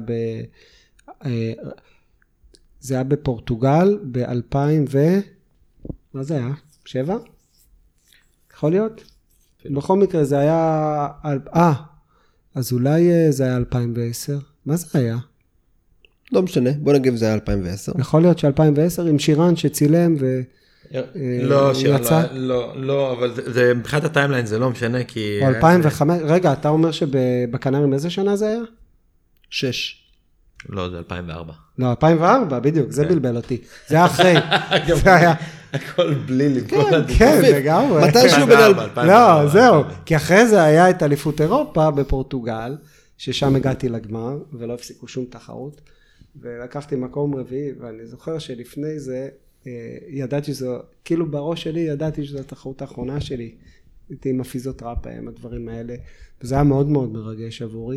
היה בפורטוגל ב-2000 מה זה היה? 7? יכול להיות? בכל מקרה זה היה, אז אולי זה היה 2010? מה זה היה? לא משנה, בוא נגיד זה היה 2010. יכול להיות ש-2010 עם שירן שצילם ויצא. לא, אבל זה מבחינת הטיימליין זה לא משנה כי... 2005, רגע, אתה אומר שבקנרים איזה שנה זה היה? 6. לא, זה 2004. לא, 2004, בדיוק, זה בלבל אותי. זה היה אחרי. זה היה... הכל בלי לבוא. כן, לגמרי. מתישהו לא, זהו. כי אחרי זה היה את אליפות אירופה בפורטוגל, ששם הגעתי לגמר, ולא הפסיקו שום תחרות. ולקחתי מקום רביעי, ואני זוכר שלפני זה, ידעתי שזו, כאילו בראש שלי ידעתי שזו התחרות האחרונה שלי. הייתי עם הפיזיותרפיה, עם הדברים האלה. וזה היה מאוד מאוד מרגש עבורי.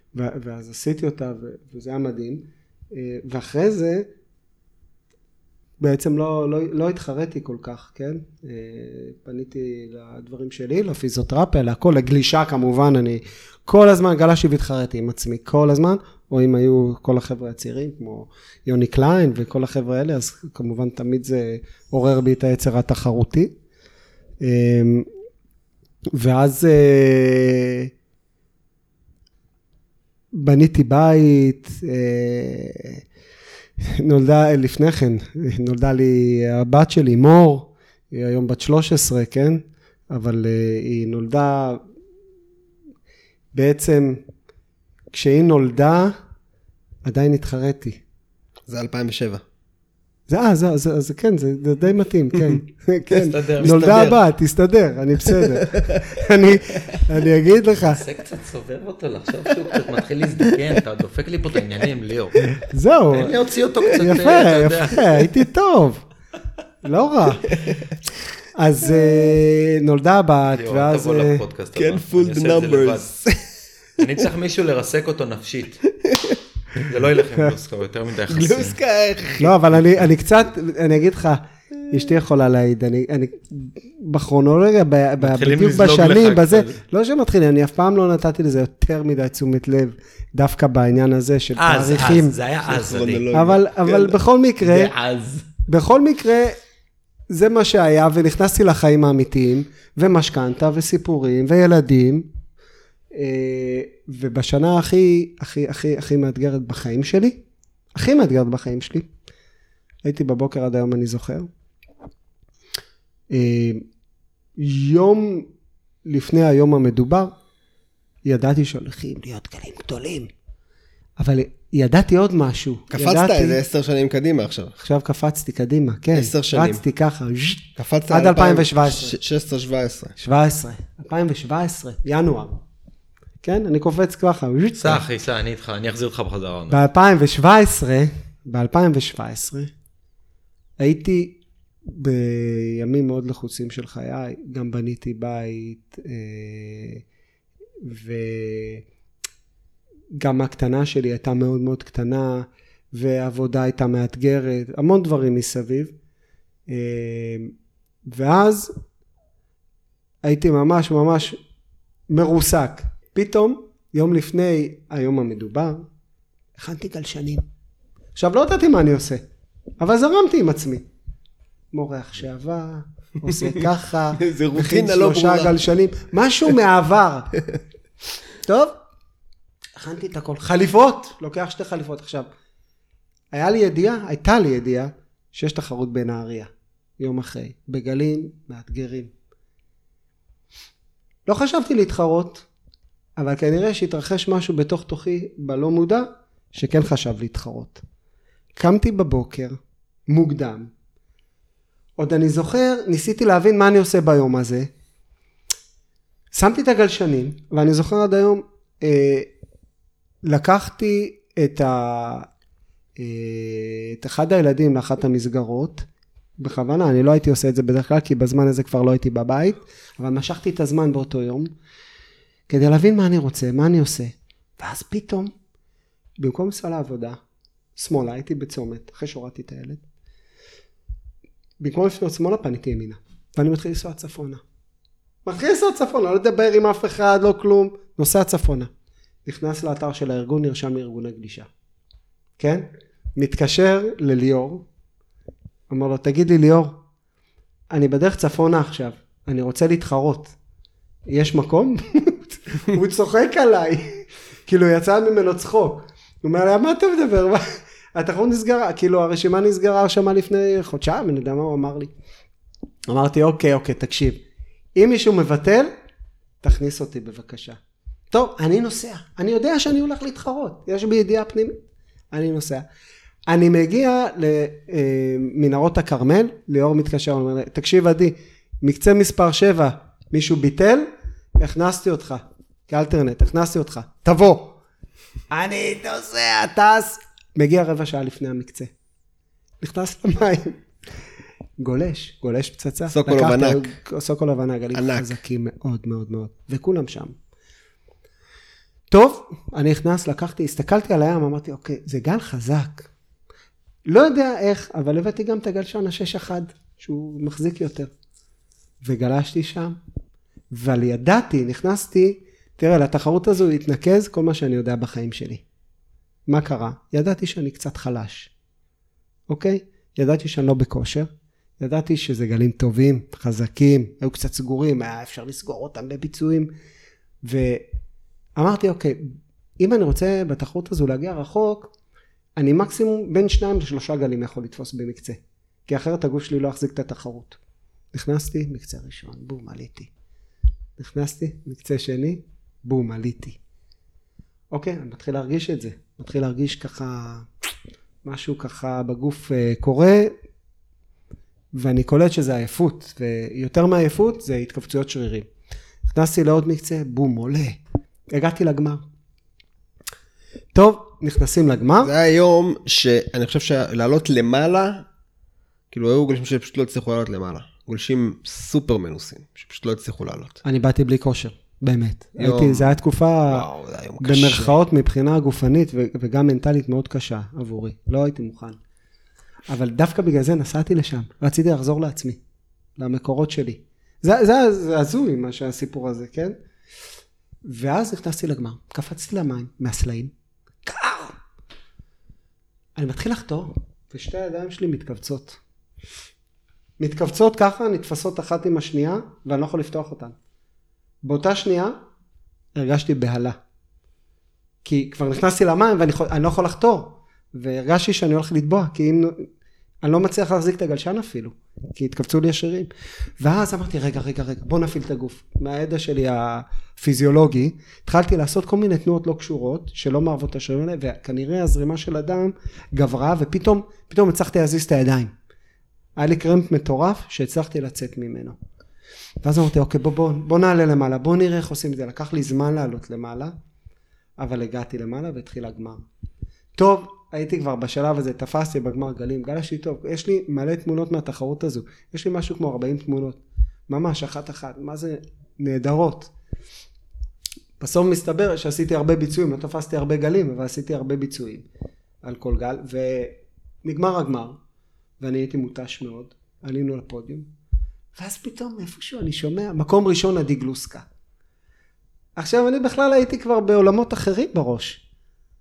ואז עשיתי אותה, וזה היה מדהים. ואחרי זה, בעצם לא התחרתי כל כך, כן? פניתי לדברים שלי, לפיזיותרפיה, להכל, לגלישה כמובן, אני כל הזמן גלשתי והתחרתי עם עצמי, כל הזמן, או אם היו כל החבר'ה הצעירים, כמו יוני קליין וכל החבר'ה האלה, אז כמובן תמיד זה עורר בי את היצר התחרותי. ואז בניתי בית, נולדה לפני כן, נולדה לי הבת שלי, מור, היא היום בת 13, כן? אבל היא נולדה, בעצם, כשהיא נולדה, עדיין התחרתי. זה 2007. זה כן, זה די מתאים, כן. תסתדר. נולדה הבת, תסתדר, אני בסדר. אני אגיד לך. זה קצת סובב אותו לחשוב שהוא קצת מתחיל להזדקן, אתה דופק לי פה את העניינים, ליאור. זהו. תן לי להוציא אותו קצת, יפה, הייתי טוב. לא רע. אז נולדה הבת, ליאור, ואז... תבוא לפודקאסט הבא. כן, full numbers. אני צריך מישהו לרסק אותו נפשית. זה לא ילך עם גלוסקה, הוא יותר מדי חסין. גלוסקה, איך? לא, אבל אני קצת, אני אגיד לך, אשתי יכולה להעיד, אני בכרונולוגיה, בדיוק בשנים, בזה, לא שמתחילים, אני אף פעם לא נתתי לזה יותר מדי תשומת לב, דווקא בעניין הזה של תאריכים. זה היה אז, אבל בכל מקרה, זה מה שהיה, ונכנסתי לחיים האמיתיים, ומשכנתה, וסיפורים, וילדים, ובשנה הכי מאתגרת בחיים שלי, הכי מאתגרת בחיים שלי, הייתי בבוקר עד היום אני זוכר, יום לפני היום המדובר, ידעתי שהולכים להיות גלים גדולים, אבל ידעתי עוד משהו. קפצת איזה 10 שנים קדימה עכשיו. עכשיו קפצתי קדימה, כן. 10 שנים. רצתי ככה, קפצת עד 2017. 2017, ינואר. כן, אני קופץ ככה. סע אחי, סע, אני איתך, אני אחזיר אותך בחזרה. ב-2017, הייתי בימים מאוד לחוצים של חיי, גם בניתי בית, וגם הקטנה שלי הייתה מאוד מאוד קטנה, ועבודה הייתה מאתגרת, המון דברים מסביב. ואז הייתי ממש מרוסק. פתאום, יום לפני היום המדובר, הכנתי גלשנים. עכשיו, לא ידעתי מה אני עושה, אבל זרמתי עם עצמי. מורח שעבר, עושה ככה, זה רוטינה לא ברורה. 3 גלשנים, משהו מעבר. טוב, הכנתי את הכל. חליפות, לוקח 2 חליפות. עכשיו, הייתה לי ידיעה, שיש תחרות בנהריה, יום אחרי, בגלים מאתגרים. לא חשבתי להתחרות, אבל כנראה שהתרחש משהו בתוך תוכי בלא מודע, שכן חשב להתחרות. קמתי בבוקר, מוקדם, עוד אני זוכר, ניסיתי להבין מה אני עושה ביום הזה, שמתי את הגלשנים, ואני זוכר עד היום, לקחתי את אחד הילדים לאחת המסגרות, בכוונה, אני לא הייתי עושה את זה בדרך כלל, כי בזמן הזה כבר לא הייתי בבית, אבל משכתי את הזמן באותו יום, כדי להבין מה אני רוצה, מה אני עושה. ואז פתאום, במקום לנסוע לעבודה, שמאלה, הייתי בצומת, אחרי שהורדתי את הילד, במקום לפנות שמאלה, פניתי ימינה, ואני מתחיל לנסוע צפונה. לא לדבר עם אף אחד, לא כלום, נוסע צפונה. נכנס לאתר של הארגון, נרשם לארגוני גלישה. כן? מתקשר לליאור, אמר לו, תגיד לי ליאור, אני בדרך צפונה עכשיו, אני רוצה להתחרות. יש מקום? הוא צוחק עליי, כאילו יצא ממנו צחוק. הוא אומר לי, מה אתה מדבר? התחרות נסגרה, כאילו הרשימה נסגרה שמה לפני חודשיים, אני יודע מה הוא אמר לי. אמרתי, אוקיי, תקשיב, אם מישהו מבטל, תכניס אותי בבקשה. טוב, אני נוסע, אני יודע שאני הולך להתחרות, יש בי ידיעה פנימית, אני נוסע. אני מגיע למנהרות הכרמל, ליאור מתקשר, אומר לי, תקשיב עדי, מקצה מספר 7, מישהו ביטל, הכנסתי אותך, כאלטרנט, הכנסתי אותך, תבוא. אני נוסע, טס, מגיע 15 שעה לפני המקצה. נכנס למים. גולש פצצה. סוקול ענק. סוקול ענק, גלים חזקים מאוד מאוד מאוד. וכולם שם. טוב, אני נכנס, הסתכלתי על הים, אמרתי, אוקיי, זה גל חזק. לא יודע איך, אבל הבאתי גם את הגלשן ה-6-1, שהוא מחזיק יותר. וגלשתי שם, אבל ידעתי, נכנסתי, תראה, לתחרות הזו התנקז כל מה שאני יודע בחיים שלי. מה קרה? ידעתי שאני קצת חלש. אוקיי? ידעתי שאני לא בכושר. ידעתי שזה גלים טובים, חזקים, היו קצת סגורים, היה אפשר לסגור אותם בביצועים. ואמרתי, אוקיי, אם אני רוצה בתחרות הזו להגיע רחוק, אני מקסימום בין 2-3 גלים יכול לתפוס במקצה. כי אחרת הגוף שלי לא יחזיק את התחרות. נכנסתי, מקצה ראשון, בום, עליתי. נכנסתי, מקצה שני, בום, עליתי. אוקיי, אני מתחיל להרגיש את זה. מתחיל להרגיש ככה, משהו ככה בגוף קורה, ואני קולט שזה עייפות, ויותר מהעייפות זה התכווצויות שרירים. נכנסתי לעוד מקצה, בום, עולה. הגעתי לגמר. טוב, נכנסים לגמר. זה היה יום שאני חושב שלעלות למעלה, כאילו היו גולשים שפשוט לא הצליחו לעלות למעלה. גולשים סופר מנוסים, שפשוט לא הצליחו לעלות. אני באתי בלי כושר, באמת. זה היה תקופה במרכאות מבחינה גופנית וגם מנטלית מאוד קשה עבורי. לא הייתי מוכן. אבל דווקא בגלל זה נסעתי לשם. רציתי לחזור לעצמי, למקורות שלי. זה הזוי מה שהסיפור הזה, כן? ואז נכנסתי לגמר. קפצתי למים, מהסלעים. קר! אני מתחיל לחתור, ושתי הידיים שלי מתכווצות. מתכווצות ככה, נתפסות אחת עם השנייה, ואני לא יכול לפתוח אותן. באותה שנייה, הרגשתי בהלה. כי כבר נכנסתי למים, ואני לא יכול לחתור. והרגשתי שאני הולך לטבוע, כי אם אני לא מצליח להחזיק את הגלשן אפילו, כי התכווצו לי השרירים. ואז אמרתי, רגע, בוא נפעיל את הגוף. מהידע שלי הפיזיולוגי, התחלתי לעשות כל מיני תנועות לא קשורות, שלא מערבות את השרירים האלה, וכנראה הזרימה של הדם גברה, ופתאום הצלחתי להזיז את הידיים. היה לי קרמפ מטורף שהצלחתי לצאת ממנו. ואז אמרתי, אוקיי, בוא נעלה למעלה, בוא נראה איך עושים את זה. לקח לי זמן לעלות למעלה, אבל הגעתי למעלה והתחיל הגמר. טוב, הייתי כבר בשלב הזה, תפסתי בגמר גלים, גלשתי טוב, יש לי מלא תמונות מהתחרות הזו, יש לי משהו כמו 40 תמונות, ממש אחת, מה זה נהדרות. בסוף מסתבר שעשיתי הרבה ביצועים, לא תפסתי הרבה גלים, אבל עשיתי הרבה ביצועים על כל גל, ונגמר הגמר, ואני הייתי מותש מאוד, עלינו לפודיום, ואז פתאום איפשהו אני שומע, מקום ראשון עדי גלוסקה. עכשיו אני בכלל הייתי כבר בעולמות אחרים בראש,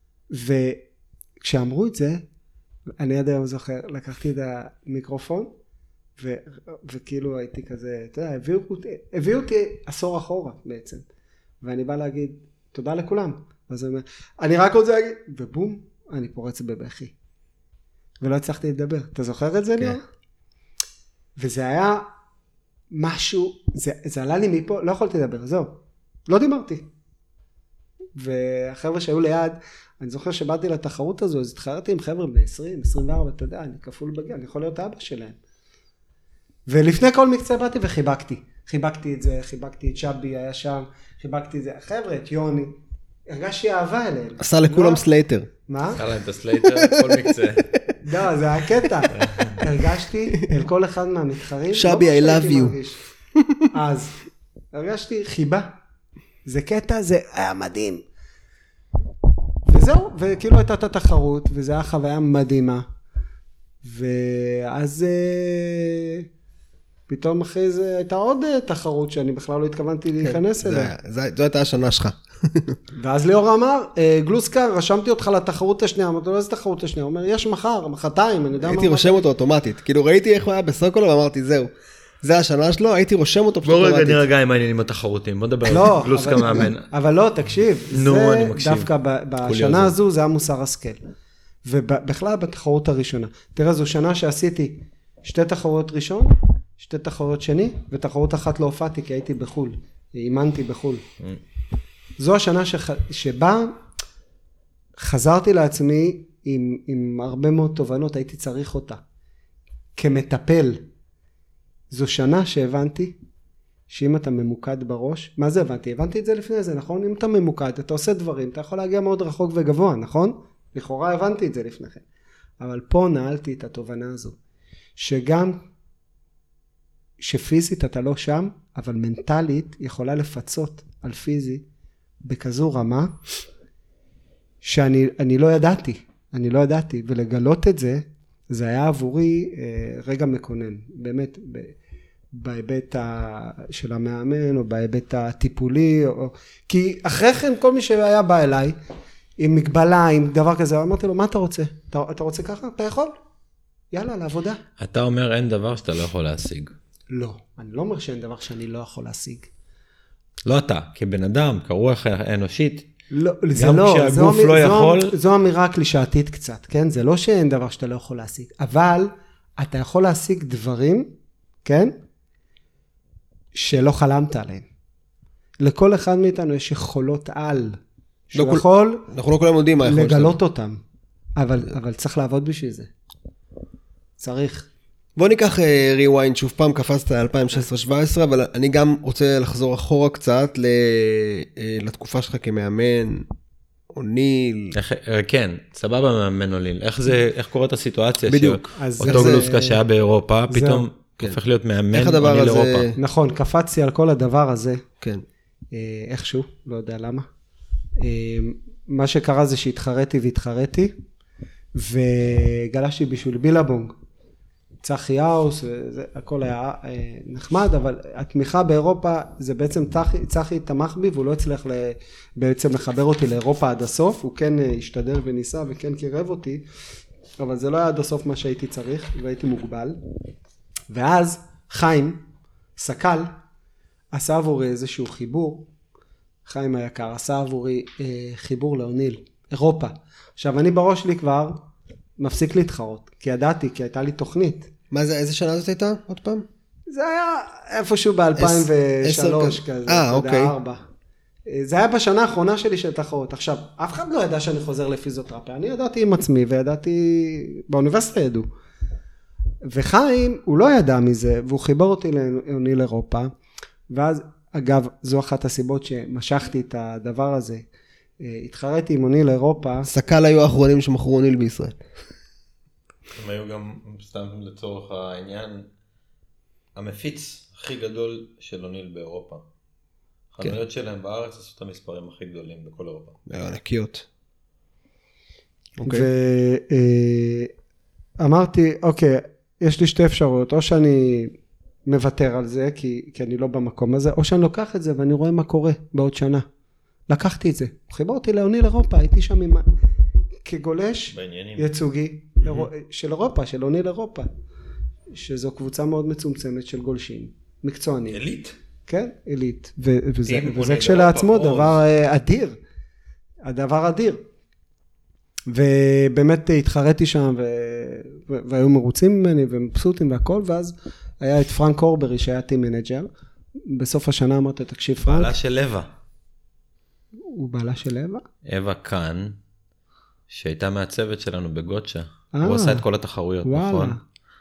כשאמרו את זה, אני עד היום זוכר, לקחתי את המיקרופון, וכאילו הייתי כזה, אתה יודע, הביאו אותי עשור אחורה בעצם, ואני בא להגיד, תודה לכולם, אז אני רק רוצה להגיד, ובום, אני פורץ בבכי, ולא הצלחתי לדבר, אתה זוכר את זה ליאור? וזה היה משהו, זה עלה לי מפה, לא יכולתי לדבר, זהו, לא דיברתי, והחבר'ה שהיו ליד, אני זוכר שבאתי לתחרות הזו, אז התחרתי עם חבר'ה ב-20, 24, אתה יודע, אני כפול בגיל, אני יכול להיות אבא שלהם. ולפני כל מקצה באתי וחיבקתי. חיבקתי את זה, חיבקתי את שבי, היה שם, חיבקתי את זה. חבר'ה, את יוני, הרגשתי אהבה אליהם. עשה לכולם סלייטר. מה? עשה להם את הסלייטר, כל מקצה. לא, זה הקטע. הרגשתי אל כל אחד מהמתחרים. שבי, I love you. אז הרגשתי חיבה. זה קטע, זה היה מדהים. וזהו, וכאילו הייתה את התחרות, וזו הייתה חוויה מדהימה. ואז פתאום אחרי זה הייתה עוד תחרות שאני בכלל לא התכוונתי להיכנס אליה. זו הייתה השנה שלך. ואז ליאור אמר, גלוסקה, רשמתי אותך לתחרות השנייה. אמרתי לו, איזה תחרות השנייה? הוא אומר, יש מחר, מחרתיים, אני יודע מה. הייתי רושם אותו אוטומטית. כאילו ראיתי איך הוא היה בסוקולו ואמרתי, זהו. זה השנה שלו, הייתי רושם אותו פשוט אוטומטית. בוא רגע נרגע עם העניינים התחרותיים, בוא נדבר על גלוסקה מאמן. אבל לא, תקשיב, זה דווקא בשנה הזו זה היה מוסר השכל. ובכלל בתחרות הראשונה. תראה, זו שנה שעשיתי 2 תחרויות ראשון, 2 תחרויות שני, ותחרות אחת לא הופעתי כי הייתי בחול, אימנתי בחול. זו השנה שבה חזרתי לעצמי עם הרבה מאוד תובנות, הייתי צריך אותה. כמטפל, זו שנה שהבנתי שאם אתה ממוקד בראש, מה זה הבנתי? הבנתי את זה לפני זה, נכון? אם אתה ממוקד, אתה עושה דברים, אתה יכול להגיע מאוד רחוק וגבוה, נכון? לכאורה הבנתי את זה לפני כן. אבל פה נעלתי את התובנה הזו, שגם שפיזית אתה לא שם, אבל מנטלית יכולה לפצות על פיזי בכזו רמה, שאני לא ידעתי, ולגלות את זה, זה היה עבורי רגע מקונן, באמת בהיבט של המאמן או בהיבט הטיפולי, כי אחרי כן כל מי שהיה בא אליי עם מגבלה, עם דבר כזה, אמרתי לו, מה אתה רוצה? אתה רוצה ככה? אתה יכול? יאללה, לעבודה. אתה אומר אין דבר שאתה לא יכול להשיג. לא, אני לא אומר שאין דבר שאני לא יכול להשיג. לא אתה, כבן אדם, כרוח אנושית, לא, זה גם לא, כשהגוף לא יכול... זו אמירה קלישאתית קצת, כן? זה לא שאין דבר שאתה לא יכול להשיג, אבל אתה יכול להשיג דברים, כן? שלא חלמת עליהם. לכל אחד מאיתנו יש יכולות על, שהוא יכול אנחנו לא כולם יודעים מה יכול לגלות אותם, אבל צריך לעבוד בשביל זה. צריך. בוא ניקח ריוויינד, שוב פעם קפצת ל-2016-2017, אבל אני גם רוצה לחזור אחורה קצת לתקופה שלך כמאמן, אוניל. כן, סבבה מאמן אוניל. איך קורית הסיטואציה? בדיוק. אותו גלוסקה שהיה באירופה, פתאום הופך להיות מאמן אוניל אירופה. נכון, קפצתי על כל הדבר הזה. כן. איכשהו, לא יודע למה. מה שקרה זה שהתחרתי, וגלשתי בשביל בילבונג. צחי האוס, הכל היה נחמד, אבל התמיכה באירופה, זה בעצם צחי תמך בי, והוא לא הצליח בעצם לחבר אותי לאירופה עד הסוף, הוא כן השתדל וניסה וכן קירב אותי, אבל זה לא היה עד הסוף מה שהייתי צריך, והייתי מוגבל. ואז חיים, סקל, עשה עבורי איזשהו חיבור, חיים היקר, עשה עבורי חיבור לאוניל, אירופה. עכשיו אני בראש שלי כבר מפסיק להתחרות, כי ידעתי, כי הייתה לי תוכנית. מה זה, איזה שנה זאת הייתה? עוד פעם? זה היה איפשהו ב-2003 כזה, אוקיי. 2004. זה היה בשנה האחרונה שלי של תחרות. עכשיו, אף אחד לא ידע שאני חוזר לפיזיותרפיה, אני ידעתי עם עצמי, וידעתי, באוניברסיטה ידעו. וחיים, הוא לא ידע מזה, והוא חיבר אותי לאוניל אירופה, ואז, אגב, זו אחת הסיבות שמשכתי את הדבר הזה, התחרתי עם אוניל אירופה. סקל היו האחרונים שמכרו אוניל בישראל. הם היו גם, סתם לצורך העניין, המפיץ הכי גדול של אוניל באירופה. חנויות שלהם בארץ עשו את המספרים הכי גדולים בכל אירופה. ענקיות. אמרתי, אוקיי, יש לי שתי אפשרויות, או שאני מוותר על זה, כי אני לא במקום הזה, או שאני לוקח את זה ואני רואה מה קורה בעוד שנה. לקחתי את זה. חיבר אותי לאוניל אירופה, הייתי שם כגולש ייצוגי של אירופה, של אוניל אירופה, שזו קבוצה מאוד מצומצמת של גולשים, מקצוענים. אליט. כן, אליט. וזה כשלעצמו דבר אדיר. הדבר אדיר. ובאמת התחרתי שם, והיו מרוצים ממני ומבסוטים והכל, ואז היה את פרנק אורברי שהיה טים מנג'ר. בסוף השנה אמרתי, תקשיב פרנק. בעלה של אווה. הוא בעלה של אווה? אווה כאן, שהייתה מהצוות שלנו בגוצ'ה. הוא עשה את כל התחרויות, נכון?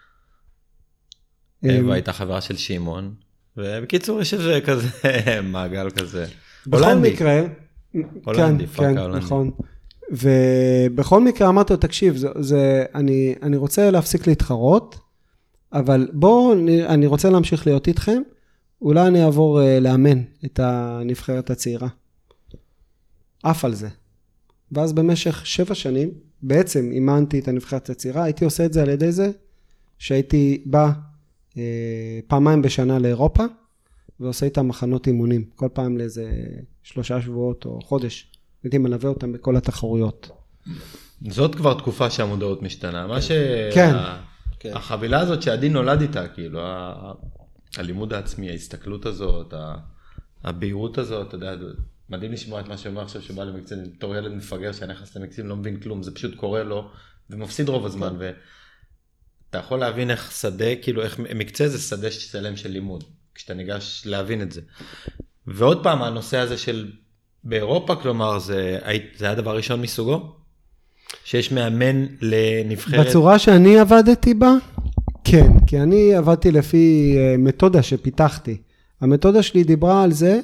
אווה הייתה חברה של שימון, ובקיצור יש איזה כזה מעגל כזה. בכל מקרה, הולנדי, כן, נכון. ובכל מקרה אמרתי לו, תקשיב, אני רוצה להפסיק להתחרות, אבל בואו, אני רוצה להמשיך להיות איתכם, אולי אני אעבור לאמן את הנבחרת הצעירה. אף על זה. ואז במשך 7 שנים, בעצם אימנתי את הנבחרת הצעירה, הייתי עושה את זה על ידי זה, שהייתי בא פעמיים בשנה לאירופה, ועושה איתם מחנות אימונים, כל פעם לאיזה 3 שבועות או חודש, הייתי מלווה אותם בכל התחרויות. זאת כבר תקופה שהמודעות משתנה, מה החבילה הזאת שעדי נולד איתה, כאילו, הלימוד העצמי, ההסתכלות הזאת, הבהירות הזאת, אתה יודע, מדהים לשמוע את מה שאומר עכשיו שבא למקצים, תור ילד מפגר שנכנס למקצים, לא מבין כלום, זה פשוט קורה לו, ומפסיד רוב הזמן, ואתה יכול להבין איך שדה, כאילו איך מקצה זה שדה שלם של לימוד, כשאתה ניגש להבין את זה. ועוד פעם, הנושא הזה של באירופה, כלומר, זה היה דבר ראשון מסוגו? שיש מאמן לנבחרת? בצורה שאני עבדתי בה, כן, כי אני עבדתי לפי מתודה שפיתחתי. המתודה שלי דיברה על זה,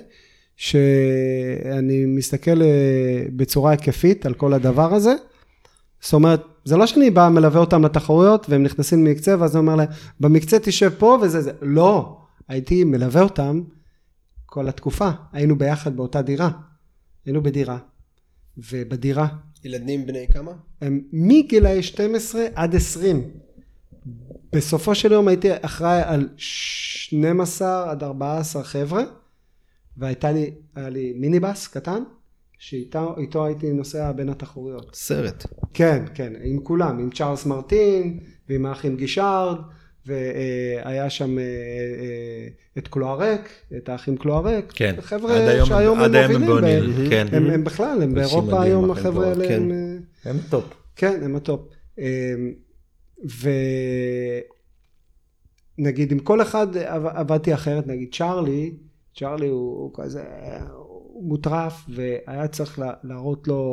שאני מסתכל בצורה היקפית על כל הדבר הזה. זאת אומרת, זה לא שאני בא מלווה אותם לתחרויות, והם נכנסים למקצה, ואז אני אומר להם, במקצה תשב פה וזה זה. לא, הייתי מלווה אותם כל התקופה. היינו ביחד באותה דירה. היינו בדירה. ובדירה. ילדים בני כמה? הם מגילאי 12 עד 20. בסופו של יום הייתי אחראי על 12 עד 14 חבר'ה, והיה לי מיניבס קטן, שאיתו הייתי נוסע בין התחרויות. סרט. כן, כן, עם כולם, עם צ'ארלס מרטין, ועם האחים גישארד, והיה שם את קלוארק, את האחים קלוארק, כן, חבר'ה שהיום הם מובילים, כן. הם בכלל, הם באירופה היום החבר'ה האלה, הם טופ. כן, הם הטופ. ונגיד, עם כל אחד עבדתי אחרת, נגיד צ'ארלי הוא כזה, הוא מוטרף, והיה צריך להראות לו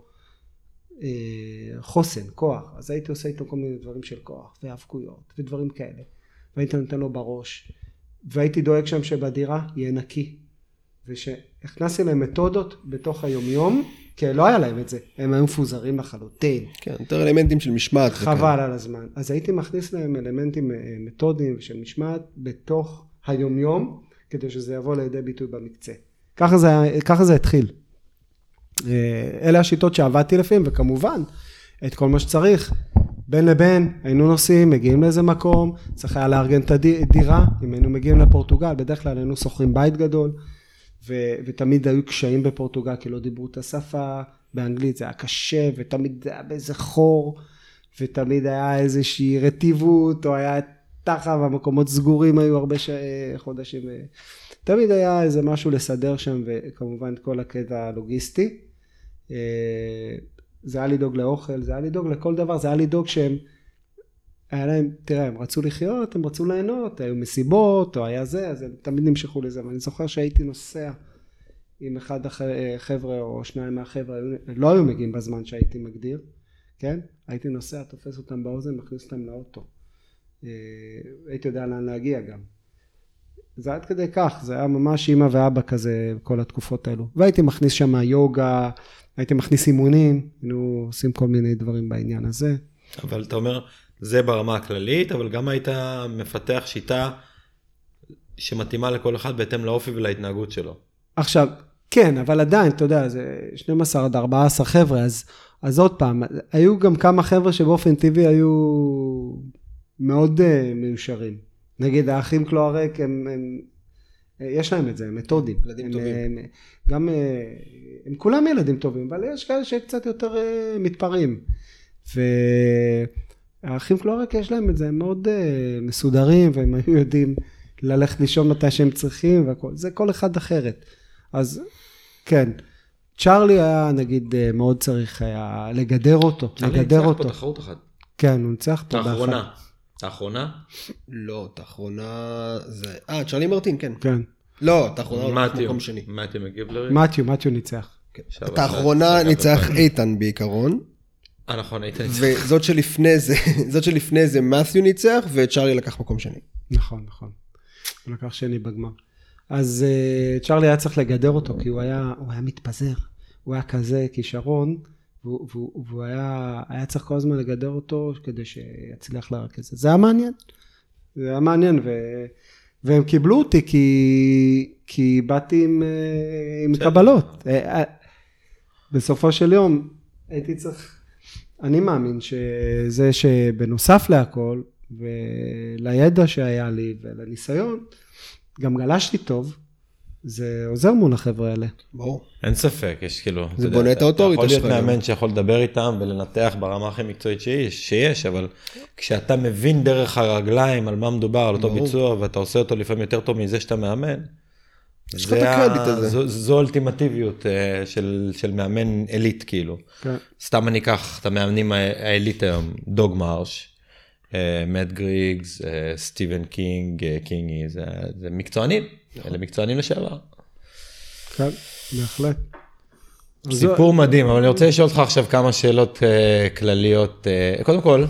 חוסן, כוח, אז הייתי עושה איתו כל מיני דברים של כוח, והאבקויות, ודברים כאלה, והייתי נותן לו בראש, והייתי דואג שם שבדירה יהיה נקי, ושהכנסתי להם מתודות בתוך היומיום, כי לא היה להם את זה, הם היו מפוזרים לחלוטין. כן, יותר אלמנטים של משמעת. חבל על הזמן. אז הייתי מכניס להם אלמנטים מתודיים של משמעת בתוך היומיום, כדי שזה יבוא לידי ביטוי במקצה. ככה זה התחיל. אלה השיטות שעבדתי לפעמים, וכמובן, את כל מה שצריך, בין לבין, היינו נוסעים, מגיעים לאיזה מקום, צריך היה לארגן את הדירה, אם היינו מגיעים לפורטוגל, בדרך כלל היינו שוכרים בית גדול, ותמיד היו קשיים בפורטוגל, כי לא דיברו את השפה, באנגלית זה היה קשה, ותמיד היה באיזה חור, ותמיד היה איזושהי רטיבות, או היה תחת, והמקומות סגורים היו הרבה חודשים, תמיד היה איזה משהו לסדר שם, וכמובן כל הקטע הלוגיסטי, זה היה לדאוג לאוכל, זה היה לדאוג לכל דבר, זה היה לדאוג שהם, היה להם, תראה, הם רצו לחיות, הם רצו ליהנות, היו מסיבות, או היה זה, אז הם תמיד נמשכו לזה, ואני זוכר שהייתי נוסע עם אחד החבר'ה, או שניים מהחבר'ה, לא היו מגיעים בזמן שהייתי מגדיר, כן? הייתי נוסע, תופס אותם באוזן, מכניס אותם לאוטו. הייתי יודע לאן להגיע גם. זה עד כדי כך, זה היה ממש אמא ואבא כזה, כל התקופות האלו. והייתי מכניס שם יוגה, הייתי מכניס אימונים, היינו עושים כל מיני דברים בעניין הזה. אבל אתה אומר, זה ברמה הכללית, אבל גם היית מפתח שיטה שמתאימה לכל אחד בהתאם לאופי ולהתנהגות שלו. עכשיו, כן, אבל עדיין, אתה יודע, זה 12 עד 14 חבר'ה, אז עוד פעם, היו גם כמה חבר'ה שבאופן טבעי היו מאוד מיושרים. נגיד, האחים קלוארק, יש להם את זה, הם מתודים. ילדים טובים. גם, הם כולם ילדים טובים, אבל יש כאלה שקצת יותר מתפרעים. והאחים קלוארק יש להם את זה, הם מאוד מסודרים, והם היו יודעים ללכת לישון מתי שהם צריכים, והכל. זה כל אחד אחרת. אז כן, צ'ארלי היה, נגיד, מאוד צריך היה לגדר אותו. צ'ארלי ניצח פה תחרות אחת. כן, הוא ניצח פה. האחרונה? לא, את האחרונה זה... צ'ארלי מרטין, כן. כן. לא, את האחרונה במקום שני. מתיו מגיבלרי? מתיו ניצח. את האחרונה ניצח איתן בעיקרון. נכון, איתן ניצח. וזאת שלפני זה מתיו ניצח, וצ'ארלי לקח מקום שני. נכון. הוא לקח שני בגמר. אז צ'ארלי היה צריך לגדר אותו, כי הוא היה מתפזר. הוא היה כזה כישרון, והוא היה צריך כל הזמן לגדר אותו, כדי שיצליח לרכז. זה היה מעניין. והם קיבלו אותי, כי באתי עם קבלות. בסופו של יום, הייתי צריך, אני מאמין שזה שבנוסף להכל, ולידע שהיה לי ולניסיון, גם גלשתי טוב, זה עוזר מול החבר'ה האלה. ברור. אין ספק, יש כאילו... זה בונה את האוטוריטה שלך. יכול להיות מאמן שיכול לדבר איתם ולנתח ברמה הכי מקצועית שיש, אבל כשאתה מבין דרך הרגליים על מה מדובר, על אותו ביצוע, ואתה עושה אותו לפעמים יותר טוב מזה שאתה מאמן, יש לך את הקרדיט הזה. זו אולטימטיביות של מאמן אליט, כאילו. סתם אני אקח את המאמנים האליט היום, דוג מרש, מאט גריגס, סטיבן קינגי, זה מקצוענים, אלה מקצוענים לשעבר. כן, בהחלט. סיפור מדהים, אבל אני רוצה לשאול אותך עכשיו כמה שאלות כלליות. קודם כל,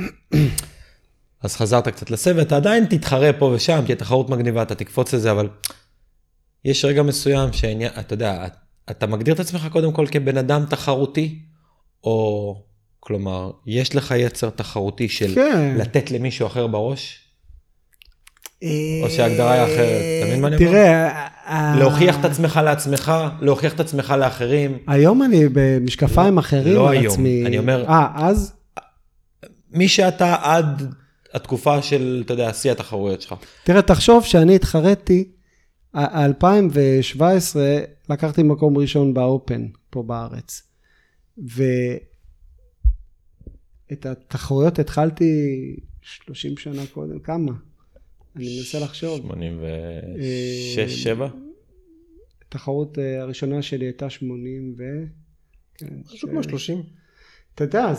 אז חזרת קצת לסבב, אתה עדיין תתחרה פה ושם, תהיה תחרות מגניבה, אתה תקפוץ לזה, אבל יש רגע מסוים שאתה יודע, אתה מגדיר את עצמך קודם כל כבן אדם תחרותי, או כלומר, יש לך יצר תחרותי של לתת למישהו אחר בראש? או שההגדרה היא אחרת? תמיד מה אני אומר? תראה, להוכיח את עצמך לעצמך, להוכיח את עצמך לאחרים. היום אני במשקפיים אחרים. לא היום, אני אומר. אז? מי שאתה התקופה של, אתה יודע, עשייה התחרויות שלך. תראה, תחשוב שאני התחרתי, 2017 לקחתי מקום ראשון באופן פה בארץ, ואת התחרויות התחלתי 30 שנה קודם, כמה? אני מנסה לחשוב. 86, 7? התחרות הראשונה שלי הייתה 80 ו... משהו כמו 30. אתה יודע,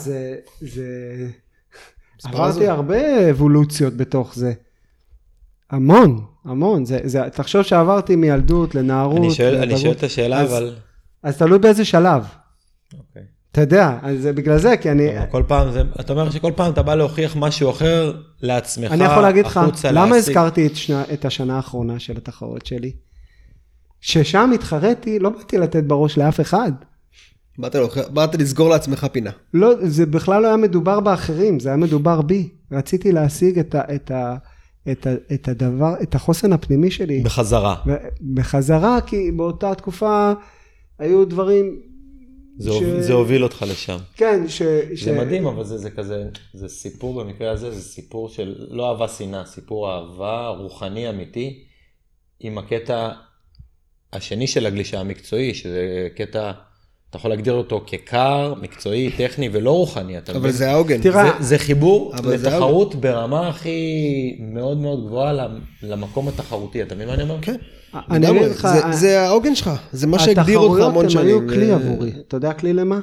עברתי הרבה אבולוציות בתוך זה. המון. תחשוב שעברתי מילדות לנערות. אני שואל את השאלה, אבל... אז תלוי באיזה שלב. אוקיי. אתה יודע, אז זה בגלל זה, כי אני... כל פעם, אתה אומר שכל פעם אתה בא להוכיח משהו אחר לעצמך. אני יכול להגיד לך, למה הזכרתי את השנה האחרונה של התחרות שלי? ששם התחרתי, לא באתי לתת בראש לאף אחד. באת לסגור לעצמך פינה. לא, זה בכלל לא היה מדובר באחרים, זה היה מדובר בי. רציתי להשיג את הדבר, את החוסן הפנימי שלי. בחזרה, כי באותה תקופה היו דברים... זה הוביל אותך לשם. כן, זה מדהים, אבל זה כזה, זה סיפור במקרה הזה, זה סיפור של לא אהבה שנאה, סיפור אהבה רוחני אמיתי, עם הקטע השני של הגלישה המקצועי, שזה קטע, אתה יכול להגדיר אותו כקר, מקצועי, טכני ולא רוחני. אבל זה העוגן. זה חיבור לתחרות ברמה הכי מאוד מאוד גבוהה למקום התחרותי. אתה מבין מה אני אומר? כן. זה העוגן שלך, זה מה שהגדיר אותך המון שנים. התחרויות הם היו כלי עבורי. אתה יודע כלי למה?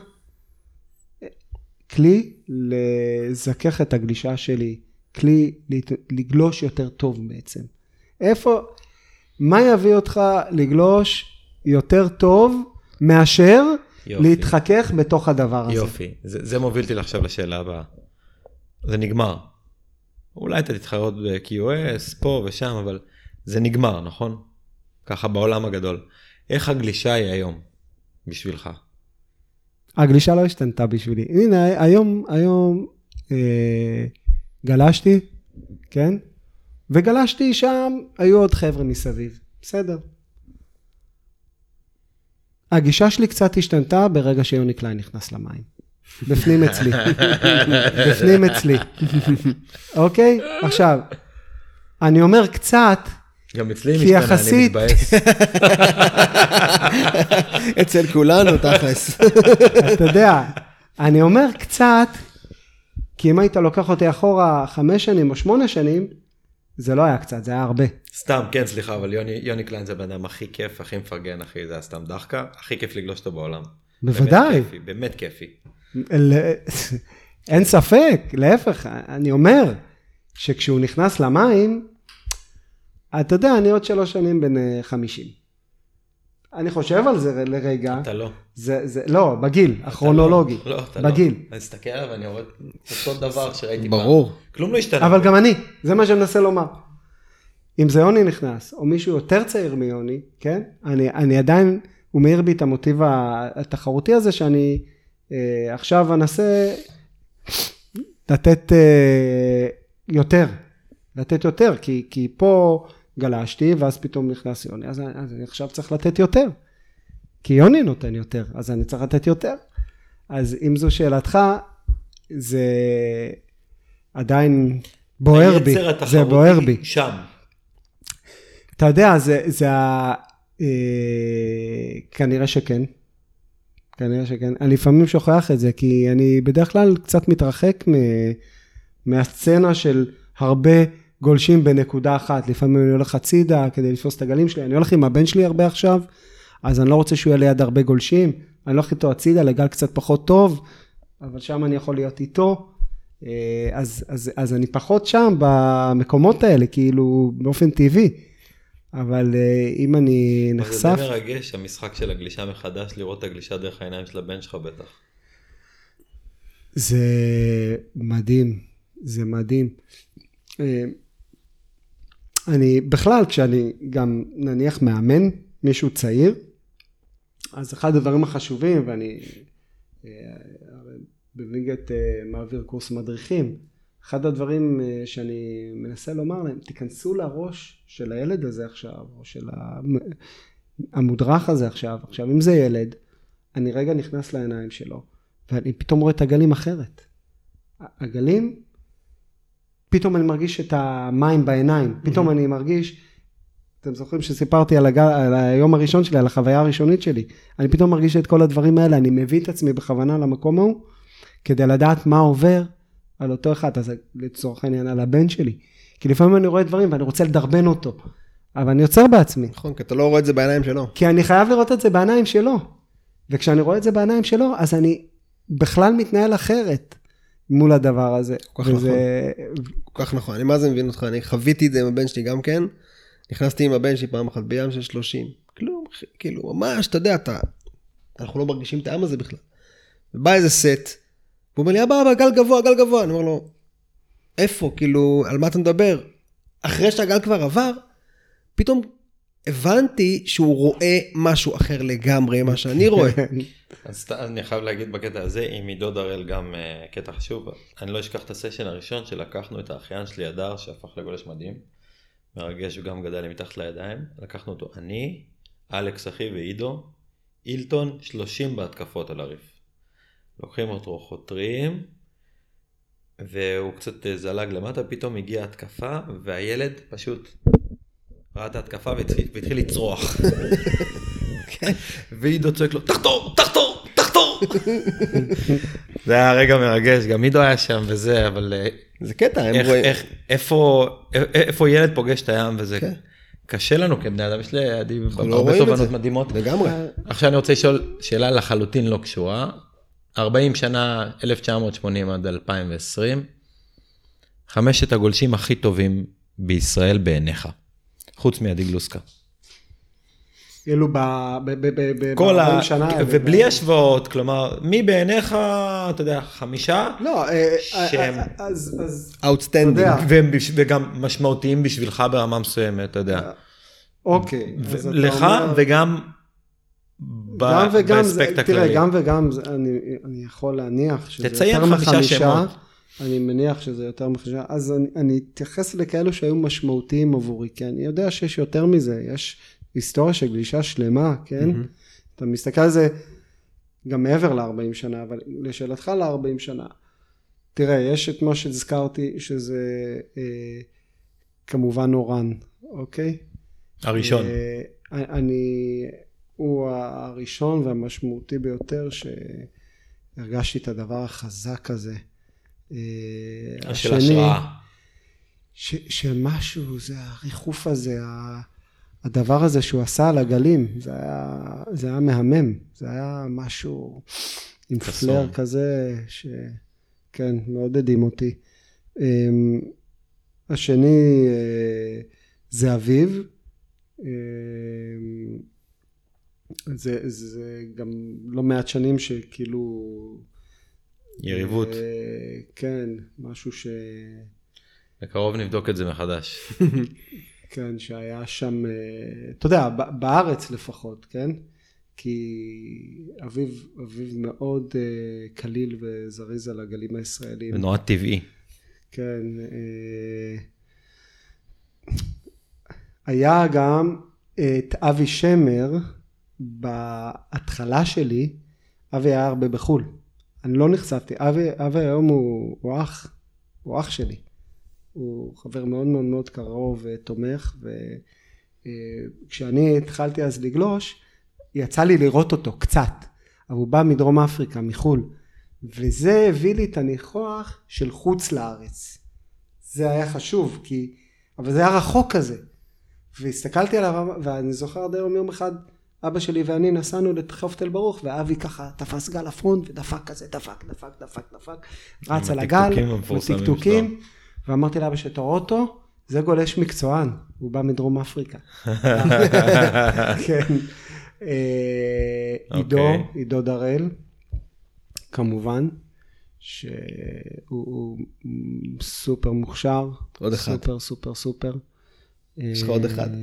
כלי לזכך את הגלישה שלי, כלי לגלוש יותר טוב בעצם. מה יביא אותך לגלוש יותר טוב מאשר להתחכך בתוך הדבר הזה? יופי, זה מוביל אותי עכשיו לשאלה הבאה. זה נגמר. אולי אתה תתחרות ב-QS, פה ושם, אבל זה נגמר, נכון? ככה בעולם הגדול. איך הגלישה היא היום בשבילך? הגלישה לא השתנתה בשבילי. הנה, היום גלשתי, כן? וגלשתי שם, היו עוד חבר'ה מסביב. בסדר. הגישה שלי קצת השתנתה ברגע שיוני קליין נכנס למים. בפנים אצלי. בפנים אצלי. אוקיי? עכשיו, אני אומר קצת, גם אצלי משתנה, אני מתבאס. אצל כולנו, תכלס. אתה יודע, אני אומר קצת, כי אם היית לוקח אותי אחורה 5 שנים או 8 שנים, זה לא היה קצת, זה היה הרבה. סתם, כן, סליחה, אבל יוני קליין זה בן אדם הכי כיף, הכי מפרגן, הכי, זה היה סתם דחקה, הכי כיף לגלוש אותו בעולם. בוודאי. באמת כיפי. אין ספק, להפך, אני אומר, שכשהוא נכנס למים, אתה יודע, אני עוד 3 שנים בן 50. אני חושב על זה לרגע. אתה לא. לא, בגיל, הכרונולוגי. לא, אתה לא. בגיל. אני אסתכל עליו ואני רואה אותו דבר שראיתי פעם. ברור. כלום לא השתנה. אבל גם אני, זה מה שאני מנסה לומר. אם זה יוני נכנס, או מישהו יותר צעיר מיוני, כן? אני עדיין, הוא מאיר בי את המוטיב התחרותי הזה, שאני עכשיו אנסה לתת יותר. לתת יותר, כי פה גלשתי, ואז פתאום נכנס יוני, אז אני עכשיו צריך לתת יותר. כי יוני נותן יותר, אז אני צריך לתת יותר. אז אם זו שאלתך, זה עדיין בוער בי. זה בוער בי. שם. אתה יודע, זה כנראה שכן. כנראה שכן. אני לפעמים שוכח את זה, כי אני בדרך כלל קצת מתרחק מהסצנה של הרבה גולשים בנקודה אחת. לפעמים אני הולך הצידה כדי לתפוס את הגלים שלי. אני הולך עם הבן שלי הרבה עכשיו, אז אני לא רוצה שהוא יהיה ליד הרבה גולשים. אני הולך איתו הצידה לגל קצת פחות טוב, אבל שם אני יכול להיות איתו. אז אני פחות שם במקומות האלה, כאילו באופן טבעי. אבל אם אני נחשף... זה מרגש, המשחק של הגלישה מחדש, לראות את הגלישה דרך העיניים של הבן שלך בטח. זה מדהים, זה מדהים. אני בכלל, כשאני גם נניח מאמן מישהו צעיר, אז אחד הדברים החשובים, ואני בווינגייט מעביר קורס מדריכים, אחד הדברים שאני מנסה לומר להם, תיכנסו לראש של הילד הזה עכשיו, או של המודרך הזה עכשיו. עכשיו, אם זה ילד, אני רגע נכנס לעיניים שלו, ואני פתאום רואה את הגלים אחרת. הגלים פתאום אני מרגיש את המים בעיניים, פתאום אני מרגיש, אתם זוכרים שסיפרתי על היום הראשון שלי, על החוויה הראשונית שלי, אני פתאום מרגיש את כל הדברים האלה, אני מביא את עצמי בכוונה למקום ההוא, כדי לדעת מה עובר על אותו אחד, אז לצורך העניין על הבן שלי, כי לפעמים אני רואה דברים ואני רוצה לדרבן אותו, אבל אני יוצר בעצמי. נכון, כי אתה לא רואה את זה בעיניים שלו. כי אני חייב לראות את זה בעיניים שלו, וכשאני רואה את זה בעיניים שלו, אז אני בכלל מתנהל אחרת מול הדבר הזה. כל כך נכון. כל כך נכון, אני מה זה מבין אותך, אני חוויתי את זה עם הבן שלי גם כן, נכנסתי עם הבן שלי פעם אחת בים של 30, כלום, כאילו ממש, אתה יודע, אנחנו לא מרגישים את העם הזה בכלל. ובא איזה סט, והוא אומר לי, אבא, גל גבוה, אני אומר לו, איפה, כאילו, על מה אתה מדבר? אחרי שהגל כבר עבר, פתאום הבנתי שהוא רואה משהו אחר לגמרי, מה שאני רואה. אז אני חייב להגיד בקטע הזה, עם עידו דראל גם קטע חשוב, אני לא אשכח את הסשן הראשון שלקחנו את האחיין שלי הדר, שהפך לגולש מדהים, מרגש וגם גדל לי מתחת לידיים, לקחנו אותו אני, אלכס אחי ועידו, אילטון 30 בהתקפות על הריף. לוקחים אותו חותרים, והוא קצת זלג למטה, פתאום הגיעה התקפה, והילד פשוט ראה את ההתקפה והתחיל לצרוח. ועידו צועק לו, תחתור! זה היה רגע מרגש, גם עידו היה שם וזה, אבל זה קטע, הם רואים. איפה ילד פוגש את הים וזה קשה לנו כבני אדם, יש לי הרבה תובנות מדהימות. לגמרי. עכשיו אני רוצה לשאול שאלה לחלוטין לא קשורה, 40 שנה, 1980 עד 2020, 5 הגולשים הכי טובים בישראל בעיניך, חוץ מעדי גלוסקה. אלו ב-40 שנה. ובלי השוואות, כלומר, מי בעיניך, אתה יודע, 5? לא, אז outstanding. וגם משמעותיים בשבילך ברמה מסוימת, אתה יודע. אוקיי. לך וגם באספקט הכללי. תראה, גם וגם, אני יכול להניח שזה יותר מ5, אני מניח שזה יותר מ5, אז אני אתייחס לכאלו שהיו משמעותיים עבורי, כי אני יודע שיש יותר מזה, יש היסטוריה של גלישה שלמה, כן? אתה מסתכל על זה גם מעבר ל-40 שנה, אבל לשאלתך ל-40 שנה, תראה, יש את מה שהזכרתי, שזה כמובן אורן, אוקיי? הראשון. הוא הראשון והמשמעותי ביותר שהרגשתי את הדבר החזק הזה. של השראה. שמשהו, זה הריחוף הזה, הדבר הזה שהוא עשה על הגלים, זה היה מהמם, זה היה משהו עם פלר כזה, שכן, מאוד הדהים אותי. השני זה אביב, זה גם לא מעט שנים שכאילו יריבות. כן, משהו בקרוב נבדוק את זה מחדש. כן, שהיה שם, אתה יודע, בארץ לפחות, כן? כי אביב מאוד קליל וזריז על הגלים הישראלים. ונורא טבעי. כן. היה גם את אבי שמר, בהתחלה שלי, אבי היה הרבה בחול. אני לא נחשפתי. אבי היום הוא אח שלי. הוא חבר מאוד מאוד מאוד קרוב ותומך, וכשאני התחלתי אז לגלוש, יצא לי לראות אותו קצת, אבל הוא בא מדרום אפריקה, מחול, וזה הביא לי את הניחוח של חוץ לארץ. זה היה חשוב, אבל זה היה רחוק כזה. והסתכלתי עליו, ואני זוכר עד היום יום אחד, אבא שלי ואני נסענו לחוף תל ברוך, ואבי ככה תפס גל הפרונט, ודפק כזה, דפק, רץ על הגל, וטיקטוקים, ואמרתי לאבא שתראה אותו, זה גולש מקצוען, הוא בא מדרום אפריקה. כן. עידו דראל, כמובן, שהוא סופר מוכשר. עוד אחד. סופר. יש לך עוד אחד.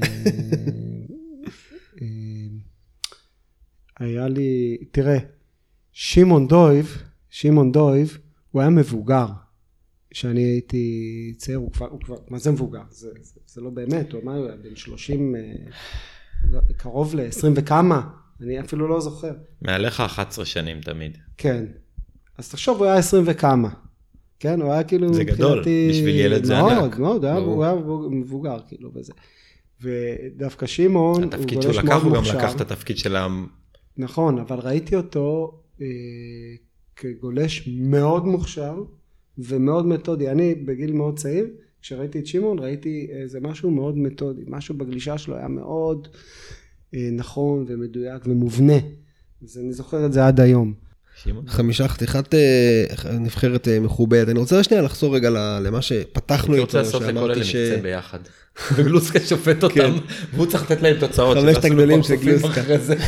היה לי, תראה, שמעון דויב, הוא היה מבוגר. כשאני הייתי צעיר, הוא כבר, מה זה מבוגר? זה לא באמת, הוא היה בן 30, קרוב ל-20 וכמה, אני אפילו לא זוכר. מעליך 11 שנים תמיד. כן, אז תחשוב, הוא היה 20 וכמה, כן, הוא היה כאילו זה גדול, בשביל ילד זה מאוד, ענק. מאוד, הוא היה מבוגר כאילו בזה. ודווקא שמעון, התפקיד שהוא לקח, הוא גם לקח את התפקיד של נכון, אבל ראיתי אותו כגולש מאוד מוכשר ומאוד מתודי. אני בגיל מאוד צעיר, כשראיתי את שמעון, ראיתי איזה משהו מאוד מתודי, משהו בגלישה שלו היה מאוד נכון ומדויק ומובנה. אז אני זוכר את זה עד היום. חמישה חתיכת נבחרת מכובדת. אני רוצה שנייה לחזור רגע למה שפתחנו איתו, שאמרתי מקצה ביחד. וגלוסקה שופט אותם, והוא צריך לתת להם תוצאות. חמשת הגדולים של גלוסקה.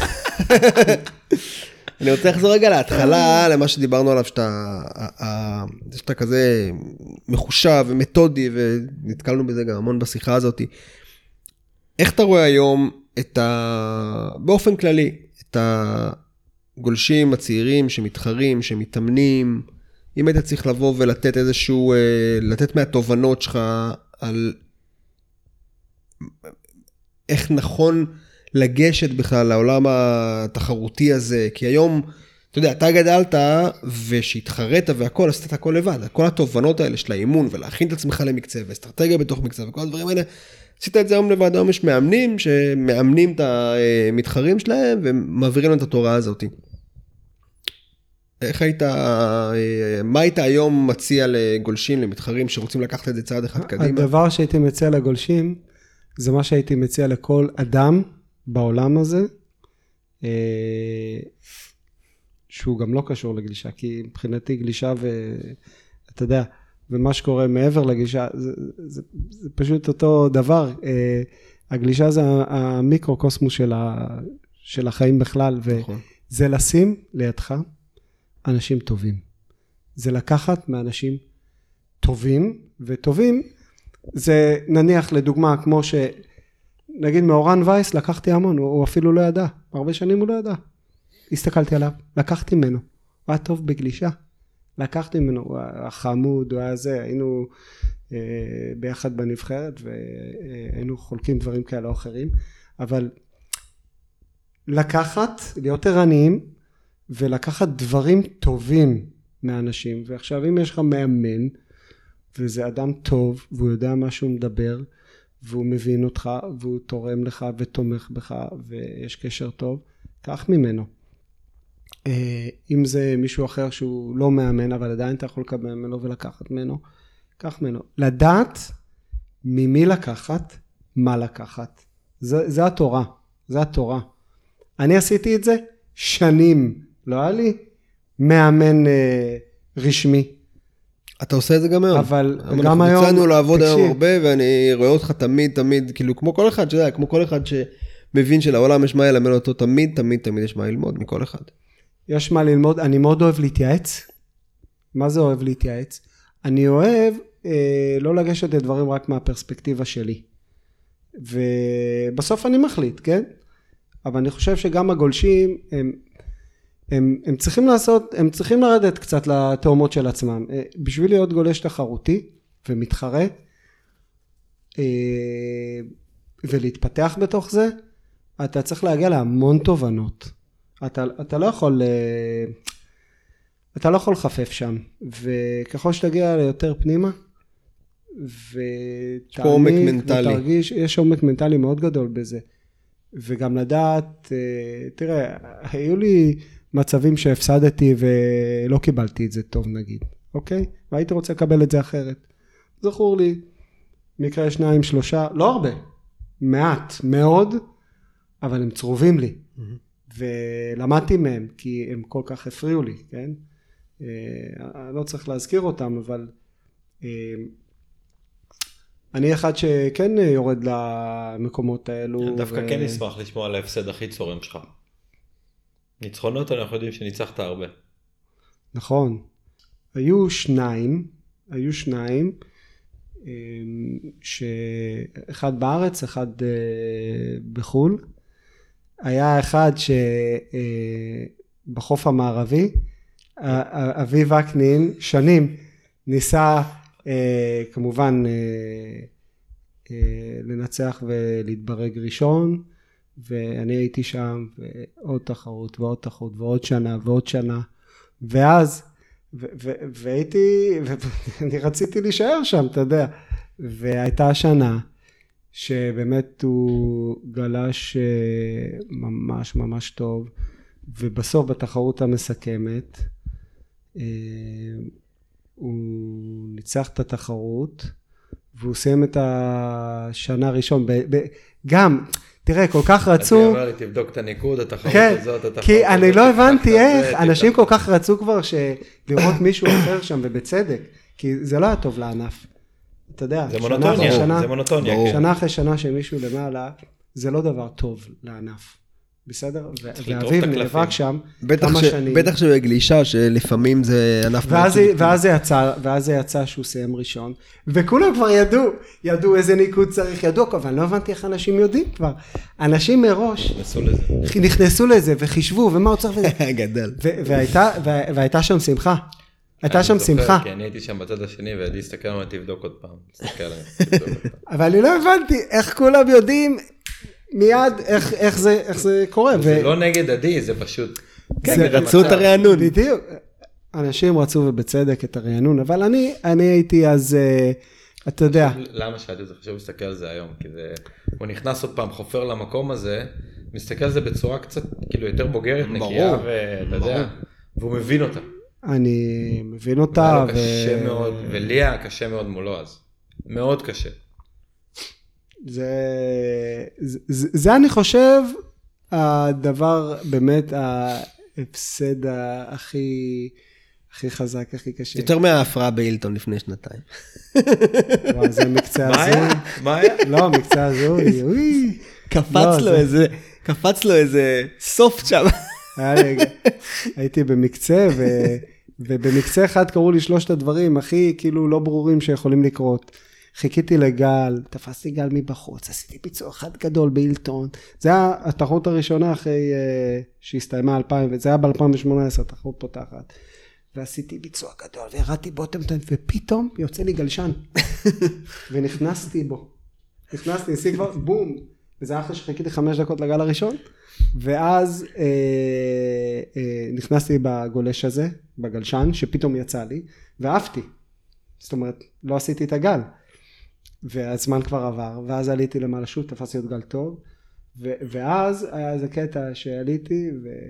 אני רוצה לחזור רגע להתחלה, למה שדיברנו עליו, שאתה כזה מחושב ומתודי, ונתקלנו בזה גם המון בשיחה הזאת. איך אתה רואה היום באופן כללי, את הגולשים הצעירים שמתחרים, שמתאמנים, אם היית צריך לבוא ולתת איזשהו, לתת מהתובנות שלך על איך נכון לגשת בכלל לעולם התחרותי הזה, כי היום, אתה יודע, אתה גדלת ושהתחרית והכל, עשית הכל לבד, כל התובנות האלה של האימון ולהכין את עצמך למקצה ואסטרטגיה בתוך מקצה וכל הדברים האלה, עשית את זה היום לבד. היום יש מאמנים שמאמנים את המתחרים שלהם ומעבירים להם את התורה הזאת. איך היית, מה היית היום מציע לגולשים, למתחרים שרוצים לקחת את זה צעד אחד קדימה? הדבר שהייתי מציע לגולשים, זה מה שהייתי מציע לכל אדם בעולם הזה, שהוא גם לא קשור לגלישה, כי מבחינתי גלישה ואתה יודע, ומה שקורה מעבר לגלישה, זה פשוט אותו דבר. הגלישה זה המיקרוקוסמוס של החיים בכלל, וזה לשים לידך אנשים טובים. זה לקחת מאנשים טובים, וטובים זה נניח לדוגמה כמו נגיד מאורן וייס לקחתי המון, הוא אפילו לא ידע, הרבה שנים הוא לא ידע. הסתכלתי עליו, לקחתי ממנו, הוא היה טוב בגלישה, לקחתי ממנו, הוא היה חמוד, הוא היה זה, היינו ביחד בנבחרת, והיינו חולקים דברים כאלה או אחרים, אבל לקחת, להיות ערניים, ולקחת דברים טובים מאנשים, ועכשיו אם יש לך מאמן, וזה אדם טוב, והוא יודע מה שהוא מדבר, והוא מבין אותך, והוא תורם לך ותומך בך, ויש קשר טוב, קח ממנו. אם זה מישהו אחר שהוא לא מאמן, אבל עדיין אתה יכול לקבל ממנו ולקחת ממנו, קח ממנו. לדעת ממי לקחת, מה לקחת. זה התורה, זה התורה. אני עשיתי את זה שנים, לא היה לי מאמן רשמי. אתה עושה את זה גם היום. אבל גם היום, אנחנו יצאנו לעבוד היום הרבה, ואני רואה אותך תמיד, כאילו כמו כל אחד, שדע, כמו כל אחד שמבין שלעולם יש מה ללמד אותו, תמיד יש מה ללמוד מכל אחד. יש מה ללמוד, אני מאוד אוהב להתייעץ. מה זה אוהב להתייעץ? אני אוהב לא לגשת לדברים רק מהפרספקטיבה שלי. ובסוף אני מחליט, כן? אבל אני חושב שגם הגולשים, הם צריכים לעשות, הם צריכים לרדת קצת לתאומות של עצמם. בשביל להיות גולש תחרותי ומתחרה, ולהתפתח בתוך זה, אתה צריך להגיע להמון תובנות. אתה לא יכול לחפף שם, וככל שתגיע ליותר פנימה, ותרגיש, יש עומק מנטלי מאוד גדול בזה. וגם לדעת, תראה, היו לי מצבים שהפסדתי ולא קיבלתי את זה טוב נגיד, אוקיי? והייתי רוצה לקבל את זה אחרת. זכור לי, מקרה 2, 3, לא הרבה, מעט, מאוד, אבל הם צרובים לי. ולמדתי מהם, כי הם כל כך הפריעו לי, כן? אני לא צריך להזכיר אותם, אבל אני אחד שכן יורד למקומות האלו. דווקא כן נשמח לשמוע על ההפסד הכי צורם שלך. ניצחונות אנחנו יודעים שניצחת הרבה. נכון. היו שניים, שאחד בארץ, אחד בחול. היה אחד שבחוף המערבי, אביב וקנין, שנים, ניסה כמובן לנצח ולהתברג ראשון, ואני הייתי שם, ועוד תחרות ועוד תחרות ועוד שנה ועוד שנה, ואז ואני רציתי להישאר שם, אתה יודע. והייתה שנה שבאמת הוא גלש ממש ממש טוב, ובסוף בתחרות המסכמת, הוא ניצח את התחרות, והוא סיים את השנה הראשון, גם, תראה, כל כך רצו... אתה אומר לי, תבדוק את הניקוד, התחרות הזאת, כי אני לא הבנתי איך, אנשים כל כך רצו כבר לראות מישהו אחר שם, ובצדק, כי זה לא היה טוב לענף. אתה יודע, זה מונוטוניה. שנה אחרי שנה שמישהו למעלה, זה לא דבר טוב לענף. בסדר? ואביב נאבק שם כמה שנים. בטח שבגלישה, שלפעמים זה ענף... ואז זה יצא שהוא סיים ראשון, וכולם כבר ידעו איזה ניקוד צריך, אבל אני לא הבנתי איך אנשים יודעים כבר. אנשים מראש נכנסו לזה וחישבו, ומה הוא צריך לזה. גדל. והייתה שם שמחה. הייתה שם שמחה. כי אני הייתי שם בצד השני, ועדי הסתכל עליי, תבדוק עוד פעם. אבל אני לא הבנתי איך כולם יודעים מיד איך זה קורה. זה לא נגד עדי, זה פשוט... כן, רצו את הרענון. בדיוק. אנשים רצו ובצדק את הרענון, אבל אני הייתי אז, אתה יודע. למה שאלתי, זה חשוב להסתכל על זה היום, כי הוא נכנס עוד פעם, חופר למקום הזה, מסתכל על זה בצורה קצת, כאילו יותר בוגרת, נקייה, ואתה יודע, והוא מבין אותה. אני מבין אותה. קשה מאוד, ולי היה קשה מאוד מולו אז. מאוד קשה. זה אני חושב, הדבר באמת, ההפסד הכי חזק, הכי קשה. יותר מההפרעה באילטון לפני שנתיים. וואו, זה מקצה הזוי. מה היה? לא, מקצה הזוי. קפץ לו איזה סופט שם. הייתי במקצה, ובמקצה אחד קראו לי 3 הדברים הכי כאילו לא ברורים שיכולים לקרות. חיכיתי לגל, תפסתי גל מבחוץ, עשיתי ביצוע אחד גדול באילטון. זה היה התחרות הראשונה אחרי שהסתיימה 2000, וזה היה ב-2018, התחרות פותחת. ועשיתי ביצוע גדול, והראיתי בוטם-טן, ופתאום יוצא לי גלשן. ונכנסתי בו. ניסי כבר, בום. וזה היה אחרי שחיכיתי 5 דקות לגל הראשון. ואז נכנסתי בגולש הזה, בגלשן, שפתאום יצא לי, ועפתי. זאת אומרת, לא עשיתי את הגל. והזמן כבר עבר, ואז עליתי למעלה שוב, תפסתי עוד גל טוב, ואז היה איזה קטע שעליתי,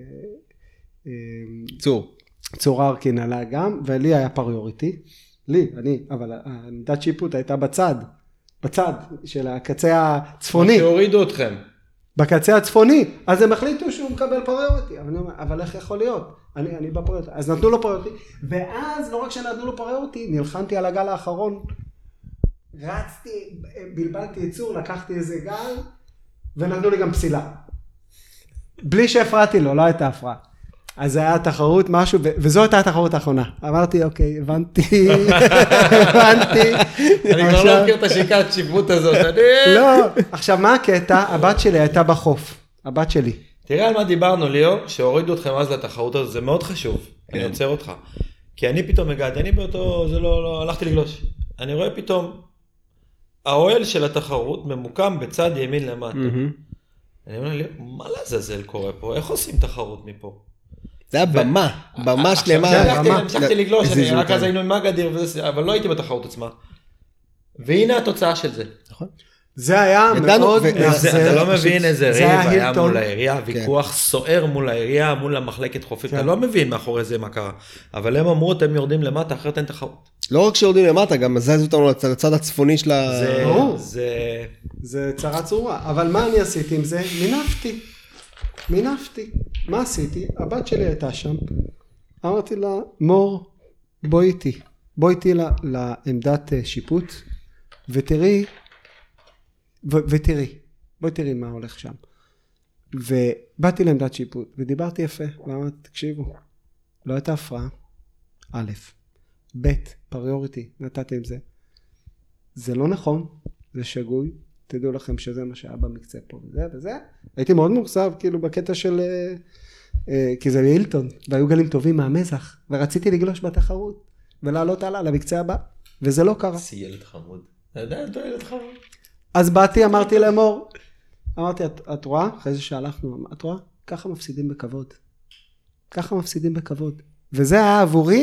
צור ארקין עלה גם, ולי היה פריוריטי, אבל העמדת שיפוט הייתה בצד של הקצה הצפוני. שהורידו אתכם. בקצה הצפוני, אז הם החליטו שהוא מקבל פריוריטי, אבל איך יכול להיות? אני בפריוריטי, אז נתנו לו פריוריטי, ואז לא רק שנתנו לו פריוריטי, נלחמתי על הגל האחרון, רצתי, בלבלתי יצור, לקחתי איזה גל, ונתנו לי גם פסילה. בלי שהפרעתי לו, לא הייתה הפרעה. אז זה היה תחרות משהו, וזו הייתה התחרות האחרונה. אמרתי, אוקיי, הבנתי. אני כבר לא מכיר את השיקת שיפוט הזאת. לא, עכשיו מה הקטע? הבת שלי הייתה בחוף. הבת שלי. תראה על מה דיברנו, ליאור, שהורידו אתכם אז לתחרות הזאת, זה מאוד חשוב. אני עוצר אותך. כי אני פתאום הגעתי, אני באותו, זה לא, הלכתי לגלוש. אני רואה פתאום, האוהל של התחרות ממוקם בצד ימין למטה. אני אומר לי, מה לעזאזל קורה פה? איך עושים תחרות מפה? זה היה במה שלמה. המשכתי לגלוש, רק אז היינו עם מגדיר, אבל לא הייתי בתחרות עצמה. והנה התוצאה של זה. נכון. זה היה מאוד... אתה לא מבין איזה ריב היה מול העירייה, ויכוח סוער מול העירייה, מול המחלקת חופית, אתה לא מבין מאחורי זה מה קרה. אבל הם אמרו, אתם יורדים למטה, אחרת אין תחרות. לא רק שיורדים למטה, גם זזו אותנו לצד הצפוני של ה... זה צרה צרורה. אבל מה אני עשיתי עם זה? מינפתי. מה עשיתי? הבת שלי הייתה שם. אמרתי לה, מור, בואי איתי לעמדת שיפוט, ותראי, בואי תראי מה הולך שם. ובאתי לעמדת שיפוט, ודיברתי יפה, ואמרתי, תקשיבו, לא הייתה הפרעה, א', ב', פריוריטי, נתתי עם זה. זה לא נכון, זה שגוי, תדעו לכם שזה מה שהיה במקצה פה, וזה. הייתי מאוד מורסב, כאילו, בקטע של, כי זה אילטון, והיו גלים טובים מהמזח, ורציתי לגלוש בתחרות, ולעלות הלאה למקצה הבא, וזה לא קרה. זה ילד חמוד. אתה יודע, אתה ילד חמוד. אז באתי, אמרתי לאמור, את רואה? אחרי זה שהלכנו, את רואה? ככה מפסידים בכבוד. וזה היה עבורי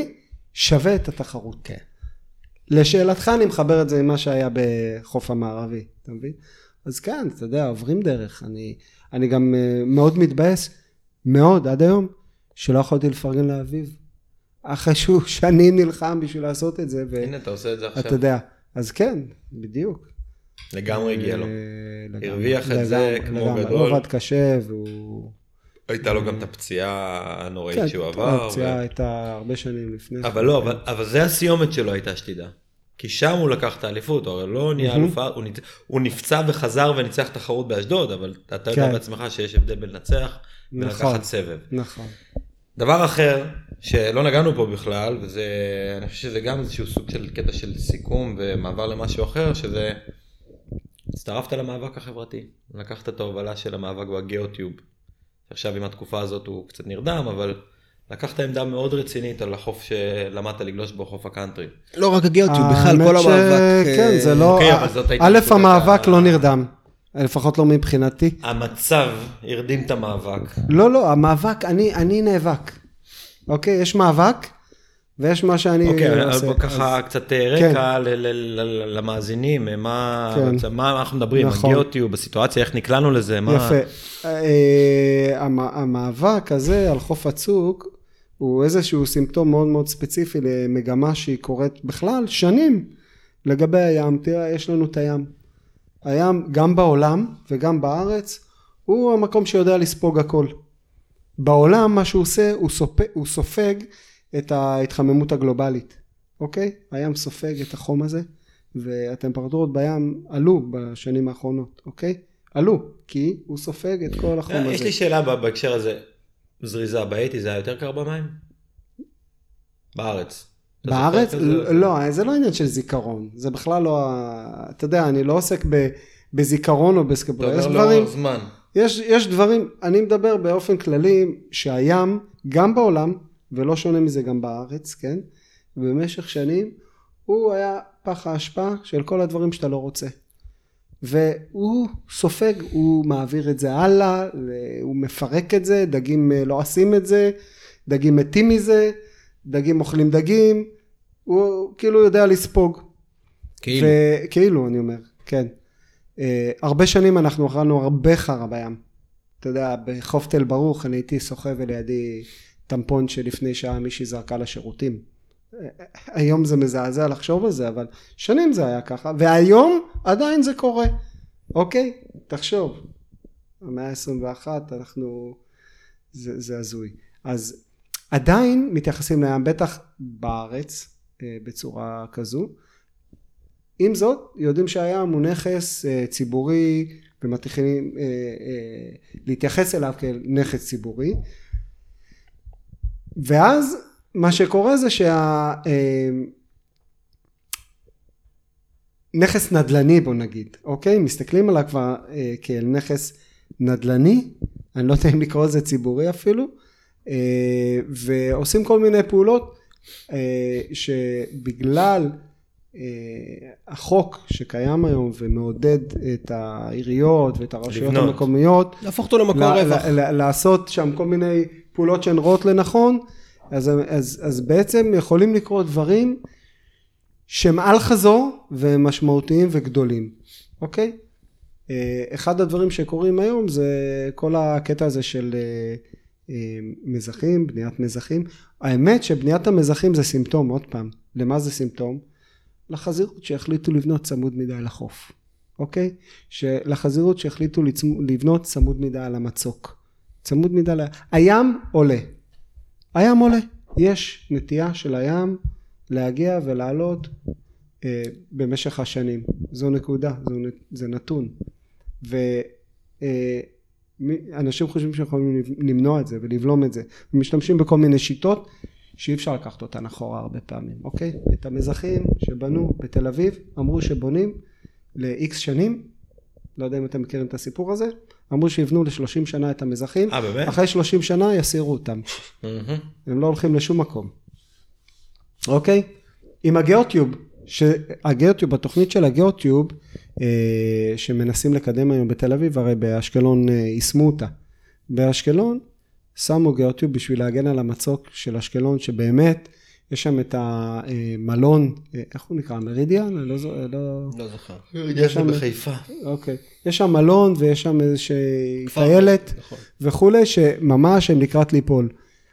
שווה את התחרות. כן. לשאלתך אני מחבר את זה עם מה שהיה בחוף המערבי, אתה מבין? אז כן, אתה יודע, עוברים דרך. אני גם מאוד מתבאס, מאוד עד היום, שלא יכולתי לפרגן לאביב. אחרי שהוא שנים נלחם בשביל לעשות את זה. הנה, אתה עושה את זה עכשיו. אתה יודע, אז כן, בדיוק. לגמרי הגיע לו. הרוויח את זה כמו גדול. הוא עבד קשה והוא... הייתה לו גם את הפציעה הנוראית כן, שהוא עבר. הפציעה הייתה הרבה שנים לפני. אבל לא, אבל זה הסיומת שלו הייתה שתדע. כי שם הוא לקח את האליפות, הוא הרי לא נהיה אלופה, הוא נפצע וחזר וניצח תחרות באשדוד, אבל אתה יודע בעצמך שיש הבדל בין לנצח ולקחת סבב. נכון. דבר אחר שלא נגענו פה בכלל, וזה, אני חושב שזה גם איזשהו סוג של קטע של סיכום ומעבר למשהו אחר, שזה, הצטרפת למאבק החברתי, לקחת את ההובלה של המאבק בגיאוטיוב. עכשיו עם התקופה הזאת הוא קצת נרדם, אבל לקחת עמדה מאוד רצינית על החוף שלמדת לגלוש בו, חוף הקאנטרי. לא רק הגיאוטיוב, בכלל כל המאבק. כן, זה לא... א', המאבק לא נרדם. לפחות לא מבחינתי. המצב הרדים את המאבק. לא, המאבק, אני נאבק. אוקיי, יש מאבק, ויש מה שאני עושה. אוקיי, ככה קצת רקע למאזינים, מה אנחנו מדברים, הגיאוטיוב, בסיטואציה, איך נקלענו לזה, יפה. המאבק הזה על חוף הצוק, הוא איזשהו סימפטום מאוד מאוד ספציפי למגמה שהיא קורית בכלל שנים לגבי הים. תראה, יש לנו את הים. הים גם בעולם וגם בארץ, הוא המקום שיודע לספוג הכל. בעולם מה שהוא עושה, הוא סופג את ההתחממות הגלובלית. אוקיי? הים סופג את החום הזה, והטמפרטורות בים עלו בשנים האחרונות. אוקיי? עלו, כי הוא סופג את כל החום הזה. יש לי שאלה בהקשר הזה. זריזה, באיתי זה היה יותר קר במים? בארץ. בארץ? לא, זה לא עניין של זיכרון. זה בכלל לא, אתה יודע, אני לא עוסק בזיכרון או בסקפור. יש דברים, יש דברים, אני מדבר באופן כללי שהים, גם בעולם, ולא שונה מזה גם בארץ, כן? במשך שנים, הוא היה פח ההשפעה של כל הדברים שאתה לא רוצה. והוא סופג, הוא מעביר את זה הלאה, הוא מפרק את זה, דגים לא עושים את זה, דגים מתים מזה, דגים אוכלים דגים, הוא כאילו יודע לספוג. כאילו. כאילו, אני אומר, כן. הרבה שנים אנחנו אכלנו הרבה חרא בים. אתה יודע, בחוף תל ברוך אני הייתי סוחב ולידי טמפון שלפני שעה מישהי זרקה לשירותים. היום זה מזעזע לחשוב על זה, אבל שנים זה היה ככה, והיום עדיין זה קורה. אוקיי? תחשוב. המאה ה-21 אנחנו, זה הזוי. אז עדיין מתייחסים לים, בטח בארץ, בצורה כזו. עם זאת, יודעים שהים הוא נכס ציבורי, ומתחילים להתייחס אליו כנכס ציבורי. ואז מה שקורה זה נכס נדל"ני, בוא נגיד, אוקיי? מסתכלים עליו כבר כאל נכס נדל"ני, אני לא יודע אם לקרוא לזה ציבורי אפילו, ועושים כל מיני פעולות שבגלל החוק שקיים היום ומעודד את העיריות ואת הרשויות המקומיות, להפוך אותו למקור רווח. לעשות שם כל מיני פעולות שהן רואות לנכון, אז בעצם יכולים לקרות דברים שהם על חזור ומשמעותיים וגדולים, אוקיי? אחד הדברים שקורים היום זה כל הקטע הזה של מזחים, בניית מזחים. האמת שבניית המזחים זה סימפטום, עוד פעם. למה זה סימפטום? לחזירות שהחליטו לבנות צמוד מדי לחוף, אוקיי? לחזירות שהחליטו לבנות צמוד מדי על המצוק. צמוד מדי הים עולה. הים עולה. יש נטייה של הים להגיע ולעלות במשך השנים. זו נקודה, זה נתון. ואנשים חושבים שיכולים למנוע את זה ולבלום את זה. ומשתמשים בכל מיני שיטות שאי אפשר לקחת אותן אחורה הרבה פעמים, אוקיי? את המזחים שבנו בתל אביב, אמרו שבונים ל-X שנים, לא יודע אם אתם מכירים את הסיפור הזה, אמרו שיבנו ל-30 שנה את המזחים, אחרי 30 שנה יסירו אותם. הם לא הולכים לשום מקום. אוקיי? עם הגיאוטיוב, הגיאוטיוב, התוכנית של הגיאוטיוב, שמנסים לקדם היום בתל אביב, הרי באשקלון יישמו אותה. באשקלון שמו גיאוטיוב בשביל להגן על המצוק של אשקלון, שבאמת יש שם את המלון, איך הוא נקרא? מרידיאן? לא זוכר. יש שם בחיפה. אוקיי. יש שם מלון ויש שם איזושהי כפר, טיילת נכון. וכולי, שממש הם לקראת ליפול.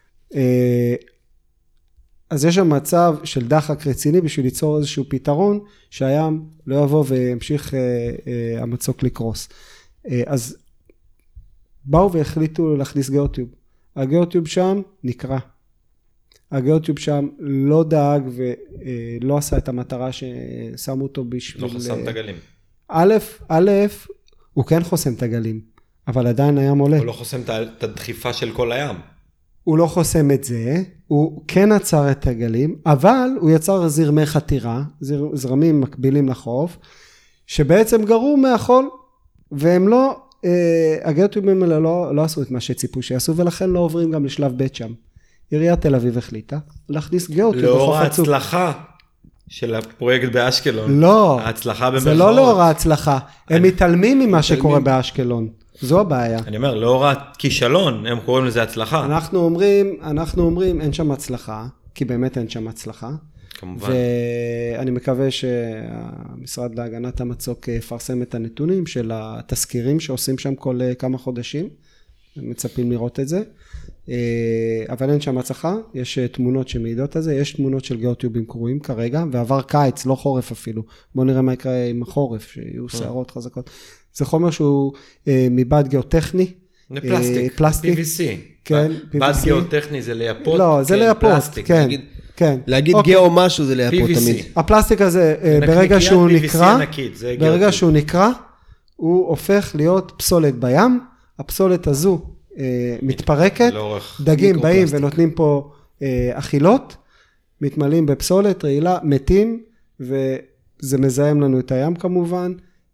אז יש שם מצב של דחק רציני בשביל ליצור איזשהו פתרון, שהים לא יבוא וימשיך המצוק לקרוס. אז באו והחליטו להכניס גיאוטיוב. הגיאוטיוב שם נקרא. הגיאוטיוב שם לא דאג ולא עשה את המטרה ששמו אותו בשביל... לא חסם את הגלים. א', הוא כן חוסם את הגלים, אבל עדיין הים עולה. הוא לא חוסם את הדחיפה של כל הים. הוא לא חוסם את זה, הוא כן עצר את הגלים, אבל הוא יצר זרמי חתירה, זרמים מקבילים לחוף, שבעצם גרו מהחול, והם לא, הגיאוטיובים האלה לא עשו את מה שציפו שיעשו, ולכן לא עוברים גם לשלב ב' שם. עיריית תל אביב החליטה להכניס גיאוטיוב בחוף הצוק. לאור ההצלחה של הפרויקט באשקלון. לא, ההצלחה במרכאות. זה לא לאור ההצלחה, הם מתעלמים ממה שקורה באשקלון. זו הבעיה. אני אומר, לאור הכישלון, הם קוראים לזה הצלחה. אנחנו אומרים, אין שם הצלחה, כי באמת אין שם הצלחה. כמובן. ואני מקווה שהמשרד להגנת המצוק יפרסם את הנתונים של התזכירים שעושים שם כל כמה חודשים. מצפים לראות את זה. אבל אין שם הצלחה, יש תמונות שמעידות על זה, יש תמונות של גיאוטיובים קרועים כרגע, ועבר קיץ, לא חורף אפילו. בואו נראה מה יקרה עם החורף, שיהיו שערות חזקות. זה חומר שהוא מבד גיאוטכני. זה פלסטיק, PVC. כן, בד PVC. גיאוטכני זה לייפות. לא, זה לייפות, כן. כן. להגיד אוקיי. גיאו משהו זה לייפות PVC. תמיד. הפלסטיק הזה, ברגע שהוא נקרא, ברגע שהוא נקרא, הוא הופך להיות פסולת בים, הפסולת הזו מתפרקת, דגים באים ונותנים פה אכילות, מתמלאים בפסולת, רעילה, מתים, וזה מזהם לנו את הים כמובן.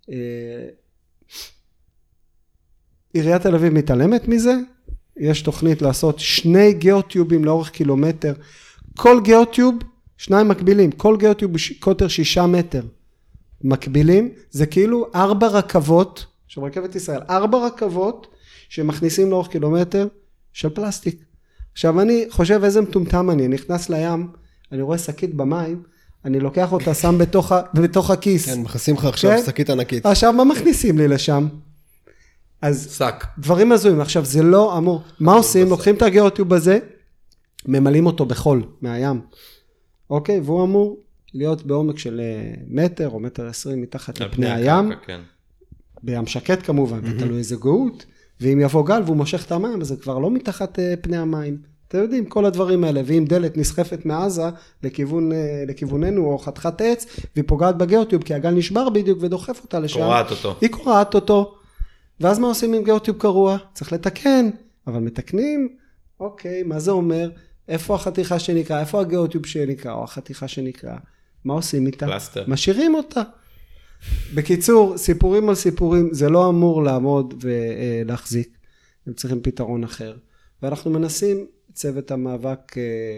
עיריית תל אביב מתעלמת מזה, יש תוכנית לעשות 2 גיאוטיובים לאורך קילומטר, כל גיאוטיוב, 2 מקבילים, כל גיאוטיוב קוטר 6 מטר מקבילים, זה כאילו 4 רכבות, של רכבת ישראל, 4 רכבות שמכניסים לאורך קילומטר של פלסטיק. עכשיו אני חושב איזה מטומטם אני נכנס לים, אני רואה שקית במים, אני לוקח אותה, שם בתוך הכיס. כן, מכניסים לך עכשיו שקית ענקית. עכשיו מה מכניסים לי לשם? אז שק. דברים הזויים, עכשיו זה לא אמור, מה עושים? לוקחים את הגיאוטיוב הזה, ממלאים אותו בחול מהים, אוקיי? והוא אמור להיות בעומק של מטר או 1.20 מטר מתחת לפני הים, בים שקט כמובן, ותלוי איזה גאות, ואם יבוא גל והוא מושך את המים, אז זה כבר לא מתחת פני המים. אתם יודעים, כל הדברים האלה, ואם דלת נסחפת מעזה לכיווננו, או חתיכת עץ, והיא פוגעת בגיאוטיוב, כי הגל נשבר בדיוק ודוחף אותה לשם. קורעת אותו. היא קורעת אותו. ואז מה עושים עם גיאוטיוב קרוע? צריך לתקן, אבל מתקנים, אוקיי, מה זה אומר? איפה החתיכה שנקרא? איפה הגיאוטיוב שנקרא? או החתיכה שנקרא? מה עושים איתה? פלסטר. משאירים אותה. בקיצור, סיפורים על סיפורים, זה לא אמור לעמוד ולהחזיק. הם צריכים פתרון אחר. ואנחנו מנסים, צוות המאבק,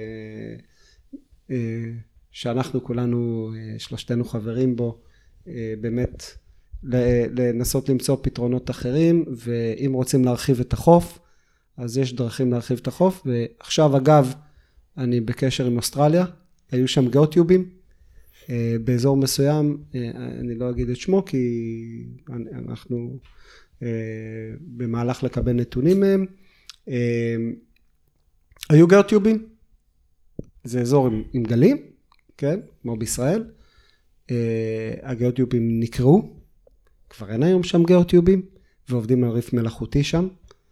שאנחנו כולנו, שלושתנו חברים בו, באמת לנסות למצוא פתרונות אחרים, ואם רוצים להרחיב את החוף, אז יש דרכים להרחיב את החוף, ועכשיו אגב, אני בקשר עם אוסטרליה, היו שם גיאוטיובים, באזור מסוים, אני לא אגיד את שמו, כי אנחנו במהלך לקבל נתונים מהם, היו גיאוטיובים, זה אזור עם גלים, כן, כמו בישראל, הגיאוטיובים נקראו, כבר אין היום שם גיאוטיובים, ועובדים על ריף מלאכותי שם,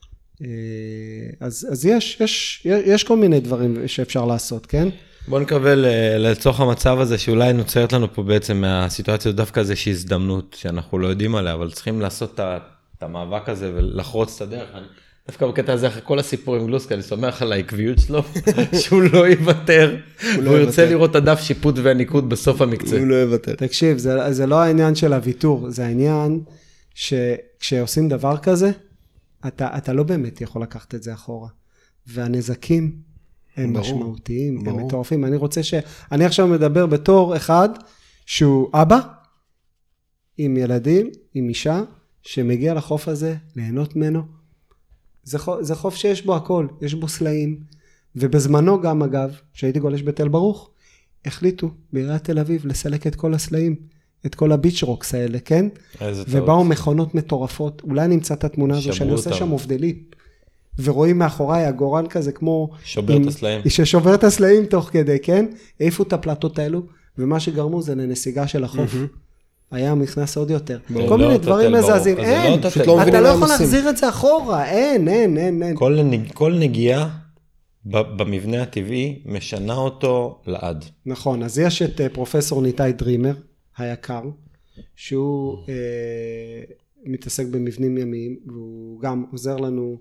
אז יש כל מיני דברים שאפשר לעשות, כן? בוא נקווה לצורך המצב הזה, שאולי נוצרת לנו פה בעצם מהסיטואציה, דווקא איזושהי הזדמנות שאנחנו לא יודעים עליה, אבל צריכים לעשות את המאבק הזה ולחרוץ את הדרך. דווקא בקטע הזה, אחרי כל הסיפור עם גלוסקה, אני סומך על העקביות שלו, שהוא לא יוותר, והוא ירצה לראות את הדף שיפוט והניקוד בסוף המקצוע. הוא לא יוותר. תקשיב, זה לא העניין של הוויתור, זה העניין שכשעושים דבר כזה, אתה לא באמת יכול לקחת את זה אחורה. והנזקים הם משמעותיים, הם מטורפים. אני עכשיו מדבר בתור אחד שהוא אבא, עם ילדים, עם אישה, שמגיע לחוף הזה, ליהנות ממנו. זה חוף שיש בו הכל, יש בו סלעים, ובזמנו גם אגב, שהייתי גולש בתל ברוך, החליטו בעיריית תל אביב לסלק את כל הסלעים, את כל הביץ' רוקס האלה, כן? ובאו מכונות מטורפות, אולי נמצא את התמונה הזו, שאני עושה שם אובדליפ, ורואים מאחוריי הגורן כזה כמו... שובר את הסלעים. ששובר את הסלעים תוך כדי, כן? העיפו את הפלטות האלו, ומה שגרמו זה לנסיגה של החוף. הים נכנס עוד יותר. כל מיני דברים מזעזעים. אין, אתה לא יכול להחזיר את זה אחורה, אין. כל נגיעה במבנה הטבעי משנה אותו לעד. נכון, אז יש את פרופסור ניתאי דרימר, היקר, שהוא מתעסק במבנים ימיים, והוא גם עוזר לנו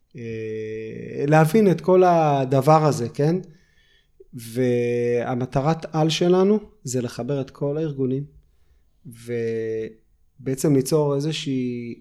להבין את כל הדבר הזה, כן? והמטרת על שלנו זה לחבר את כל הארגונים, ובעצם ליצור איזושהי,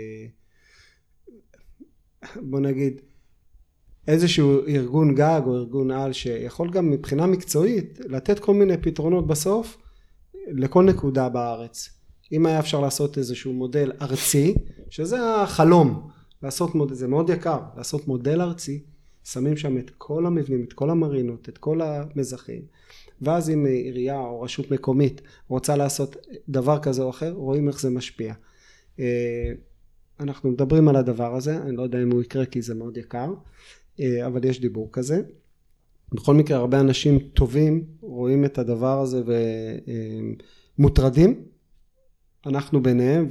בוא נגיד, איזשהו ארגון גג או ארגון על שיכול גם מבחינה מקצועית לתת כל מיני פתרונות בסוף לכל נקודה בארץ. אם היה אפשר לעשות איזשהו מודל ארצי, שזה החלום, לעשות מודל, זה מאוד יקר, לעשות מודל ארצי, שמים שם את כל המבנים, את כל המרינות, את כל המזחים, ואז אם עירייה או רשות מקומית רוצה לעשות דבר כזה או אחר, רואים איך זה משפיע. אנחנו מדברים על הדבר הזה, אני לא יודע אם הוא יקרה כי זה מאוד יקר, אבל יש דיבור כזה. בכל מקרה, הרבה אנשים טובים רואים את הדבר הזה ומוטרדים, אנחנו ביניהם,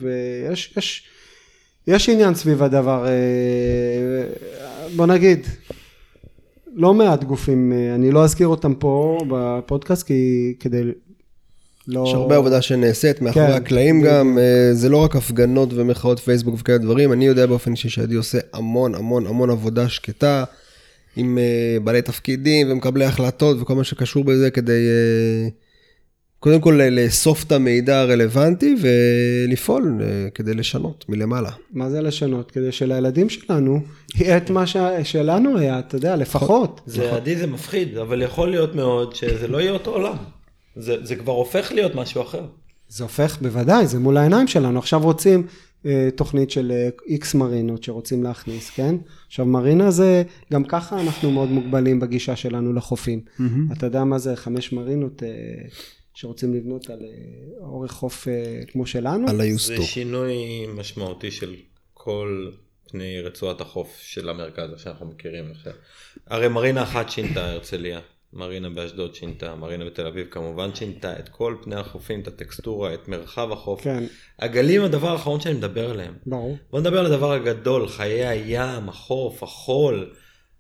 ויש עניין סביב הדבר, בוא נגיד, לא מעט גופים, אני לא אזכיר אותם פה בפודקאסט, כי כדי לא... יש הרבה עבודה שנעשית, מאחורי הקלעים גם, זה לא רק הפגנות ומחאות פייסבוק וכאלה דברים, אני יודע באופן אישי שעדי עושה המון עבודה שקטה, עם בעלי תפקידים ומקבלי החלטות וכל מה שקשור בזה, כדי קודם כל לאסוף את המידע הרלוונטי ולפעול כדי לשנות מלמעלה. מה זה לשנות? כדי שלילדים שלנו יהיה את מה שלנו היה, אתה יודע, לפחות. זה עדי, זה מפחיד, אבל יכול להיות מאוד שזה לא יהיה אותו עולם. זה כבר הופך להיות משהו אחר. זה הופך, בוודאי, זה מול העיניים שלנו. עכשיו רוצים תוכנית של X מרינות שרוצים להכניס, כן? עכשיו מרינה זה, גם ככה אנחנו מאוד מוגבלים בגישה שלנו לחופים. אתה יודע מה זה 5 מרינות שרוצים לבנות על אורך חוף כמו שלנו? על היוסטו. זה שינוי משמעותי של כל פני רצועת החוף של המרכז שאנחנו מכירים. הרי מרינה אחת שינתה הרצליה. מרינה באשדוד שינתה, מרינה בתל אביב כמובן שינתה את כל פני החופים, את הטקסטורה, את מרחב החוף. כן. הגלים, הדבר האחרון שאני מדבר עליהם. ברור. בוא נדבר על הדבר הגדול, חיי הים, החוף, החול.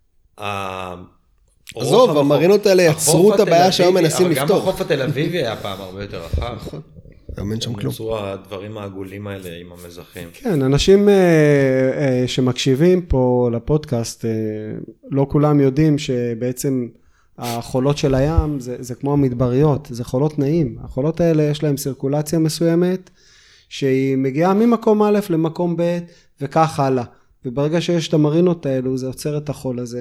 עזוב, המרינות האלה יצרו את הבעיה שהיום מנסים לפתור. גם החוף התל אביבי היה פעם הרבה יותר רחב. אין שם כלום. יצרו הדברים העגולים האלה עם המזחים. כן, אנשים שמקשיבים פה לפודקאסט, לא כולם יודעים שבעצם החולות של הים זה כמו המדבריות, זה חולות נעים. החולות האלה יש להם סירקולציה מסוימת, שהיא מגיעה ממקום א' למקום ב' וכך הלאה. וברגע שיש את המרינות האלו, זה יוצר את החול הזה,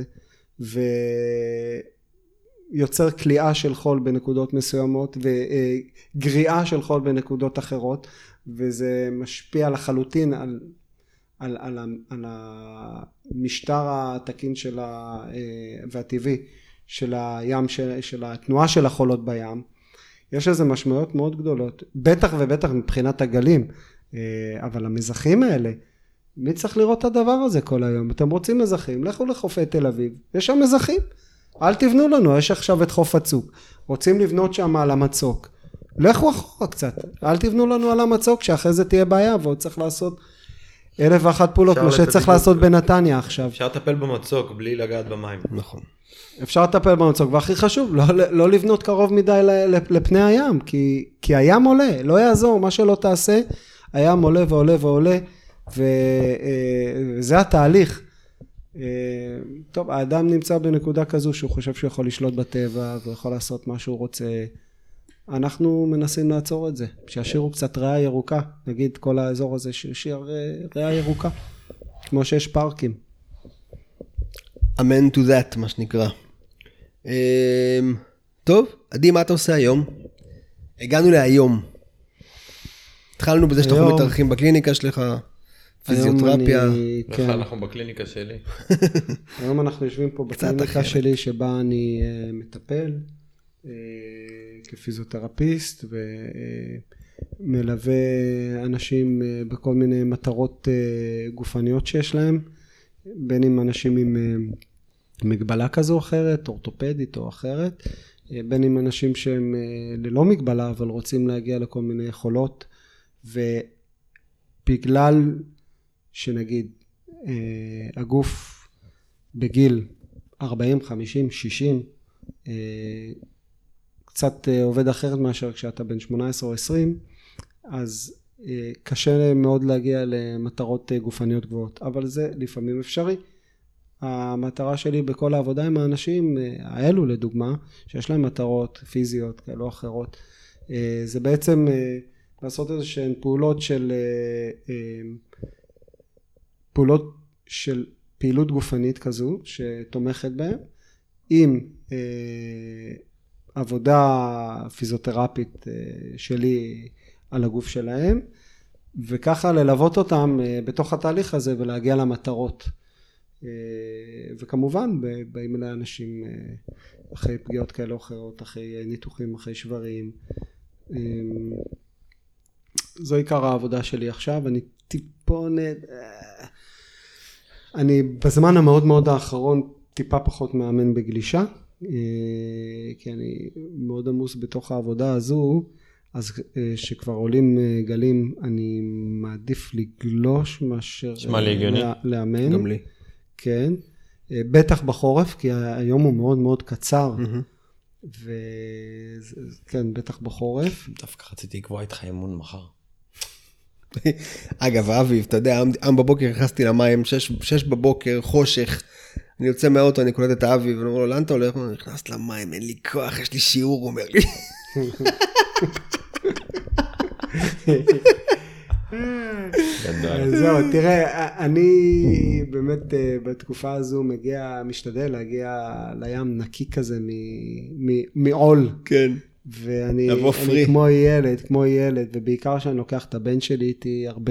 ויוצר קליעה של חול בנקודות מסוימות, וגריעה של חול בנקודות אחרות, וזה משפיע לחלוטין על המשטר התקין והטבעי של הים, של התנועה של החולות בים. יש לזה משמעויות מאוד גדולות, בטח ובטח מבחינת הגלים, אבל המזחים האלה, מי צריך לראות את הדבר הזה כל היום? אתם רוצים מזחים, לכו לחופי תל אביב, יש שם מזחים, אל תבנו לנו, יש עכשיו את חוף הצוק, רוצים לבנות שם על המצוק, לכו אחורה קצת, אל תבנו לנו על המצוק, שאחרי זה תהיה בעיה, ועוד צריך לעשות 1,001 פעולות, מה שצריך לעשות בנתניה עכשיו. אפשר לטפל במצוק בלי לגעת במים. נכון. אפשר לטפל במצוק, והכי חשוב, לא לבנות קרוב מדי לפני הים, כי הים עולה, לא יעזור, מה שלא תעשה, הים עולה ועולה ועולה, וזה התהליך. טוב, האדם נמצא בנקודה כזו שהוא חושב שהוא יכול לשלוט בטבע, ויכול לעשות מה שהוא רוצה. אנחנו מנסים לעצור את זה, שישאירו קצת ריאה ירוקה, נגיד כל האזור הזה שישאיר ריאה ירוקה, כמו שיש פארקים. אמן to that, מה שנקרא. טוב, עדי, מה אתה עושה היום? הגענו להיום. התחלנו בזה שאנחנו מתארחים בקליניקה שלך, פיזיותרפיה. כן. אנחנו בקליניקה שלי. היום אנחנו יושבים פה בקליניקה שלי שבה אני מטפל כפיזיותרפיסט ומלווה אנשים בכל מיני מטרות גופניות שיש להם, בין אם אנשים עם מגבלה כזו או אחרת, אורתופדית או אחרת, בין אם אנשים שהם ללא מגבלה אבל רוצים להגיע לכל מיני יכולות, ובגלל שנגיד הגוף בגיל 40, 50, 60 קצת עובד אחרת מאשר כשאתה בן 18 או 20, אז קשה מאוד להגיע למטרות גופניות גבוהות, אבל זה לפעמים אפשרי. המטרה שלי בכל העבודה עם האנשים האלו לדוגמה, שיש להם מטרות פיזיות כאלו או אחרות, זה בעצם לעשות איזושהי פעולות של פעילות גופנית כזו שתומכת בהם, עם עבודה פיזיותרפית שלי על הגוף שלהם, וככה ללוות אותם בתוך התהליך הזה ולהגיע למטרות. וכמובן באים אליי אנשים אחרי פגיעות כאלה או אחרות, אחרי ניתוחים, אחרי שברים. זו עיקר העבודה שלי עכשיו. אני טיפונת, אני בזמן המאוד מאוד האחרון טיפה פחות מאמן בגלישה, כי אני מאוד עמוס בתוך העבודה הזו, אז שכבר עולים גלים אני מעדיף לגלוש מאשר לאמן. גם לי. כן, בטח בחורף, כי היום הוא מאוד מאוד קצר, וכן, בטח בחורף. דווקא רציתי לקבוע איתך אימון מחר. אגב, אביב, אתה יודע, היום בבוקר נכנסתי למים, 6 בבוקר, חושך, אני יוצא מהאוטו, אני קולט את האביב, ואני אומר לו, לאן אתה הולך? אני נכנס למים, אין לי כוח, יש לי שיעור, הוא אומר לי. זהו, תראה, אני באמת בתקופה הזו משתדל להגיע לים נקי כזה מעול. כן. ואני כמו ילד, ובעיקר שאני לוקח את הבן שלי איתי הרבה.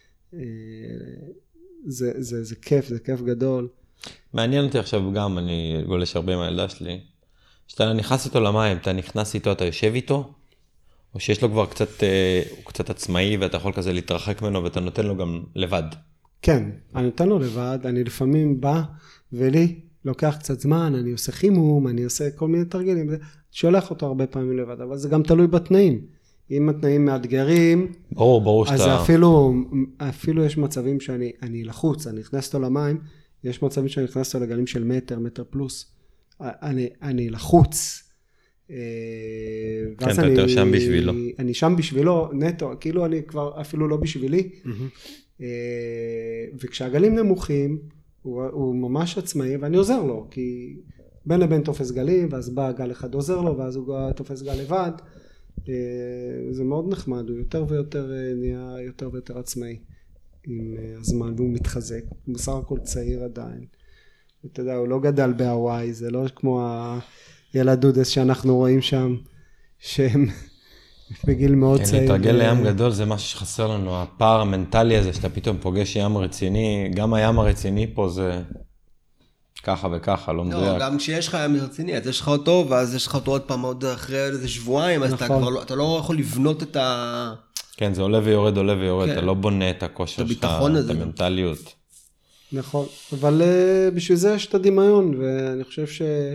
זה כיף גדול. מעניין אותי עכשיו גם, אני גולש הרבה עם הילדה שלי, שאתה נכנס איתו למים, אתה נכנס איתו, אתה יושב איתו, או שיש לו כבר הוא קצת עצמאי, ואתה יכול כזה להתרחק ממנו, ואתה נותן לו גם לבד. כן, אני נותן לו לבד, אני לפעמים בא, ולי לוקח קצת זמן, אני עושה חימום, אני עושה כל מיני תרגילים, שולח אותו הרבה פעמים לבד, אבל זה גם תלוי בתנאים. אם התנאים מאתגרים, ברור אז אפילו יש מצבים שאני לחוץ, אני נכנס אותו למים, יש מצבים שאני נכנס אותו לגלים של מטר פלוס, אני לחוץ, כן, אתה יותר שם בשבילו. אני שם בשבילו, נטו, כאילו אני כבר אפילו לא בשבילי, וכשהגלים נמוכים, הוא ממש עצמאי, ואני עוזר לו, כי בין לבין תופס גלים, ואז בא גל אחד עוזר לו, ואז הוא תופס גל לבד, זה מאוד נחמד, הוא יותר ויותר נהיה יותר ויותר עצמאי עם הזמן, והוא מתחזק, הוא בסך הכל צעיר עדיין, אתה יודע, הוא לא גדל בהוואי, זה לא כמו ילד דודס שאנחנו רואים שם, שהם בגיל מאוד צעיר. להתרגל לים גדול זה משהו שחסר לנו, הפער המנטלי הזה, שאתה פתאום פוגש ים רציני, גם הים הרציני פה זה ככה וככה, לא מדויק. לא, גם כשיש לך ים רציני, אז יש לך אותו, ואז יש לך אותו עוד פעם עוד אחרי איזה שבועיים, אז אתה לא יכול לבנות את ה... כן, זה עולה ויורד, אתה לא בונה את הכושר שלך, את המנטליות. נכון, אבל בשביל זה יש את הדמיון, ואני חושב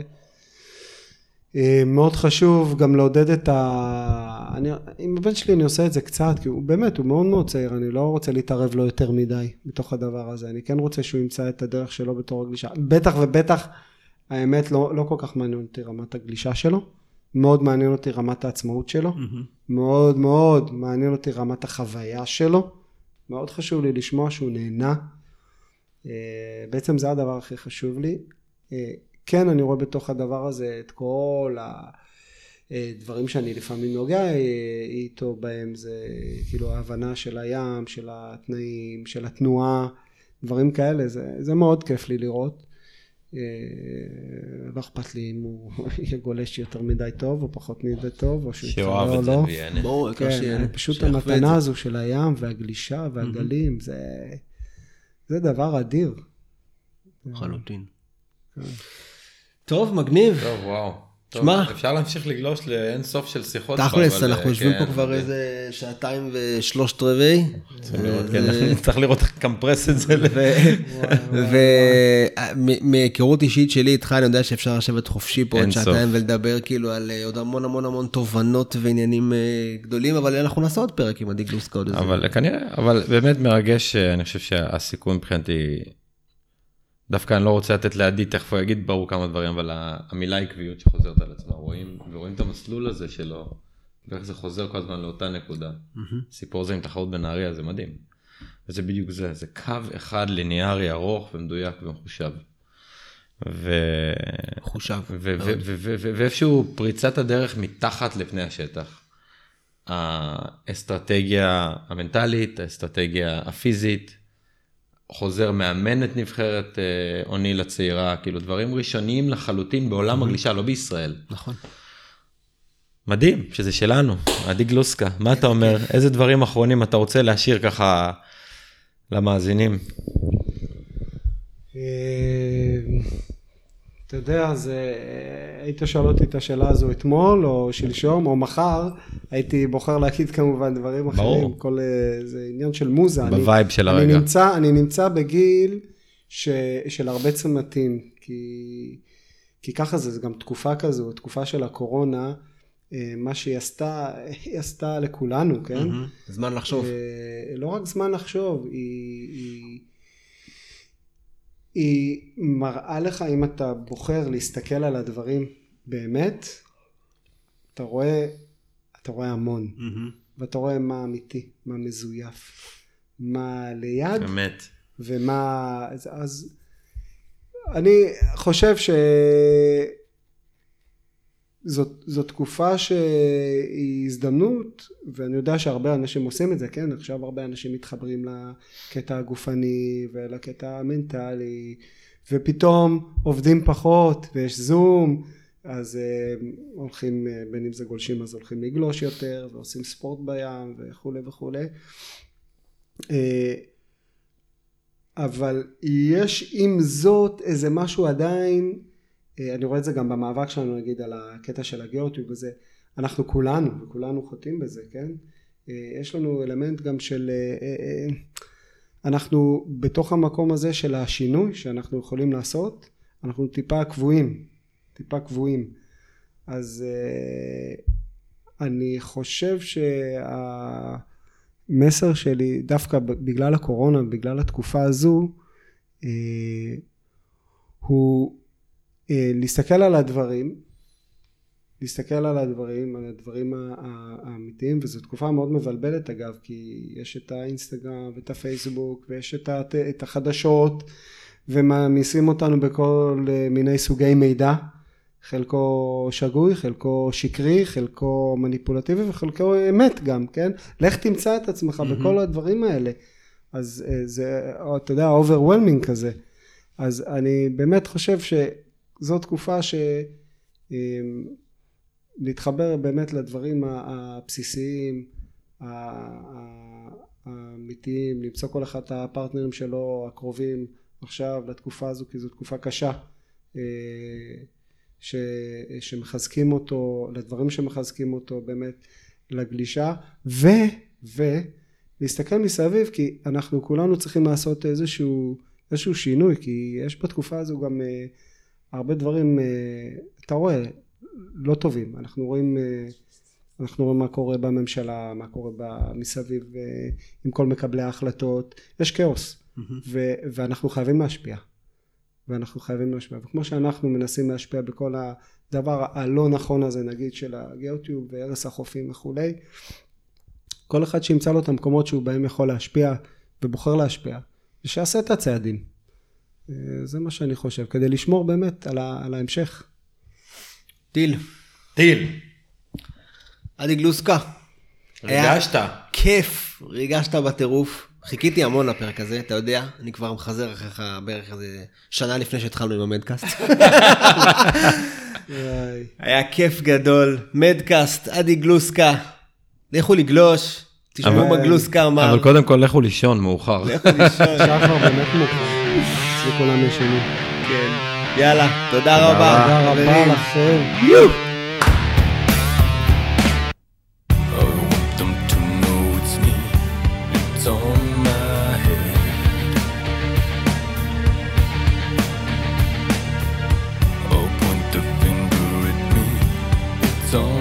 מאוד חשוב גם לעודד את עם הבן שלי אני עושה את זה קצת, כי הוא באמת, הוא מאוד מאוד צעיר, אני לא רוצה להתערב לו יותר מדי בתוך הדבר הזה, אני כן רוצה שהוא ימצא את הדרך שלו בתור הגלישה, בטח ובטח, האמת לא כל כך מעניין אותי רמת הגלישה שלו, מאוד מעניין אותי רמת העצמאות שלו, מאוד מאוד מעניין אותי רמת החוויה שלו, מאוד חשוב לי לשמוע שהוא נהנה, בעצם זה הדבר הכי חשוב לי, כן, אני רואה בתוך הדבר הזה את כל הדברים שאני לפעמים נוגע איתו בהם, זה כאילו ההבנה של הים, של התנאים, של התנועה, דברים כאלה, זה מאוד כיף לי לראות. לא אכפת לי אם הוא יגולש יותר מדי טוב או פחות מדי טוב, או שהוא יתחבר או לא. ברור, כן, פשוט המתנה הזו של הים והגלישה והגלים, זה דבר אדיר. חלוטין. טוב, מגניב. טוב, וואו. טוב, שמע. אפשר להמשיך לגלוש לאין סוף של שיחות. תכלס, אבל, אנחנו יושבים פה כן, כבר איזה 2.75. צריך לראות איך קמפרס את זה. ומהיכרות אישית שלי איתך, אני יודע שאפשר לשבת חופשי פה עוד אין סוף. שעתיים ולדבר כאילו על עוד המון המון המון תובנות ועניינים גדולים, אבל אנחנו נעשה עוד פרק עם עדי גלוסקה עוד איזה. אבל כנראה, אבל באמת מרגש, אני חושב שהסיכון מבחינתי, דווקא אני לא רוצה לתת לעדי, תכף הוא יגיד ברור כמה דברים, אבל המילה עקביות שחוזרת על עצמה, ורואים את המסלול הזה שלו, ואיך זה חוזר כל הזמן לאותה נקודה. סיפור זה עם תחרות בנהריה, זה מדהים. וזה בדיוק זה, זה קו אחד ליניארי ארוך ומדויק ומחושב. חושב. ואיפשהו פריצת הדרך מתחת לפני השטח. האסטרטגיה המנטלית, האסטרטגיה הפיזית, חוזר מאמנת נבחרת עוני לצעירה, כאילו דברים ראשוניים לחלוטין בעולם הגלישה, לא בישראל. נכון. מדהים שזה שלנו, עדי גלוסקה. מה אתה אומר? איזה דברים אחרונים אתה רוצה להשאיר ככה למאזינים? אתה יודע, אז היית שואל אותי את השאלה הזו אתמול, או שלשום, או מחר, הייתי בוחר להגיד כמובן דברים אחרים. כל זה עניין של מוזה. בווייב של הרגע. אני נמצא בגיל של הרבה צמתים, כי ככה זה גם תקופה כזו, תקופה של הקורונה, מה שהיא עשתה, היא עשתה לכולנו, כן? זמן לחשוב. לא רק זמן לחשוב, היא מראה לך, אם אתה בוחר להסתכל על הדברים באמת, אתה רואה המון, ואתה רואה מה אמיתי, מה מזויף, מה ליד, באמת. ומה, אז אני חושב זו תקופה שהיא הזדמנות, ואני יודע שהרבה אנשים עושים את זה, כן? עכשיו הרבה אנשים מתחברים לקטע הגופני ולקטע המנטלי, ופתאום עובדים פחות ויש זום, אז הולכים, בין אם זה גולשים אז הולכים לגלוש יותר, ועושים ספורט בים וכו' וכו'. אבל יש עם זאת איזה משהו עדיין, אני רואה את זה גם במאבק שלנו, נגיד על הקטע של הגיאוטיוב וזה, אנחנו וכולנו חוטאים בזה, כן? יש לנו אלמנט גם של, אנחנו בתוך המקום הזה של השינוי שאנחנו יכולים לעשות, אנחנו טיפה קבועים. אז אני חושב שהמסר שלי, דווקא בגלל הקורונה, בגלל התקופה הזו, הוא להסתכל על הדברים האמיתיים, וזו תקופה מאוד מבלבלת אגב, כי יש את האינסטגרם ואת הפייסבוק, ויש את החדשות, ומעמיסים אותנו בכל מיני סוגי מידע, חלקו שגוי, חלקו שקרי, חלקו מניפולטיבי, וחלקו אמת גם, כן? לך תמצא את עצמך בכל הדברים האלה. אז זה, אתה יודע, overwhelming כזה. אז אני באמת חושב שזו תקופה להתחבר באמת לדברים הבסיסיים, האמיתיים, למצוא כל אחד את הפרטנרים שלו, הקרובים עכשיו לתקופה הזו, כי זו תקופה קשה, שמחזקים אותו, לדברים שמחזקים אותו באמת לגלישה, ולהסתכל מסביב, כי אנחנו כולנו צריכים לעשות איזשהו שינוי, כי יש בתקופה הזו גם הרבה דברים, אתה רואה, לא טובים. אנחנו רואים מה קורה בממשלה, מה קורה מסביב עם כל מקבלי ההחלטות. יש כאוס, ואנחנו חייבים להשפיע. וכמו שאנחנו מנסים להשפיע בכל הדבר הלא נכון הזה, נגיד של הגיאוטיוב והרס החופים וכולי, כל אחד שימצא לו את המקומות שהוא בהם יכול להשפיע ובוחר להשפיע, ושיעשה את הצעדים. זה מה שאני חושב, כדי לשמור באמת על ההמשך. טיל. עדי גלוסקה. ריגשת. כיף, ריגשת בטירוף. חיכיתי המון לפרק הזה, אתה יודע, אני כבר מחזר אחריך בערך איזה שנה לפני שהתחלנו עם המדקאסט. היה כיף גדול, מדקאסט, עדי גלוסקה, לכו לגלוש, תשמעו מגלוסקה אמר. אבל קודם כל לכו לישון מאוחר. שחר באמת מוכר. אצלי כולם ישנים. כן. יאללה, תודה רבה. תודה רבה לכם. I want them to know it's me. It's on my head. I'll point the finger at me. It's on